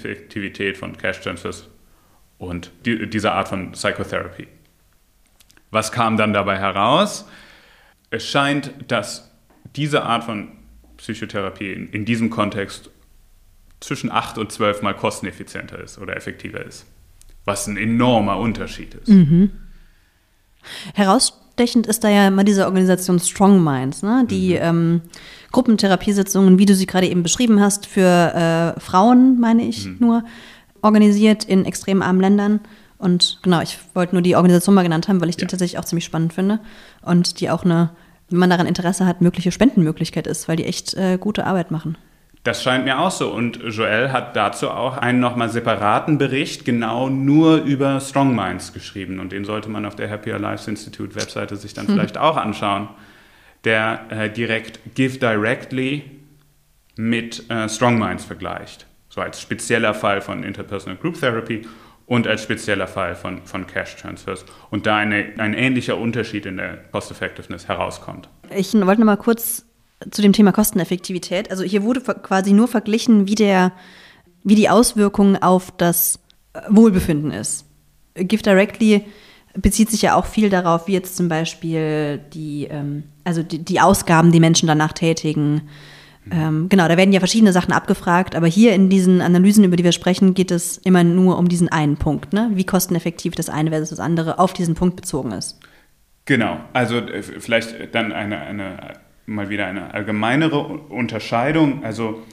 Kosteneffektivität von Cash Transfers und dieser Art von Psychotherapy. Was kam dann dabei heraus? Es scheint, dass diese Art von Psychotherapie in diesem Kontext zwischen 8 und 12 Mal kosteneffizienter ist oder effektiver ist. Was ein enormer Unterschied ist. Mhm. Herausstechend ist da ja immer diese Organisation Strong Minds, ne? Die Gruppentherapiesitzungen, wie du sie gerade eben beschrieben hast, für Frauen, meine ich nur, organisiert in extrem armen Ländern. Und genau, ich wollte nur die Organisation mal genannt haben, weil ich die tatsächlich auch ziemlich spannend finde. Und die auch eine, wenn man daran Interesse hat, mögliche Spendenmöglichkeit ist, weil die echt gute Arbeit machen. Das scheint mir auch so. Und Joelle hat dazu auch einen nochmal separaten Bericht genau nur über Strong Minds geschrieben. Und den sollte man auf der Happier Lives Institute Webseite sich dann vielleicht auch anschauen, der direkt Give Directly mit Strong Minds vergleicht. So als spezieller Fall von Interpersonal Group Therapy und als spezieller Fall von Cash Transfers. Und da ein ähnlicher Unterschied in der Cost Effectiveness herauskommt. Ich wollte noch mal kurz zu dem Thema Kosteneffektivität. Also hier wurde quasi nur verglichen, wie die Auswirkungen auf das Wohlbefinden ist. Give Directly bezieht sich ja auch viel darauf, wie jetzt zum Beispiel die Ausgaben, die Menschen danach tätigen. Genau, da werden ja verschiedene Sachen abgefragt, aber hier in diesen Analysen, über die wir sprechen, geht es immer nur um diesen einen Punkt, ne? Wie kosteneffektiv das eine versus das andere auf diesen Punkt bezogen ist. Genau, also vielleicht dann mal wieder eine allgemeinere Unterscheidung. Also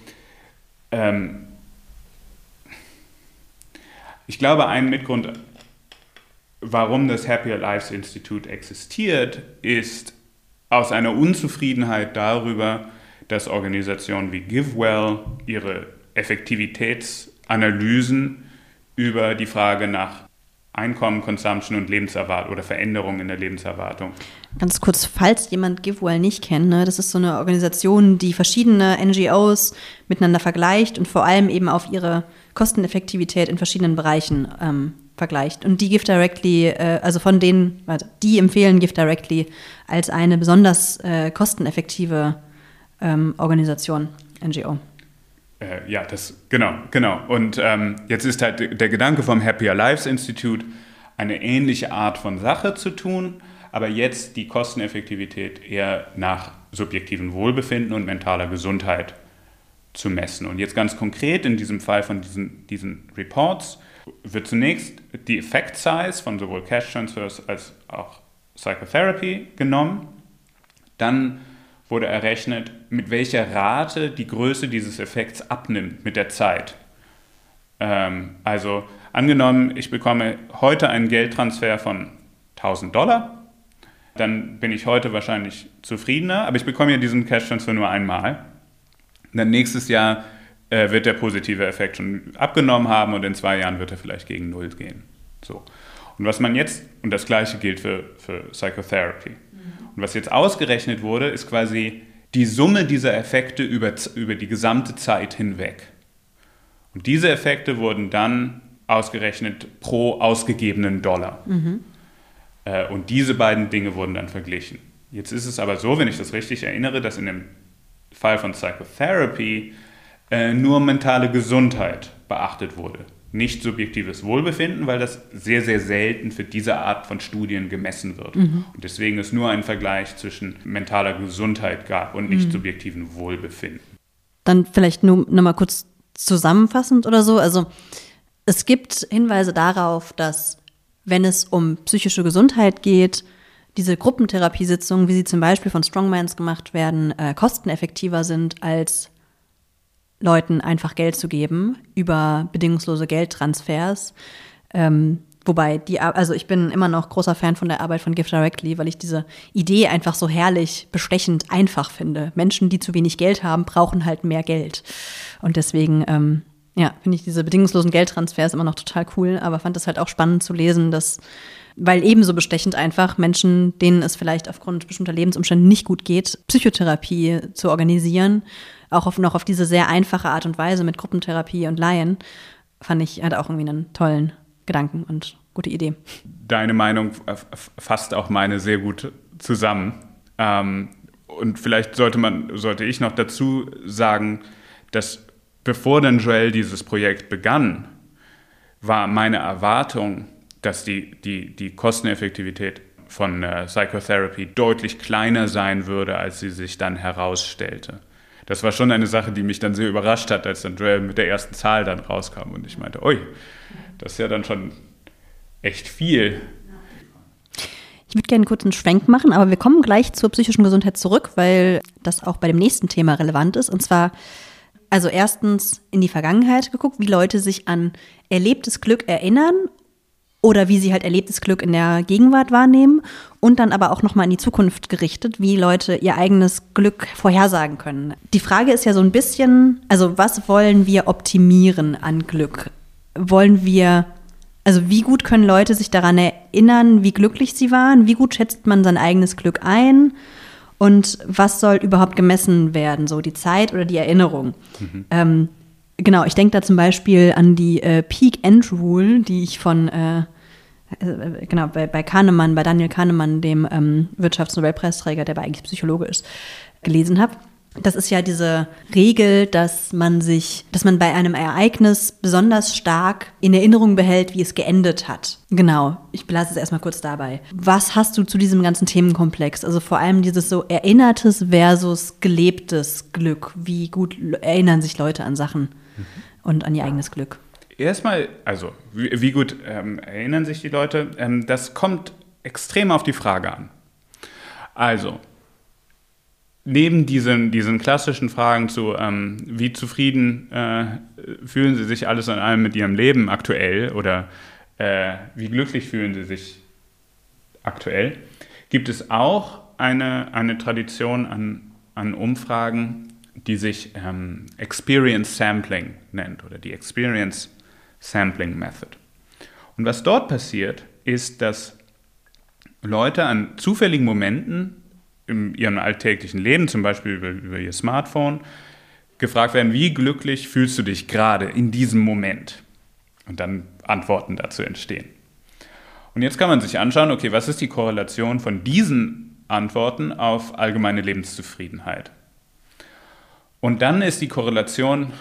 ich glaube, ein Mitgrund, warum das Happier Lives Institute existiert, ist aus einer Unzufriedenheit darüber, dass Organisationen wie GiveWell ihre Effektivitätsanalysen über die Frage nach Einkommen, Consumption und Lebenserwartung oder Veränderungen in der Lebenserwartung. Ganz kurz, falls jemand GiveWell nicht kennt, ne, das ist so eine Organisation, die verschiedene NGOs miteinander vergleicht und vor allem eben auf ihre Kosteneffektivität in verschiedenen Bereichen vergleicht. Und die Give Directly, die empfehlen Give Directly als eine besonders kosteneffektive Organisation, NGO. Ja, genau. Und jetzt ist halt der Gedanke vom Happier Lives Institute, eine ähnliche Art von Sache zu tun, aber jetzt die Kosteneffektivität eher nach subjektivem Wohlbefinden und mentaler Gesundheit zu messen. Und jetzt ganz konkret in diesem Fall von diesen Reports wird zunächst die Effect Size von sowohl Cash Transfers als auch Psychotherapy genommen. Dann wurde errechnet, mit welcher Rate die Größe dieses Effekts abnimmt mit der Zeit. Also angenommen, ich bekomme heute einen Geldtransfer von $1.000, dann bin ich heute wahrscheinlich zufriedener, aber ich bekomme ja diesen Cash-Transfer nur einmal. Und dann nächstes Jahr wird der positive Effekt schon abgenommen haben und in 2 Jahren wird er vielleicht gegen 0 gehen. So. Und was man jetzt, und das Gleiche gilt für Psychotherapy. Und was jetzt ausgerechnet wurde, ist quasi die Summe dieser Effekte über die gesamte Zeit hinweg. Und diese Effekte wurden dann ausgerechnet pro ausgegebenen $. Und diese beiden Dinge wurden dann verglichen. Jetzt ist es aber so, wenn ich das richtig erinnere, dass in dem Fall von Psychotherapy nur mentale Gesundheit beachtet wurde. Nicht subjektives Wohlbefinden, weil das sehr, sehr selten für diese Art von Studien gemessen wird. Und deswegen es nur einen Vergleich zwischen mentaler Gesundheit gab und nicht subjektivem Wohlbefinden. Dann vielleicht nur noch mal kurz zusammenfassend oder so. Also es gibt Hinweise darauf, dass wenn es um psychische Gesundheit geht, diese Gruppentherapiesitzungen, wie sie zum Beispiel von Strong Minds gemacht werden, kosteneffektiver sind als Leuten einfach Geld zu geben über bedingungslose Geldtransfers. Wobei, ich bin immer noch großer Fan von der Arbeit von Give Directly, weil ich diese Idee einfach so herrlich, bestechend einfach finde. Menschen, die zu wenig Geld haben, brauchen halt mehr Geld. Und deswegen, finde ich diese bedingungslosen Geldtransfers immer noch total cool, aber fand es halt auch spannend zu lesen, weil ebenso bestechend einfach Menschen, denen es vielleicht aufgrund bestimmter Lebensumstände nicht gut geht, Psychotherapie zu organisieren, auch noch auf diese sehr einfache Art und Weise mit Gruppentherapie und Laien, fand ich, hat auch irgendwie einen tollen Gedanken und gute Idee. Deine Meinung fasst auch meine sehr gut zusammen. Und vielleicht sollte ich noch dazu sagen, dass bevor dann Joelle dieses Projekt begann, war meine Erwartung, dass die Kosteneffektivität Psychotherapy deutlich kleiner sein würde, als sie sich dann herausstellte. Das war schon eine Sache, die mich dann sehr überrascht hat, als dann Joel mit der ersten Zahl dann rauskam und ich meinte, ui, das ist ja dann schon echt viel. Ich würde gerne kurz einen Schwenk machen, aber wir kommen gleich zur psychischen Gesundheit zurück, weil das auch bei dem nächsten Thema relevant ist. Und zwar, also erstens in die Vergangenheit geguckt, wie Leute sich an erlebtes Glück erinnern oder wie sie halt erlebtes Glück in der Gegenwart wahrnehmen und dann aber auch nochmal in die Zukunft gerichtet, wie Leute ihr eigenes Glück vorhersagen können. Die Frage ist ja so ein bisschen, also was wollen wir optimieren an Glück? Also wie gut können Leute sich daran erinnern, wie glücklich sie waren? Wie gut schätzt man sein eigenes Glück ein? Und was soll überhaupt gemessen werden? So die Zeit oder die Erinnerung? Genau, ich denke da zum Beispiel an die Peak-End-Rule, die ich von bei Kahnemann, bei Daniel Kahnemann, dem Wirtschaftsnobelpreisträger, der aber eigentlich Psychologe ist, gelesen habe. Das ist ja diese Regel, dass man bei einem Ereignis besonders stark in Erinnerung behält, wie es geendet hat. Genau, ich belasse es erstmal kurz dabei. Was hast du zu diesem ganzen Themenkomplex? Also vor allem dieses so erinnertes versus gelebtes Glück. Wie gut erinnern sich Leute an Sachen und an ihr eigenes Glück? Erstmal, also wie gut erinnern sich die Leute? Das kommt extrem auf die Frage an. Also, neben diesen klassischen Fragen zu, wie zufrieden fühlen Sie sich alles in allem mit Ihrem Leben aktuell oder wie glücklich fühlen Sie sich aktuell, gibt es auch eine Tradition an Umfragen, die sich Experience Sampling nennt oder die Experience Sampling Method. Und was dort passiert, ist, dass Leute an zufälligen Momenten in ihrem alltäglichen Leben, zum Beispiel über ihr Smartphone, gefragt werden, wie glücklich fühlst du dich gerade in diesem Moment? Und dann Antworten dazu entstehen. Und jetzt kann man sich anschauen, okay, was ist die Korrelation von diesen Antworten auf allgemeine Lebenszufriedenheit? Und dann ist die Korrelation,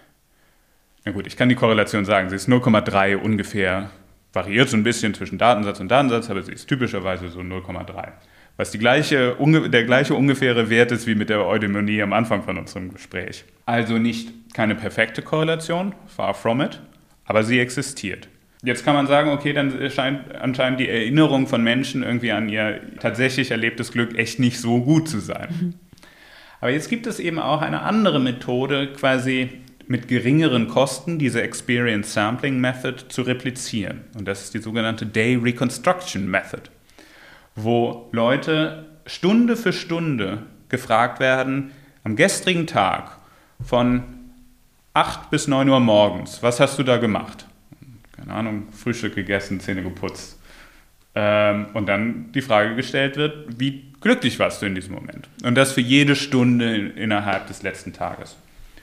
na gut, ich kann die Korrelation sagen, sie ist 0,3 ungefähr, variiert so ein bisschen zwischen Datensatz und Datensatz, aber sie ist typischerweise so 0,3. Was der gleiche ungefähre Wert ist wie mit der Eudaimonie am Anfang von unserem Gespräch. Also keine perfekte Korrelation, far from it, aber sie existiert. Jetzt kann man sagen, okay, dann scheint anscheinend die Erinnerung von Menschen irgendwie an ihr tatsächlich erlebtes Glück echt nicht so gut zu sein. Aber jetzt gibt es eben auch eine andere Methode, quasi mit geringeren Kosten diese Experience Sampling Method zu replizieren. Und das ist die sogenannte Day Reconstruction Method, wo Leute Stunde für Stunde gefragt werden, am gestrigen Tag von 8 bis 9 Uhr morgens, was hast du da gemacht? Keine Ahnung, Frühstück gegessen, Zähne geputzt. Und dann die Frage gestellt wird, wie glücklich warst du in diesem Moment? Und das für jede Stunde innerhalb des letzten Tages.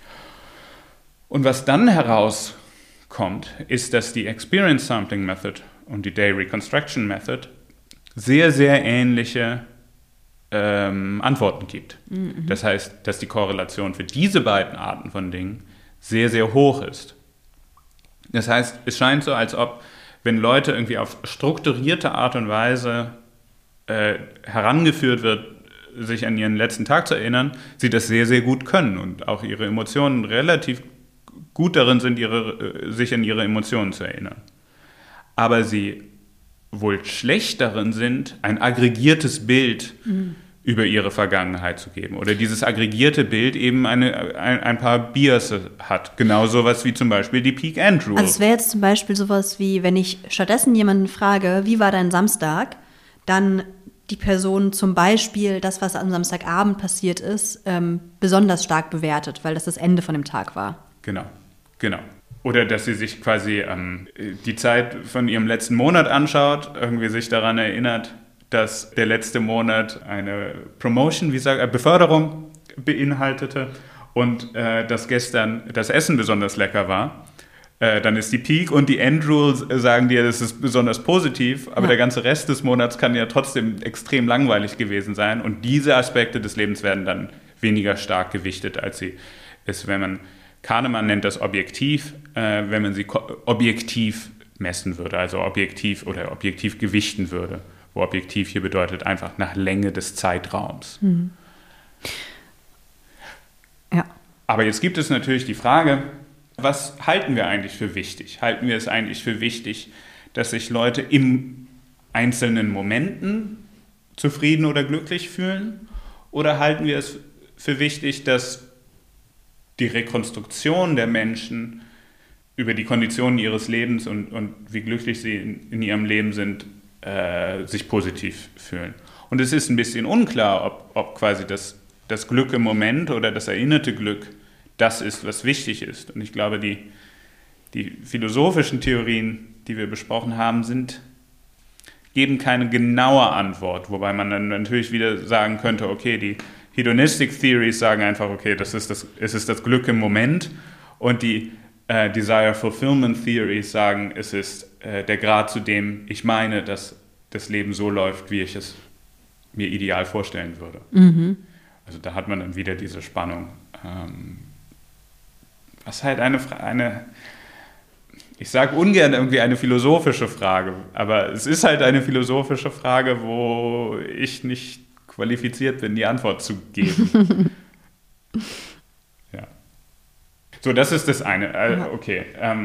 Und was dann herauskommt, ist, dass die Experience Sampling Method und die Day Reconstruction Method sehr, sehr ähnliche Antworten gibt. Das heißt, dass die Korrelation für diese beiden Arten von Dingen sehr, sehr hoch ist. Das heißt, es scheint so, als ob, wenn Leute irgendwie auf strukturierte Art und Weise herangeführt wird, sich an ihren letzten Tag zu erinnern, sie das sehr, sehr gut können und auch ihre Emotionen relativ gut darin sind, sich an ihre Emotionen zu erinnern. Aber sie wohl schlecht darin sind, ein aggregiertes Bild über ihre Vergangenheit zu geben. Oder dieses aggregierte Bild eben ein paar Biases hat. Genau sowas wie zum Beispiel die Peak-End-Rule. Also es wäre jetzt zum Beispiel sowas wie, wenn ich stattdessen jemanden frage, wie war dein Samstag, dann die Person zum Beispiel das, was am Samstagabend passiert ist, besonders stark bewertet, weil das das Ende von dem Tag war. Genau. Oder dass sie sich quasi die Zeit von ihrem letzten Monat anschaut, irgendwie sich daran erinnert, dass der letzte Monat eine Promotion, Beförderung beinhaltete und dass gestern das Essen besonders lecker war. Dann ist die Peak und die End-Rule sagen dir, das ist besonders positiv, aber der ganze Rest des Monats kann ja trotzdem extrem langweilig gewesen sein und diese Aspekte des Lebens werden dann weniger stark gewichtet, als sie es, wenn man Kahnemann nennt das objektiv, wenn man sie objektiv messen würde, also objektiv gewichten würde, wo objektiv hier bedeutet einfach nach Länge des Zeitraums. Ja. Aber jetzt gibt es natürlich die Frage, was halten wir eigentlich für wichtig? Halten wir es eigentlich für wichtig, dass sich Leute in einzelnen Momenten zufrieden oder glücklich fühlen? Oder halten wir es für wichtig, dass die Rekonstruktion der Menschen über die Konditionen ihres Lebens und wie glücklich sie in ihrem Leben sind, sich positiv fühlen? Und es ist ein bisschen unklar, ob quasi das Glück im Moment oder das erinnerte Glück das ist, was wichtig ist. Und ich glaube, die philosophischen Theorien, die wir besprochen haben, geben keine genaue Antwort, wobei man dann natürlich wieder sagen könnte, okay, die Hedonistic Theories sagen einfach, okay, es ist das Glück im Moment, und die Desire Fulfillment Theories sagen, es ist der Grad, zu dem ich meine, dass das Leben so läuft, wie ich es mir ideal vorstellen würde. Also da hat man dann wieder diese Spannung. Was halt ich sage ungern irgendwie eine philosophische Frage, aber es ist halt eine philosophische Frage, wo ich nicht qualifiziert bin, die Antwort zu geben. Ja. So, das ist das eine. Okay.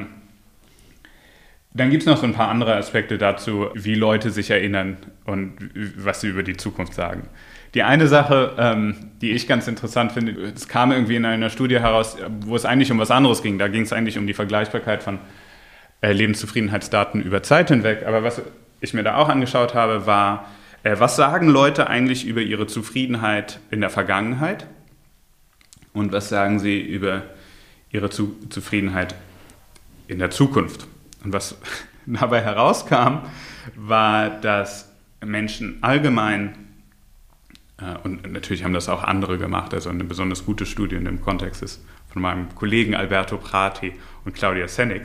Dann gibt es noch so ein paar andere Aspekte dazu, wie Leute sich erinnern und was sie über die Zukunft sagen. Die eine Sache, die ich ganz interessant finde, es kam irgendwie in einer Studie heraus, wo es eigentlich um was anderes ging. Da ging es eigentlich um die Vergleichbarkeit von Lebenszufriedenheitsdaten über Zeit hinweg. Aber was ich mir da auch angeschaut habe, war, was sagen Leute eigentlich über ihre Zufriedenheit in der Vergangenheit und was sagen sie über ihre Zufriedenheit in der Zukunft. Und was dabei herauskam, war, dass Menschen allgemein, und natürlich haben das auch andere gemacht, also eine besonders gute Studie in dem Kontext ist von meinem Kollegen Alberto Prati und Claudia Senig,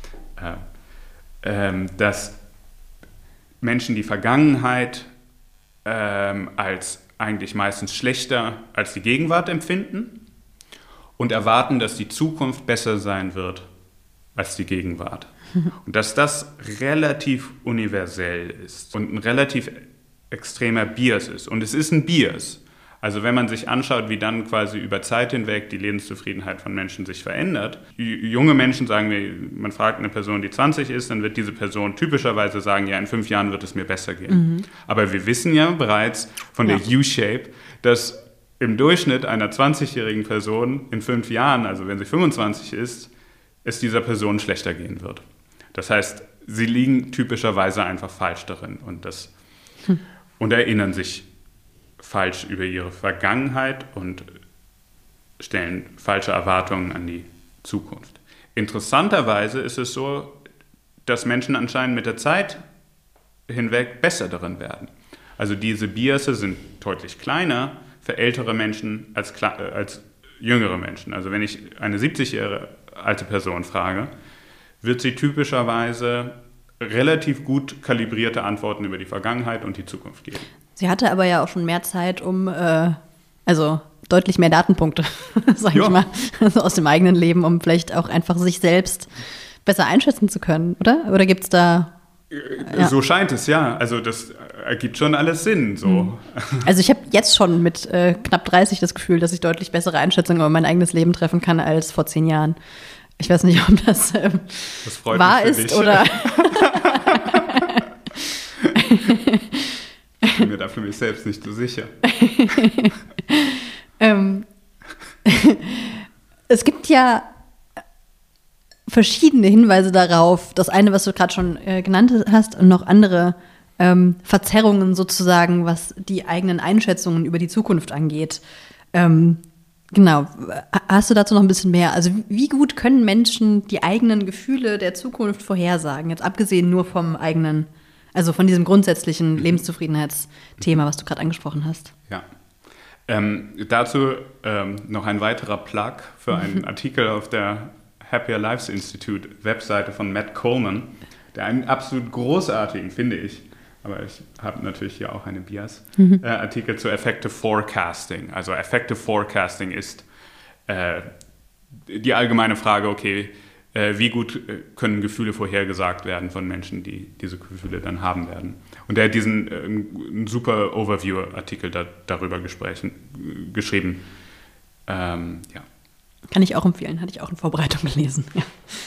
dass Menschen die Vergangenheit als eigentlich meistens schlechter als die Gegenwart empfinden und erwarten, dass die Zukunft besser sein wird als die Gegenwart. Und dass das relativ universell ist und ein relativ extremer Bias ist. Und es ist ein Bias. Also wenn man sich anschaut, wie dann quasi über Zeit hinweg die Lebenszufriedenheit von Menschen sich verändert. Junge Menschen sagen mir, man fragt eine Person, die 20 ist, dann wird diese Person typischerweise sagen, ja, in 5 Jahren wird es mir besser gehen. Aber wir wissen ja bereits von der U-Shape, dass im Durchschnitt einer 20-jährigen Person in 5 Jahren, also wenn sie 25 ist, es dieser Person schlechter gehen wird. Das heißt, sie liegen typischerweise einfach falsch darin und erinnern sich falsch über ihre Vergangenheit und stellen falsche Erwartungen an die Zukunft. Interessanterweise ist es so, dass Menschen anscheinend mit der Zeit hinweg besser darin werden. Also diese Biases sind deutlich kleiner für ältere Menschen als jüngere Menschen. Also wenn ich eine 70-jährige alte Person frage, wird sie typischerweise relativ gut kalibrierte Antworten über die Vergangenheit und die Zukunft geben. Sie hatte aber ja auch schon mehr Zeit, also deutlich mehr Datenpunkte, sag ich mal, also aus dem eigenen Leben, um vielleicht auch einfach sich selbst besser einschätzen zu können, oder? Oder gibt es da... Ja. So scheint es, ja. Also das ergibt schon alles Sinn. So. Also ich habe jetzt schon mit knapp 30 das Gefühl, dass ich deutlich bessere Einschätzungen über mein eigenes Leben treffen kann als vor 10 Jahren. Ich weiß nicht, ob das wahr ist oder... Ich bin mir da für mich selbst nicht so sicher. Es gibt ja verschiedene Hinweise darauf. Das eine, was du gerade schon genannt hast, und noch andere Verzerrungen sozusagen, was die eigenen Einschätzungen über die Zukunft angeht. Genau. Hast du dazu noch ein bisschen mehr? Also wie gut können Menschen die eigenen Gefühle der Zukunft vorhersagen? Jetzt abgesehen nur vom eigenen, also von diesem grundsätzlichen Lebenszufriedenheitsthema, was du gerade angesprochen hast. Ja. Dazu noch ein weiterer Plug für einen Artikel auf der Happier Lives Institute Webseite von Matt Coleman, der einen absolut großartigen, finde ich, aber ich habe natürlich hier auch eine Bias, Artikel zu Effective Forecasting. Also Effective Forecasting ist die allgemeine Frage, okay, wie gut können Gefühle vorhergesagt werden von Menschen, die diese Gefühle dann haben werden. Und er hat diesen super Overview-Artikel darüber geschrieben. Ja. Kann ich auch empfehlen, hatte ich auch in Vorbereitung gelesen. Ja.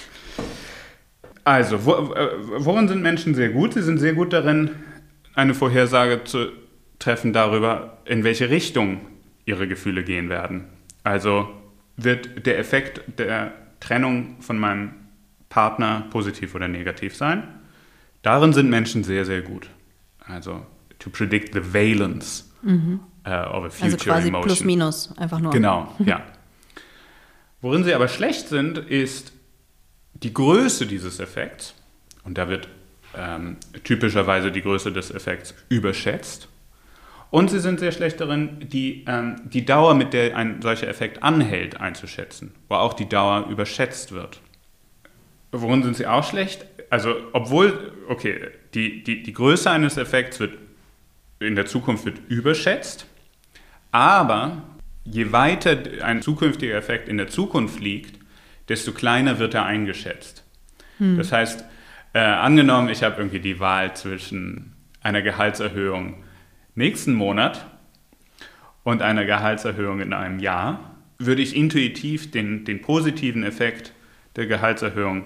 Also, worin sind Menschen sehr gut? Sie sind sehr gut darin, eine Vorhersage zu treffen darüber, in welche Richtung ihre Gefühle gehen werden. Also wird der Effekt der Trennung von meinem Partner positiv oder negativ sein? Darin sind Menschen sehr, sehr gut. Also to predict the valence of a future also quasi emotion. plus minus, einfach nur. Genau, ja. Worin sie aber schlecht sind, ist die Größe dieses Effekts. Und da wird typischerweise die Größe des Effekts überschätzt. Und sie sind sehr schlecht darin, die Dauer, mit der ein solcher Effekt anhält, einzuschätzen, wo auch die Dauer überschätzt wird. Worin sind sie auch schlecht? Also, obwohl, okay, die Größe eines Effekts in der Zukunft wird überschätzt, aber je weiter ein zukünftiger Effekt in der Zukunft liegt, desto kleiner wird er eingeschätzt. Das heißt, angenommen, ich habe irgendwie die Wahl zwischen einer Gehaltserhöhung nächsten Monat und einer Gehaltserhöhung in einem Jahr, würde ich intuitiv den positiven Effekt der Gehaltserhöhung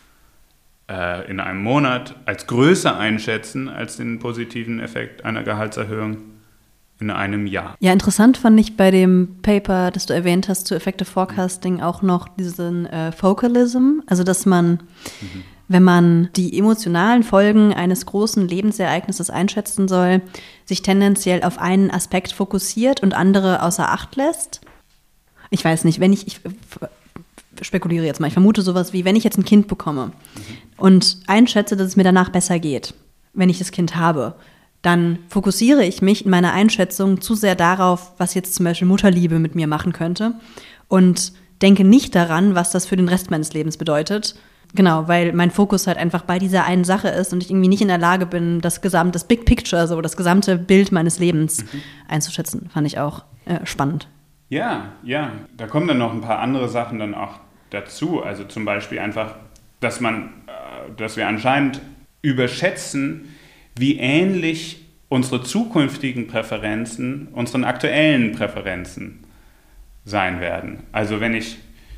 in einem Monat als größer einschätzen als den positiven Effekt einer Gehaltserhöhung in einem Jahr. Ja, interessant fand ich bei dem Paper, das du erwähnt hast, zu Effective Forecasting auch noch diesen Focalism, also dass man, wenn man die emotionalen Folgen eines großen Lebensereignisses einschätzen soll, sich tendenziell auf einen Aspekt fokussiert und andere außer Acht lässt. Ich weiß nicht, ich spekuliere jetzt mal, ich vermute sowas wie, wenn ich jetzt ein Kind bekomme und einschätze, dass es mir danach besser geht, wenn ich das Kind habe, dann fokussiere ich mich in meiner Einschätzung zu sehr darauf, was jetzt zum Beispiel Mutterliebe mit mir machen könnte und denke nicht daran, was das für den Rest meines Lebens bedeutet. Genau, weil mein Fokus halt einfach bei dieser einen Sache ist und ich irgendwie nicht in der Lage bin, das Big Picture, so das gesamte Bild meines Lebens einzuschätzen. Fand ich auch spannend. Ja, da kommen dann noch ein paar andere Sachen dann auch dazu. Also zum Beispiel einfach, dass wir anscheinend überschätzen, wie ähnlich unsere zukünftigen Präferenzen unseren aktuellen Präferenzen sein werden. Also wenn ich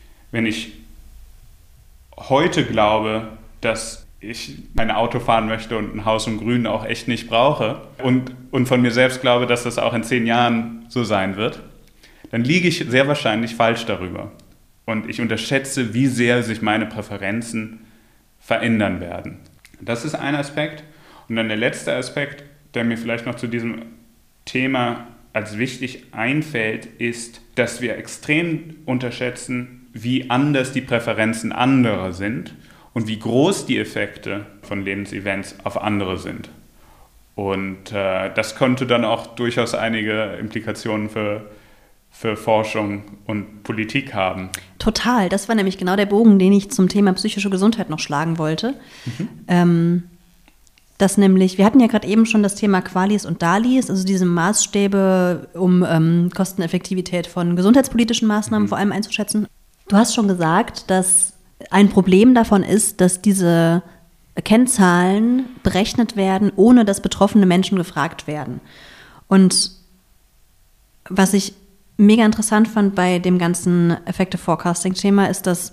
heute glaube, dass ich ein Auto fahren möchte und ein Haus im Grün auch echt nicht brauche und von mir selbst glaube, dass das auch in 10 Jahren so sein wird, dann liege ich sehr wahrscheinlich falsch darüber. Und ich unterschätze, wie sehr sich meine Präferenzen verändern werden. Das ist ein Aspekt. Und dann der letzte Aspekt, der mir vielleicht noch zu diesem Thema als wichtig einfällt, ist, dass wir extrem unterschätzen, wie anders die Präferenzen anderer sind und wie groß die Effekte von Lebensevents auf andere sind. Und das könnte dann auch durchaus einige Implikationen für Forschung und Politik haben. Total, das war nämlich genau der Bogen, den ich zum Thema psychische Gesundheit noch schlagen wollte. Dass nämlich, wir hatten ja gerade eben schon das Thema Qualis und Dalis, also diese Maßstäbe, um Kosteneffektivität von gesundheitspolitischen Maßnahmen vor allem einzuschätzen. Du hast schon gesagt, dass ein Problem davon ist, dass diese Kennzahlen berechnet werden, ohne dass betroffene Menschen gefragt werden. Und was ich mega interessant fand bei dem ganzen Effective Forecasting-Thema ist, dass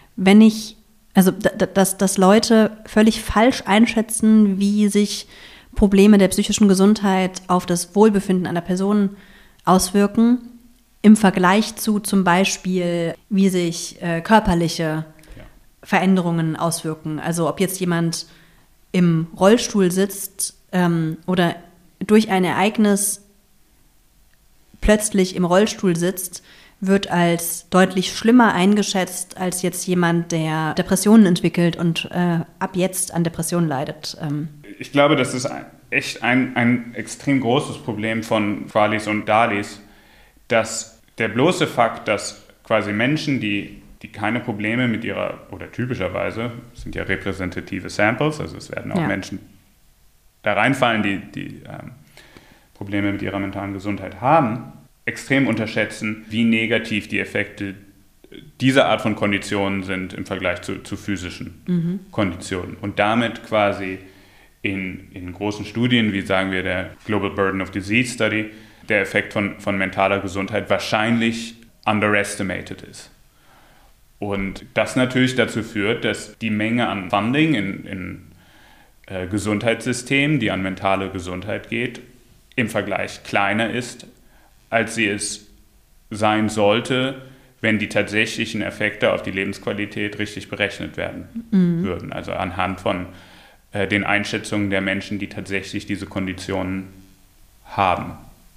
dass Leute völlig falsch einschätzen, wie sich Probleme der psychischen Gesundheit auf das Wohlbefinden einer Person auswirken, im Vergleich zu zum Beispiel, wie sich körperliche Veränderungen auswirken. Also ob jetzt jemand im Rollstuhl sitzt oder durch ein Ereignis plötzlich im Rollstuhl sitzt, wird als deutlich schlimmer eingeschätzt als jetzt jemand, der Depressionen entwickelt und ab jetzt an Depressionen leidet. Ich glaube, das ist echt ein extrem großes Problem von Qualis und Dalis, dass der bloße Fakt, dass quasi Menschen, die keine Probleme mit ihrer, oder typischerweise, sind ja repräsentative Samples, also es werden auch Menschen da reinfallen, die Probleme mit ihrer mentalen Gesundheit haben, extrem unterschätzen, wie negativ die Effekte diese Art von Konditionen sind im Vergleich zu physischen Konditionen. Und damit quasi in großen Studien, wie sagen wir der Global Burden of Disease Study, der Effekt von mentaler Gesundheit wahrscheinlich underestimated ist. Und das natürlich dazu führt, dass die Menge an Funding in Gesundheitssystemen, die an mentale Gesundheit geht, im Vergleich kleiner ist, als sie es sein sollte, wenn die tatsächlichen Effekte auf die Lebensqualität richtig berechnet werden würden. Also anhand von den Einschätzungen der Menschen, die tatsächlich diese Konditionen haben.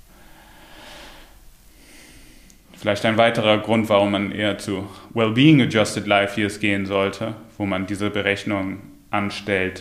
Vielleicht ein weiterer Grund, warum man eher zu Wellbeing Adjusted Life Years gehen sollte, wo man diese Berechnung anstellt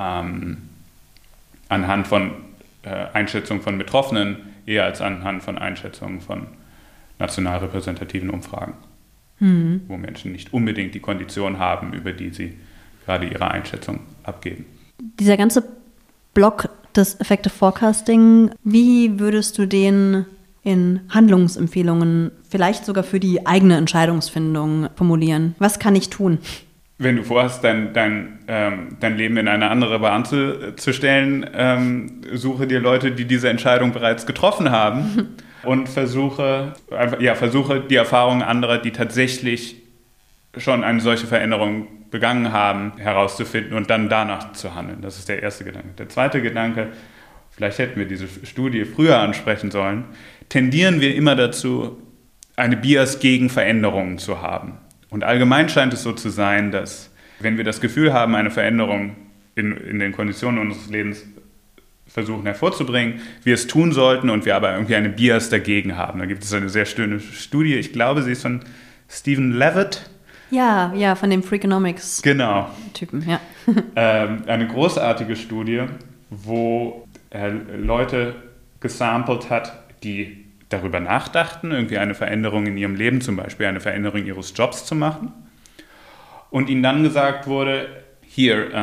anhand von Einschätzungen von Betroffenen, eher als anhand von Einschätzungen von national repräsentativen Umfragen, wo Menschen nicht unbedingt die Kondition haben, über die sie gerade ihre Einschätzung abgeben. Dieser ganze Block des Effective Forecasting, wie würdest du den in Handlungsempfehlungen, vielleicht sogar für die eigene Entscheidungsfindung formulieren? Was kann ich tun? Wenn du vorhast, dein Leben in eine andere Bahn zu stellen, suche dir Leute, die diese Entscheidung bereits getroffen haben und versuche die Erfahrungen anderer, die tatsächlich schon eine solche Veränderung begangen haben, herauszufinden und dann danach zu handeln. Das ist der erste Gedanke. Der zweite Gedanke, vielleicht hätten wir diese Studie früher ansprechen sollen, tendieren wir immer dazu, eine Bias gegen Veränderungen zu haben. Und allgemein scheint es so zu sein, dass wenn wir das Gefühl haben, eine Veränderung in den Konditionen unseres Lebens versuchen hervorzubringen, wir es tun sollten und wir aber irgendwie eine Bias dagegen haben. Da gibt es eine sehr schöne Studie, ich glaube, sie ist von Stephen Levitt. Ja, von dem Freakonomics. Genau. Typen, ja. Eine großartige Studie, wo er Leute gesampelt hat, die darüber nachdachten, irgendwie eine Veränderung in ihrem Leben, zum Beispiel eine Veränderung ihres Jobs zu machen. Und ihnen dann gesagt wurde, here's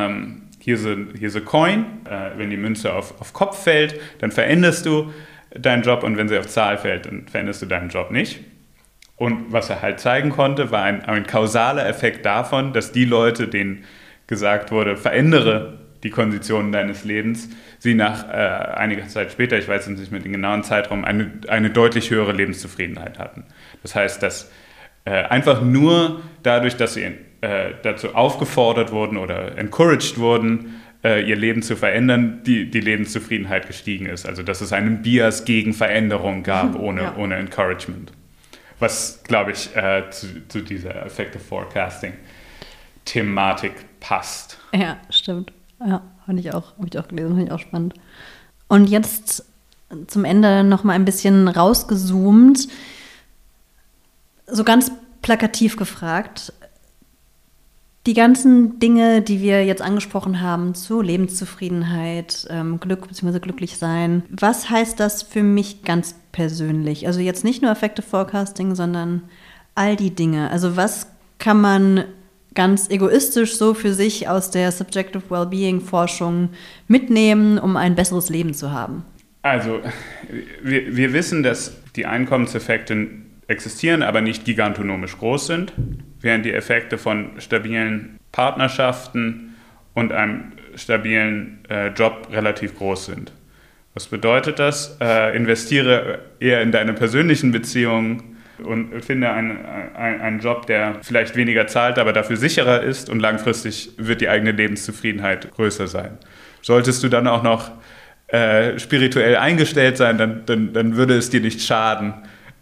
a coin, wenn die Münze auf Kopf fällt, dann veränderst du deinen Job und wenn sie auf Zahl fällt, dann veränderst du deinen Job nicht. Und was er halt zeigen konnte, war ein kausaler Effekt davon, dass die Leute, denen gesagt wurde, verändere die Konditionen deines Lebens, sie nach einiger Zeit später, ich weiß jetzt nicht mehr den genauen Zeitraum, eine deutlich höhere Lebenszufriedenheit hatten. Das heißt, dass einfach nur dadurch, dass sie dazu aufgefordert wurden oder encouraged wurden, ihr Leben zu verändern, die Lebenszufriedenheit gestiegen ist. Also dass es einen Bias gegen Veränderung gab, ohne Encouragement. Was, glaube ich, zu dieser Effective Forecasting-Thematik passt. Ja, stimmt. Ja, habe ich auch gelesen, fand ich auch spannend. Und jetzt zum Ende noch mal ein bisschen rausgezoomt, so ganz plakativ gefragt, die ganzen Dinge, die wir jetzt angesprochen haben zu Lebenszufriedenheit, Glück bzw. glücklich sein, was heißt das für mich ganz persönlich? Also jetzt nicht nur Effective Forecasting, sondern all die Dinge. Also was kann man ganz egoistisch so für sich aus der Subjective Wellbeing-Forschung mitnehmen, um ein besseres Leben zu haben? Also wir wissen, dass die Einkommenseffekte existieren, aber nicht gigantonomisch groß sind, während die Effekte von stabilen Partnerschaften und einem stabilen Job relativ groß sind. Was bedeutet das? Investiere eher in deine persönlichen Beziehungen und finde einen Job, der vielleicht weniger zahlt, aber dafür sicherer ist und langfristig wird die eigene Lebenszufriedenheit größer sein. Solltest du dann auch noch spirituell eingestellt sein, dann würde es dir nicht schaden,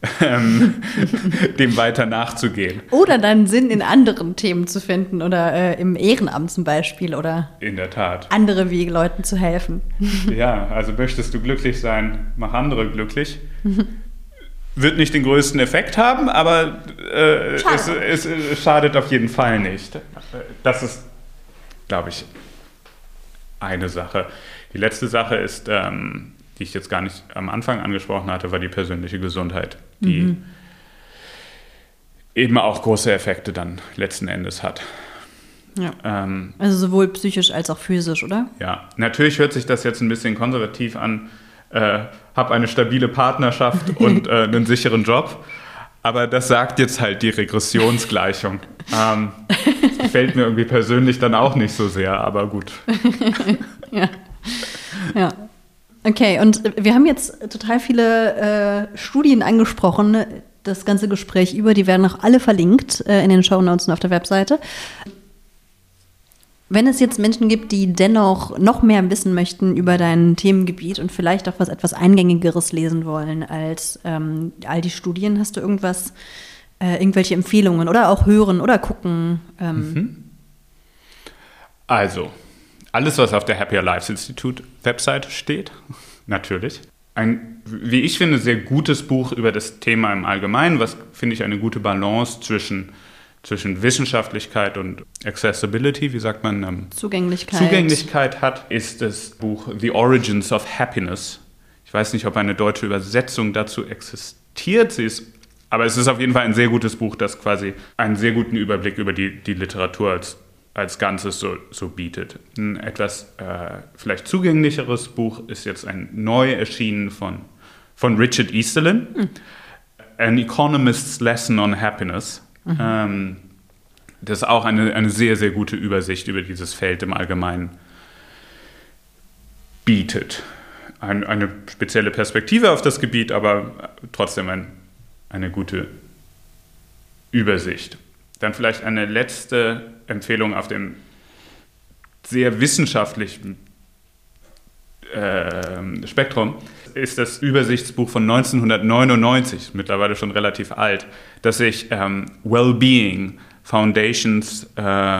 dem weiter nachzugehen. Oder deinen Sinn in anderen Themen zu finden oder im Ehrenamt zum Beispiel oder in der Tat. Andere Wege, Leuten zu helfen. Ja, also möchtest du glücklich sein, mach andere glücklich. Wird nicht den größten Effekt haben, aber es schadet auf jeden Fall nicht. Das ist, glaube ich, eine Sache. Die letzte Sache ist, die ich jetzt gar nicht am Anfang angesprochen hatte, war die persönliche Gesundheit, die eben auch große Effekte dann letzten Endes hat. Ja. Also sowohl psychisch als auch physisch, oder? Ja, natürlich hört sich das jetzt ein bisschen konservativ an, habe eine stabile Partnerschaft und einen sicheren Job, Aber das sagt jetzt halt die Regressionsgleichung. Gefällt mir irgendwie persönlich dann auch nicht so sehr, aber gut. Ja. Okay, und wir haben jetzt total viele Studien angesprochen, das ganze Gespräch über, die werden auch alle verlinkt in den Shownotes und auf der Webseite. Wenn es jetzt Menschen gibt, die dennoch noch mehr wissen möchten über dein Themengebiet und vielleicht auch was etwas Eingängigeres lesen wollen als all die Studien, hast du irgendwelche Empfehlungen oder auch hören oder gucken? Also, alles, was auf der Happier Lives Institute Website steht, natürlich. Ein, wie ich finde, sehr gutes Buch über das Thema im Allgemeinen, was, finde ich, eine gute Balance zwischen Wissenschaftlichkeit und Accessibility, wie sagt man? Zugänglichkeit hat, ist das Buch The Origins of Happiness. Ich weiß nicht, ob eine deutsche Übersetzung dazu existiert, aber es ist auf jeden Fall ein sehr gutes Buch, das quasi einen sehr guten Überblick über die Literatur als Ganzes so bietet. Ein etwas vielleicht zugänglicheres Buch ist jetzt ein neu erschienen von Richard Easterlin, An Economist's Lesson on Happiness. Das auch eine sehr, sehr gute Übersicht über dieses Feld im Allgemeinen bietet. Eine spezielle Perspektive auf das Gebiet, aber trotzdem eine gute Übersicht. Dann vielleicht eine letzte Empfehlung auf dem sehr wissenschaftlichen Spektrum ist das Übersichtsbuch von 1999, mittlerweile schon relativ alt, das sich Wellbeing, Foundations,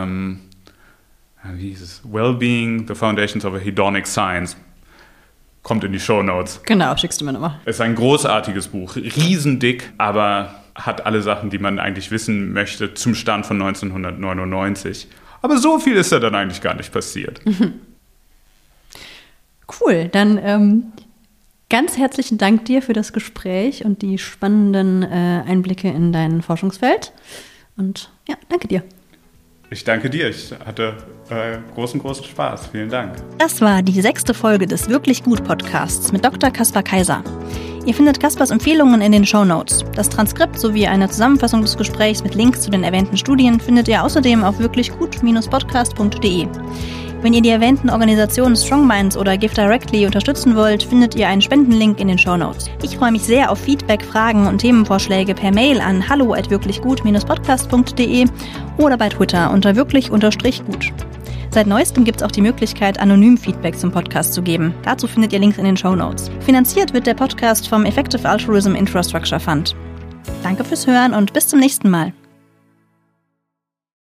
wie hieß es? Wellbeing, the Foundations of a Hedonic Science. Kommt in die Shownotes. Genau, schickst du mir nochmal. Es ist ein großartiges Buch, riesendick, aber hat alle Sachen, die man eigentlich wissen möchte, zum Stand von 1999. Aber so viel ist da dann eigentlich gar nicht passiert. Cool, dann ganz herzlichen Dank dir für das Gespräch und die spannenden Einblicke in dein Forschungsfeld. Und ja, danke dir. Ich danke dir. Ich hatte großen Spaß. Vielen Dank. Das war die 6. Folge des Wirklich Gut Podcasts mit Dr. Kaspar Kaiser. Ihr findet Kaspars Empfehlungen in den Shownotes. Das Transkript sowie eine Zusammenfassung des Gesprächs mit Links zu den erwähnten Studien findet ihr außerdem auf wirklichgut-podcast.de. Wenn ihr die erwähnten Organisationen Strong Minds oder Give Directly unterstützen wollt, findet ihr einen Spendenlink in den Shownotes. Ich freue mich sehr auf Feedback, Fragen und Themenvorschläge per Mail an hallo@wirklichgut-podcast.de oder bei Twitter unter wirklich_gut. Seit neuestem gibt es auch die Möglichkeit, anonym Feedback zum Podcast zu geben. Dazu findet ihr Links in den Shownotes. Finanziert wird der Podcast vom Effective Altruism Infrastructure Fund. Danke fürs Hören und bis zum nächsten Mal.